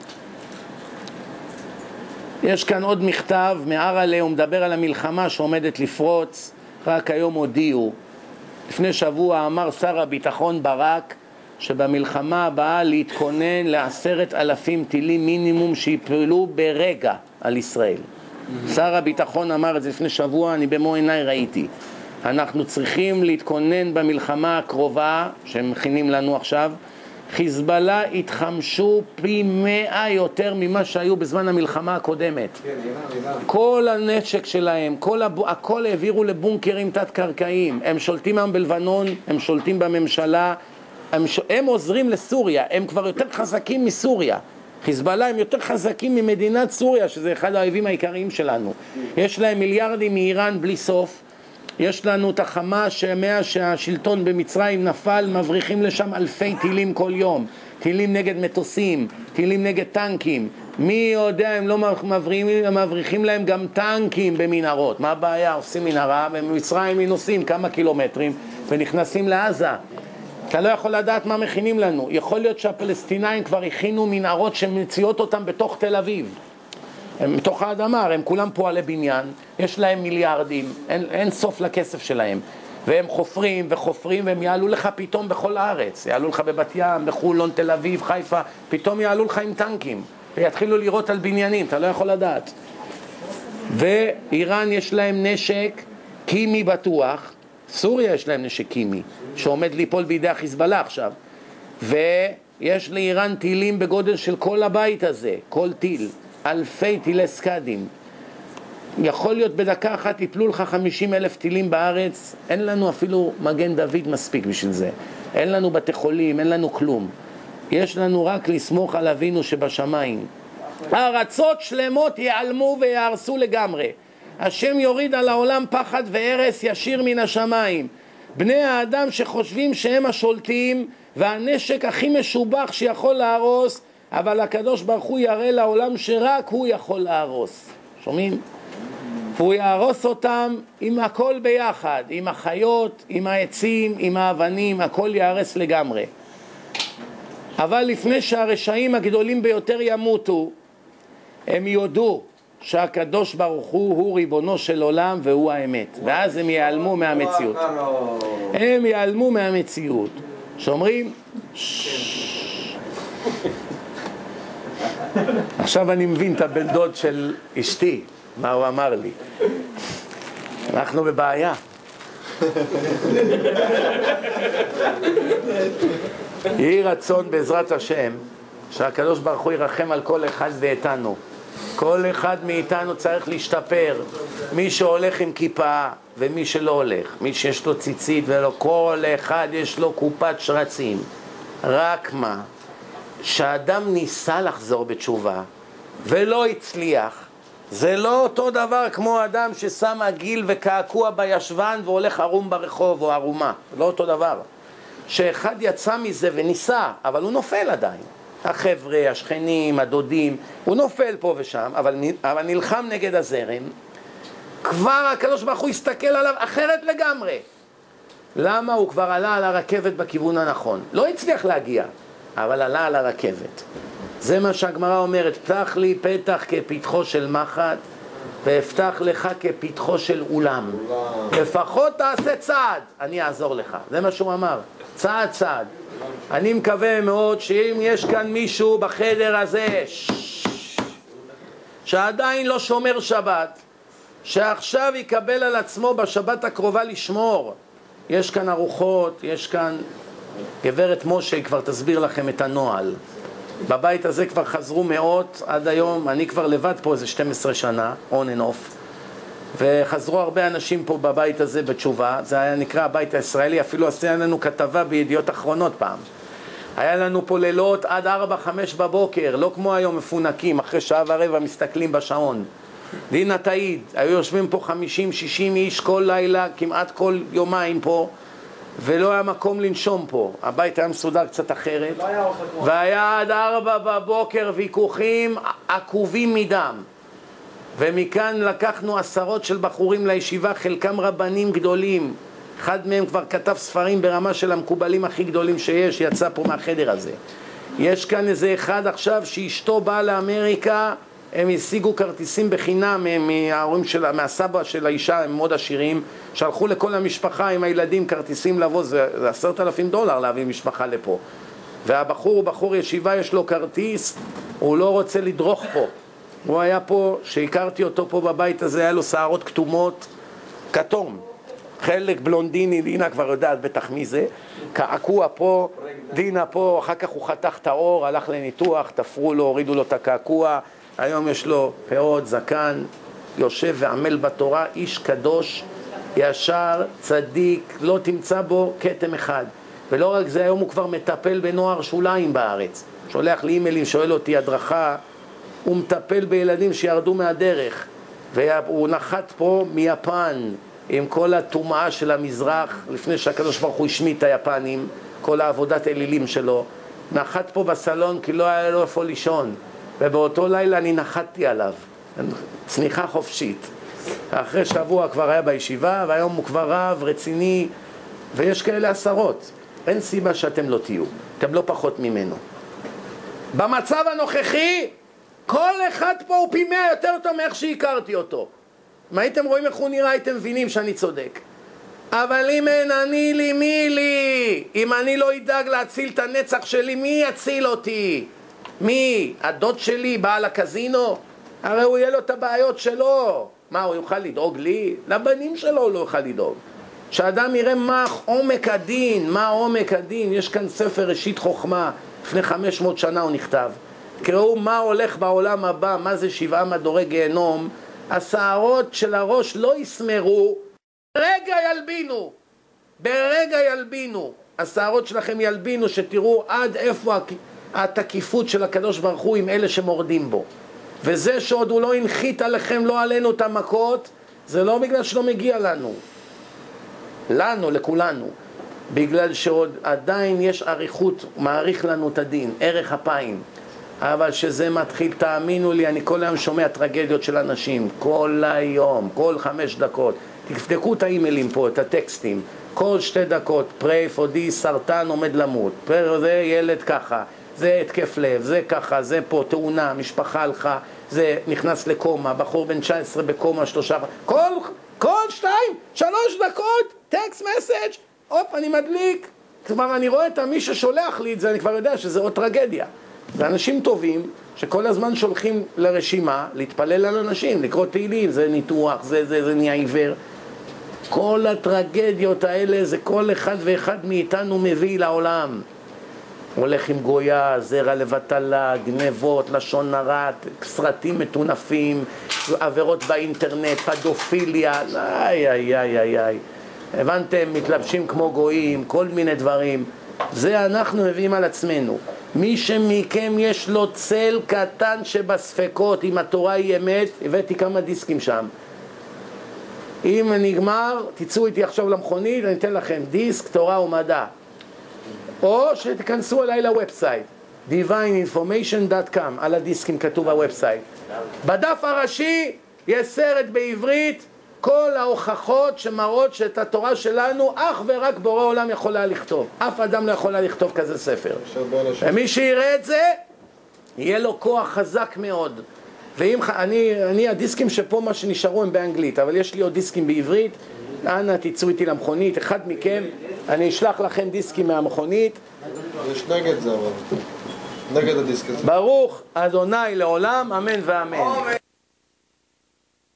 A: יש כאן עוד מכתב מערלה, הוא מדבר על המלחמה שעומדת לפרוץ. רק היום הודיעו, לפני שבוע אמר שר הביטחון ברק שבמלחמה הבאה להתכונן לעשרת אלפים טילים מינימום שיפלו ברגע על ישראל. שר הביטחון אמר את זה לפני שבוע, אני במו עיניי ראיתי. אנחנו צריכים להתכונן במלחמה הקרובה שהם מכינים לנו עכשיו. חיזבאללה התחמשו פי מאה יותר ממה שהיו בזמן המלחמה הקודמת. כל הנשק שלהם, כל הב... הכל העבירו לבונקרים תת-קרקעיים. הם שולטים היום בלבנון, הם שולטים בממשלה, הם, ש... הם עוזרים לסוריה, הם כבר יותר חזקים מסוריה. חיזבאללה הם יותר חזקים ממדינת סוריה, שזה אחד האויבים העיקריים שלנו. יש להם מיליארדים מאיראן בלי סוף. יש לנו את החמאס שמאה שהשלטון במצרים נפל, מבריחים לשם אלפי טילים כל יום. טילים נגד מטוסים, טילים נגד טנקים. מי יודע, הם לא מבריחים, מבריחים להם גם טנקים במנהרות. מה הבעיה? עושים מנהרה, במצרים נוסעים כמה קילומטרים ונכנסים לעזה. אתה לא יכול לדעת מה מכינים לנו. יכול להיות שהפלסטינאים כבר הכינו מנהרות שמציעות אותם בתוך תל אביב. הם מתוך האדמה, הם כולם פועלי בניין, יש להם מיליארדים, אין, אין סוף לכסף שלהם, והם חופרים וחופרים, והם יעלו לך פתאום בכל הארץ, יעלו לך בבת ים, בחולון, תל אביב, חיפה, פתאום יעלו לך עם טנקים, ויתחילו לירות על בניינים, אתה לא יכול לדעת. ואיראן יש להם נשק קימי בטוח, סוריה יש להם נשק קימי, שעומד ליפול בידי החיזבאללה עכשיו, ויש לאיראן טילים בגודל של כל הבית הזה, כל טיל, אלפי טילי סקדים. יכול להיות בדקה אחת יפלו לך חמישים אלף טילים בארץ. אין לנו אפילו מגן דוד מספיק בשביל זה, אין לנו בתי חולים, אין לנו כלום. יש לנו רק לסמוך על אבינו שבשמיים. ארצות שלמות ייעלמו ויהרסו לגמרי. השם יוריד על העולם פחד והרס ישיר מן השמיים. בני האדם שחושבים שהם השולטים והנשק הכי משובח שיכול להרוס, אבל הקדוש ברוך הוא יראה לעולם שרק הוא יכול להרוס. שומעים? והוא יהרוס אותם עם הכל ביחד, עם החיות, עם העצים, עם האבנים, הכל יהרס לגמרי. אבל לפני שהרשעים הגדולים ביותר ימותו, הם יודו שהקדוש ברוך הוא הוא ריבונו של עולם והוא האמת, ואז הם ייעלמו מהמציאות. הם ייעלמו מהמציאות. שאומרים עכשיו אני מבין את הבן דוד של אשתי, מה הוא אמר לי. אנחנו בבעיה. יהי רצון בעזרת השם שהקדוש ברוך הוא ירחם על כל אחד ואיתנו. כל אחד מאיתנו צריך להשתפר, מי שהולך עם כיפה ומי שלא הולך, מי שיש לו ציצית ולא, כל אחד יש לו קופת שרצים. רק מה, שהאדם ניסה לחזור בתשובה ולא הצליח, זה לא אותו דבר כמו אדם ששם עגיל וקעקוע בישבן והולך ערום ברחוב או ערומה, לא אותו דבר. שאחד יצא מזה וניסה, אבל הוא נופל עדיין. החבר'ה, השכנים, הדודים, הוא נופל פה ושם, אבל, אבל נלחם נגד הזרם. כבר הקדוש ברוך הוא הסתכל עליו אחרת לגמרי. למה? הוא כבר עלה על הרכבת בכיוון הנכון. לא הצליח להגיע, אבל עלה על הרכבת. זה מה שהגמרא אומרת, פתח לי פתח כפתחו של מחט, ואפתח לך כפתחו של אולם. לפחות תעשה צעד, אני אעזור לך. זה מה שהוא אמר, צעד צעד. אני מקווה מאוד שאם יש כאן מישהו בחדר הזה שעדיין לא שומר שבת, שעכשיו יקבל על עצמו בשבת הקרובה לשמור. יש כאן ארוחות, יש כאן גברת משה, כבר תסביר לכם את הנוהל. בבית הזה כבר חזרו מאות עד היום, אני כבר לבד פה איזה שתים עשרה שנה, on and off, וחזרו הרבה אנשים פה בבית הזה בתשובה. זה היה נקרא הבית הישראלי, אפילו עשה לנו כתבה בידיעות אחרונות פעם. היה לנו פה לילות עד ארבע חמש בבוקר, לא כמו היום מפונקים, אחרי שעה ורבע מסתכלים בשעון. דינה תעיד, היו יושבים פה חמישים שישים איש כל לילה, כמעט כל יומיים פה, ולא היה מקום לנשום פה. הבית היה מסודר קצת אחרת, והיה עד ארבע בבוקר ויכוחים עקובים מדם. ומכאן לקחנו עשרות של בחורים לישיבה, חלקם רבנים גדולים. אחד מהם כבר כתב ספרים ברמה של המקובלים הכי גדולים שיש, יצא פה מהחדר הזה. יש כאן איזה אחד עכשיו שאשתו באה לאמריקה, הם השיגו כרטיסים בחינם מההורים שלה, מהסבא של האישה, הם מאוד עשירים, שלחו לכל המשפחה עם הילדים כרטיסים לבוא, זה, זה עשרת אלפים דולר להביא משפחה לפה. והבחור הוא בחור ישיבה, יש לו כרטיס, הוא לא רוצה לדרוך פה. הוא היה פה, שהכרתי אותו פה בבית הזה, היה לו שערות כתומות, כתום. חלק בלונדיני, דינה כבר יודעת בטח מי זה, קעקוע פה, דינה פה, אחר כך הוא חתך את האור, הלך לניתוח, תפרו לו, הורידו לו את הקעקוע, היום יש לו פאות, זקן, יושב ועמל בתורה, איש קדוש, ישר, צדיק, לא תמצא בו כתם אחד. ולא רק זה, היום הוא כבר מטפל בנוער שוליים בארץ. שולח לי אימיילים, שואל אותי הדרכה, הוא מטפל בילדים שירדו מהדרך. והוא נחת פה מיפן, עם כל הטומאה של המזרח, לפני שהקדוש ברוך הוא השמיט את היפנים, כל העבודת אלילים שלו. נחת פה בסלון כי לא היה לו איפה לישון. ובאותו לילה אני נחתתי עליו, צניחה חופשית. אחרי שבוע כבר היה בישיבה, והיום הוא כבר רב, רציני, ויש כאלה עשרות. אין סיבה שאתם לא תהיו, אתם לא פחות ממנו. במצב הנוכחי, כל אחד פה הוא פי מאה יותר טוב מאיך שהכרתי אותו. אם הייתם רואים איך הוא נראה, הייתם מבינים שאני צודק. אבל אם אין אני לי, מי לי? אם אני לא ידאג להציל את הנצח שלי, מי יציל אותי? מי? הדוד שלי, בעל הקזינו? הרי הוא יהיה לו את הבעיות שלו. מה, הוא יוכל לדאוג לי? לבנים שלו הוא לא יוכל לדאוג. שאדם יראה מה עומק הדין, מה עומק הדין. יש כאן ספר ראשית חוכמה, לפני חמש מאות שנה הוא נכתב. תקראו מה הולך בעולם הבא, מה זה שבעה מדורי גיהנום. השערות של הראש לא יסמרו, ברגע ילבינו, ברגע ילבינו. השערות שלכם ילבינו, שתראו עד איפה התקיפות של הקדוש ברוך הוא עם אלה שמורדים בו. וזה שעוד הוא לא הנחית עליכם, לא עלינו את המכות, זה לא בגלל שלא מגיע לנו. לנו, לכולנו. בגלל שעוד עדיין יש עריכות, מעריך לנו את הדין, ערך אפיים. אבל שזה מתחיל, תאמינו לי, אני כל היום שומע טרגדיות של אנשים, כל היום, כל חמש דקות. תבדקו את האימיילים פה, את הטקסטים. כל שתי דקות, pray for this, סרטן עומד למות. זה ילד ככה, זה התקף לב, זה ככה, זה פה תאונה, משפחה הלכה, זה נכנס לקומה, בחור בן תשע עשרה בקומה, שלושה... כל, כל שתיים, שלוש דקות, טקסט מסאג', הופ, אני מדליק. כלומר, אני רואה את מי ששולח לי את זה, אני כבר יודע שזה עוד טרגדיה. זה אנשים טובים שכל הזמן שולחים לרשימה להתפלל על אנשים, לקרוא תהילים, זה ניתוח, זה, זה, זה נהיה עיוור. כל הטרגדיות האלה זה כל אחד ואחד מאיתנו מביא לעולם. הולך עם גויה, זרע לבטלה, גנבות, לשון הרע, סרטים מטונפים, עבירות באינטרנט, פדופיליה, איי איי איי איי איי. הבנתם? מתלבשים כמו גויים, כל מיני דברים. זה אנחנו מביאים על עצמנו. מי שמכם יש לו צל קטן שבספקות, אם התורה היא אמת, הבאתי כמה דיסקים שם. אם נגמר, תצאו איתי עכשיו למכונית, אני אתן לכם דיסק, תורה ומדע. או שתכנסו אליי לוובסייט, דיוויין אינפורמיישן דוט קום, על הדיסקים כתוב הוובסייט. בדף הראשי יש סרט בעברית, כל ההוכחות שמראות שאת התורה שלנו אך ורק בורא עולם יכולה לכתוב. אף אדם לא יכולה לכתוב כזה ספר. ומי שיראה את זה, יהיה לו כוח חזק מאוד. ואם אני, אני, הדיסקים שפה מה שנשארו הם באנגלית, אבל יש לי עוד דיסקים בעברית, אנא תצאו איתי למכונית, אחד מכם, אני אשלח לכם דיסקים מהמכונית.
D: יש נגד זה אבל, נגד הדיסק הזה.
A: ברוך אדוני לעולם, אמן ואמן.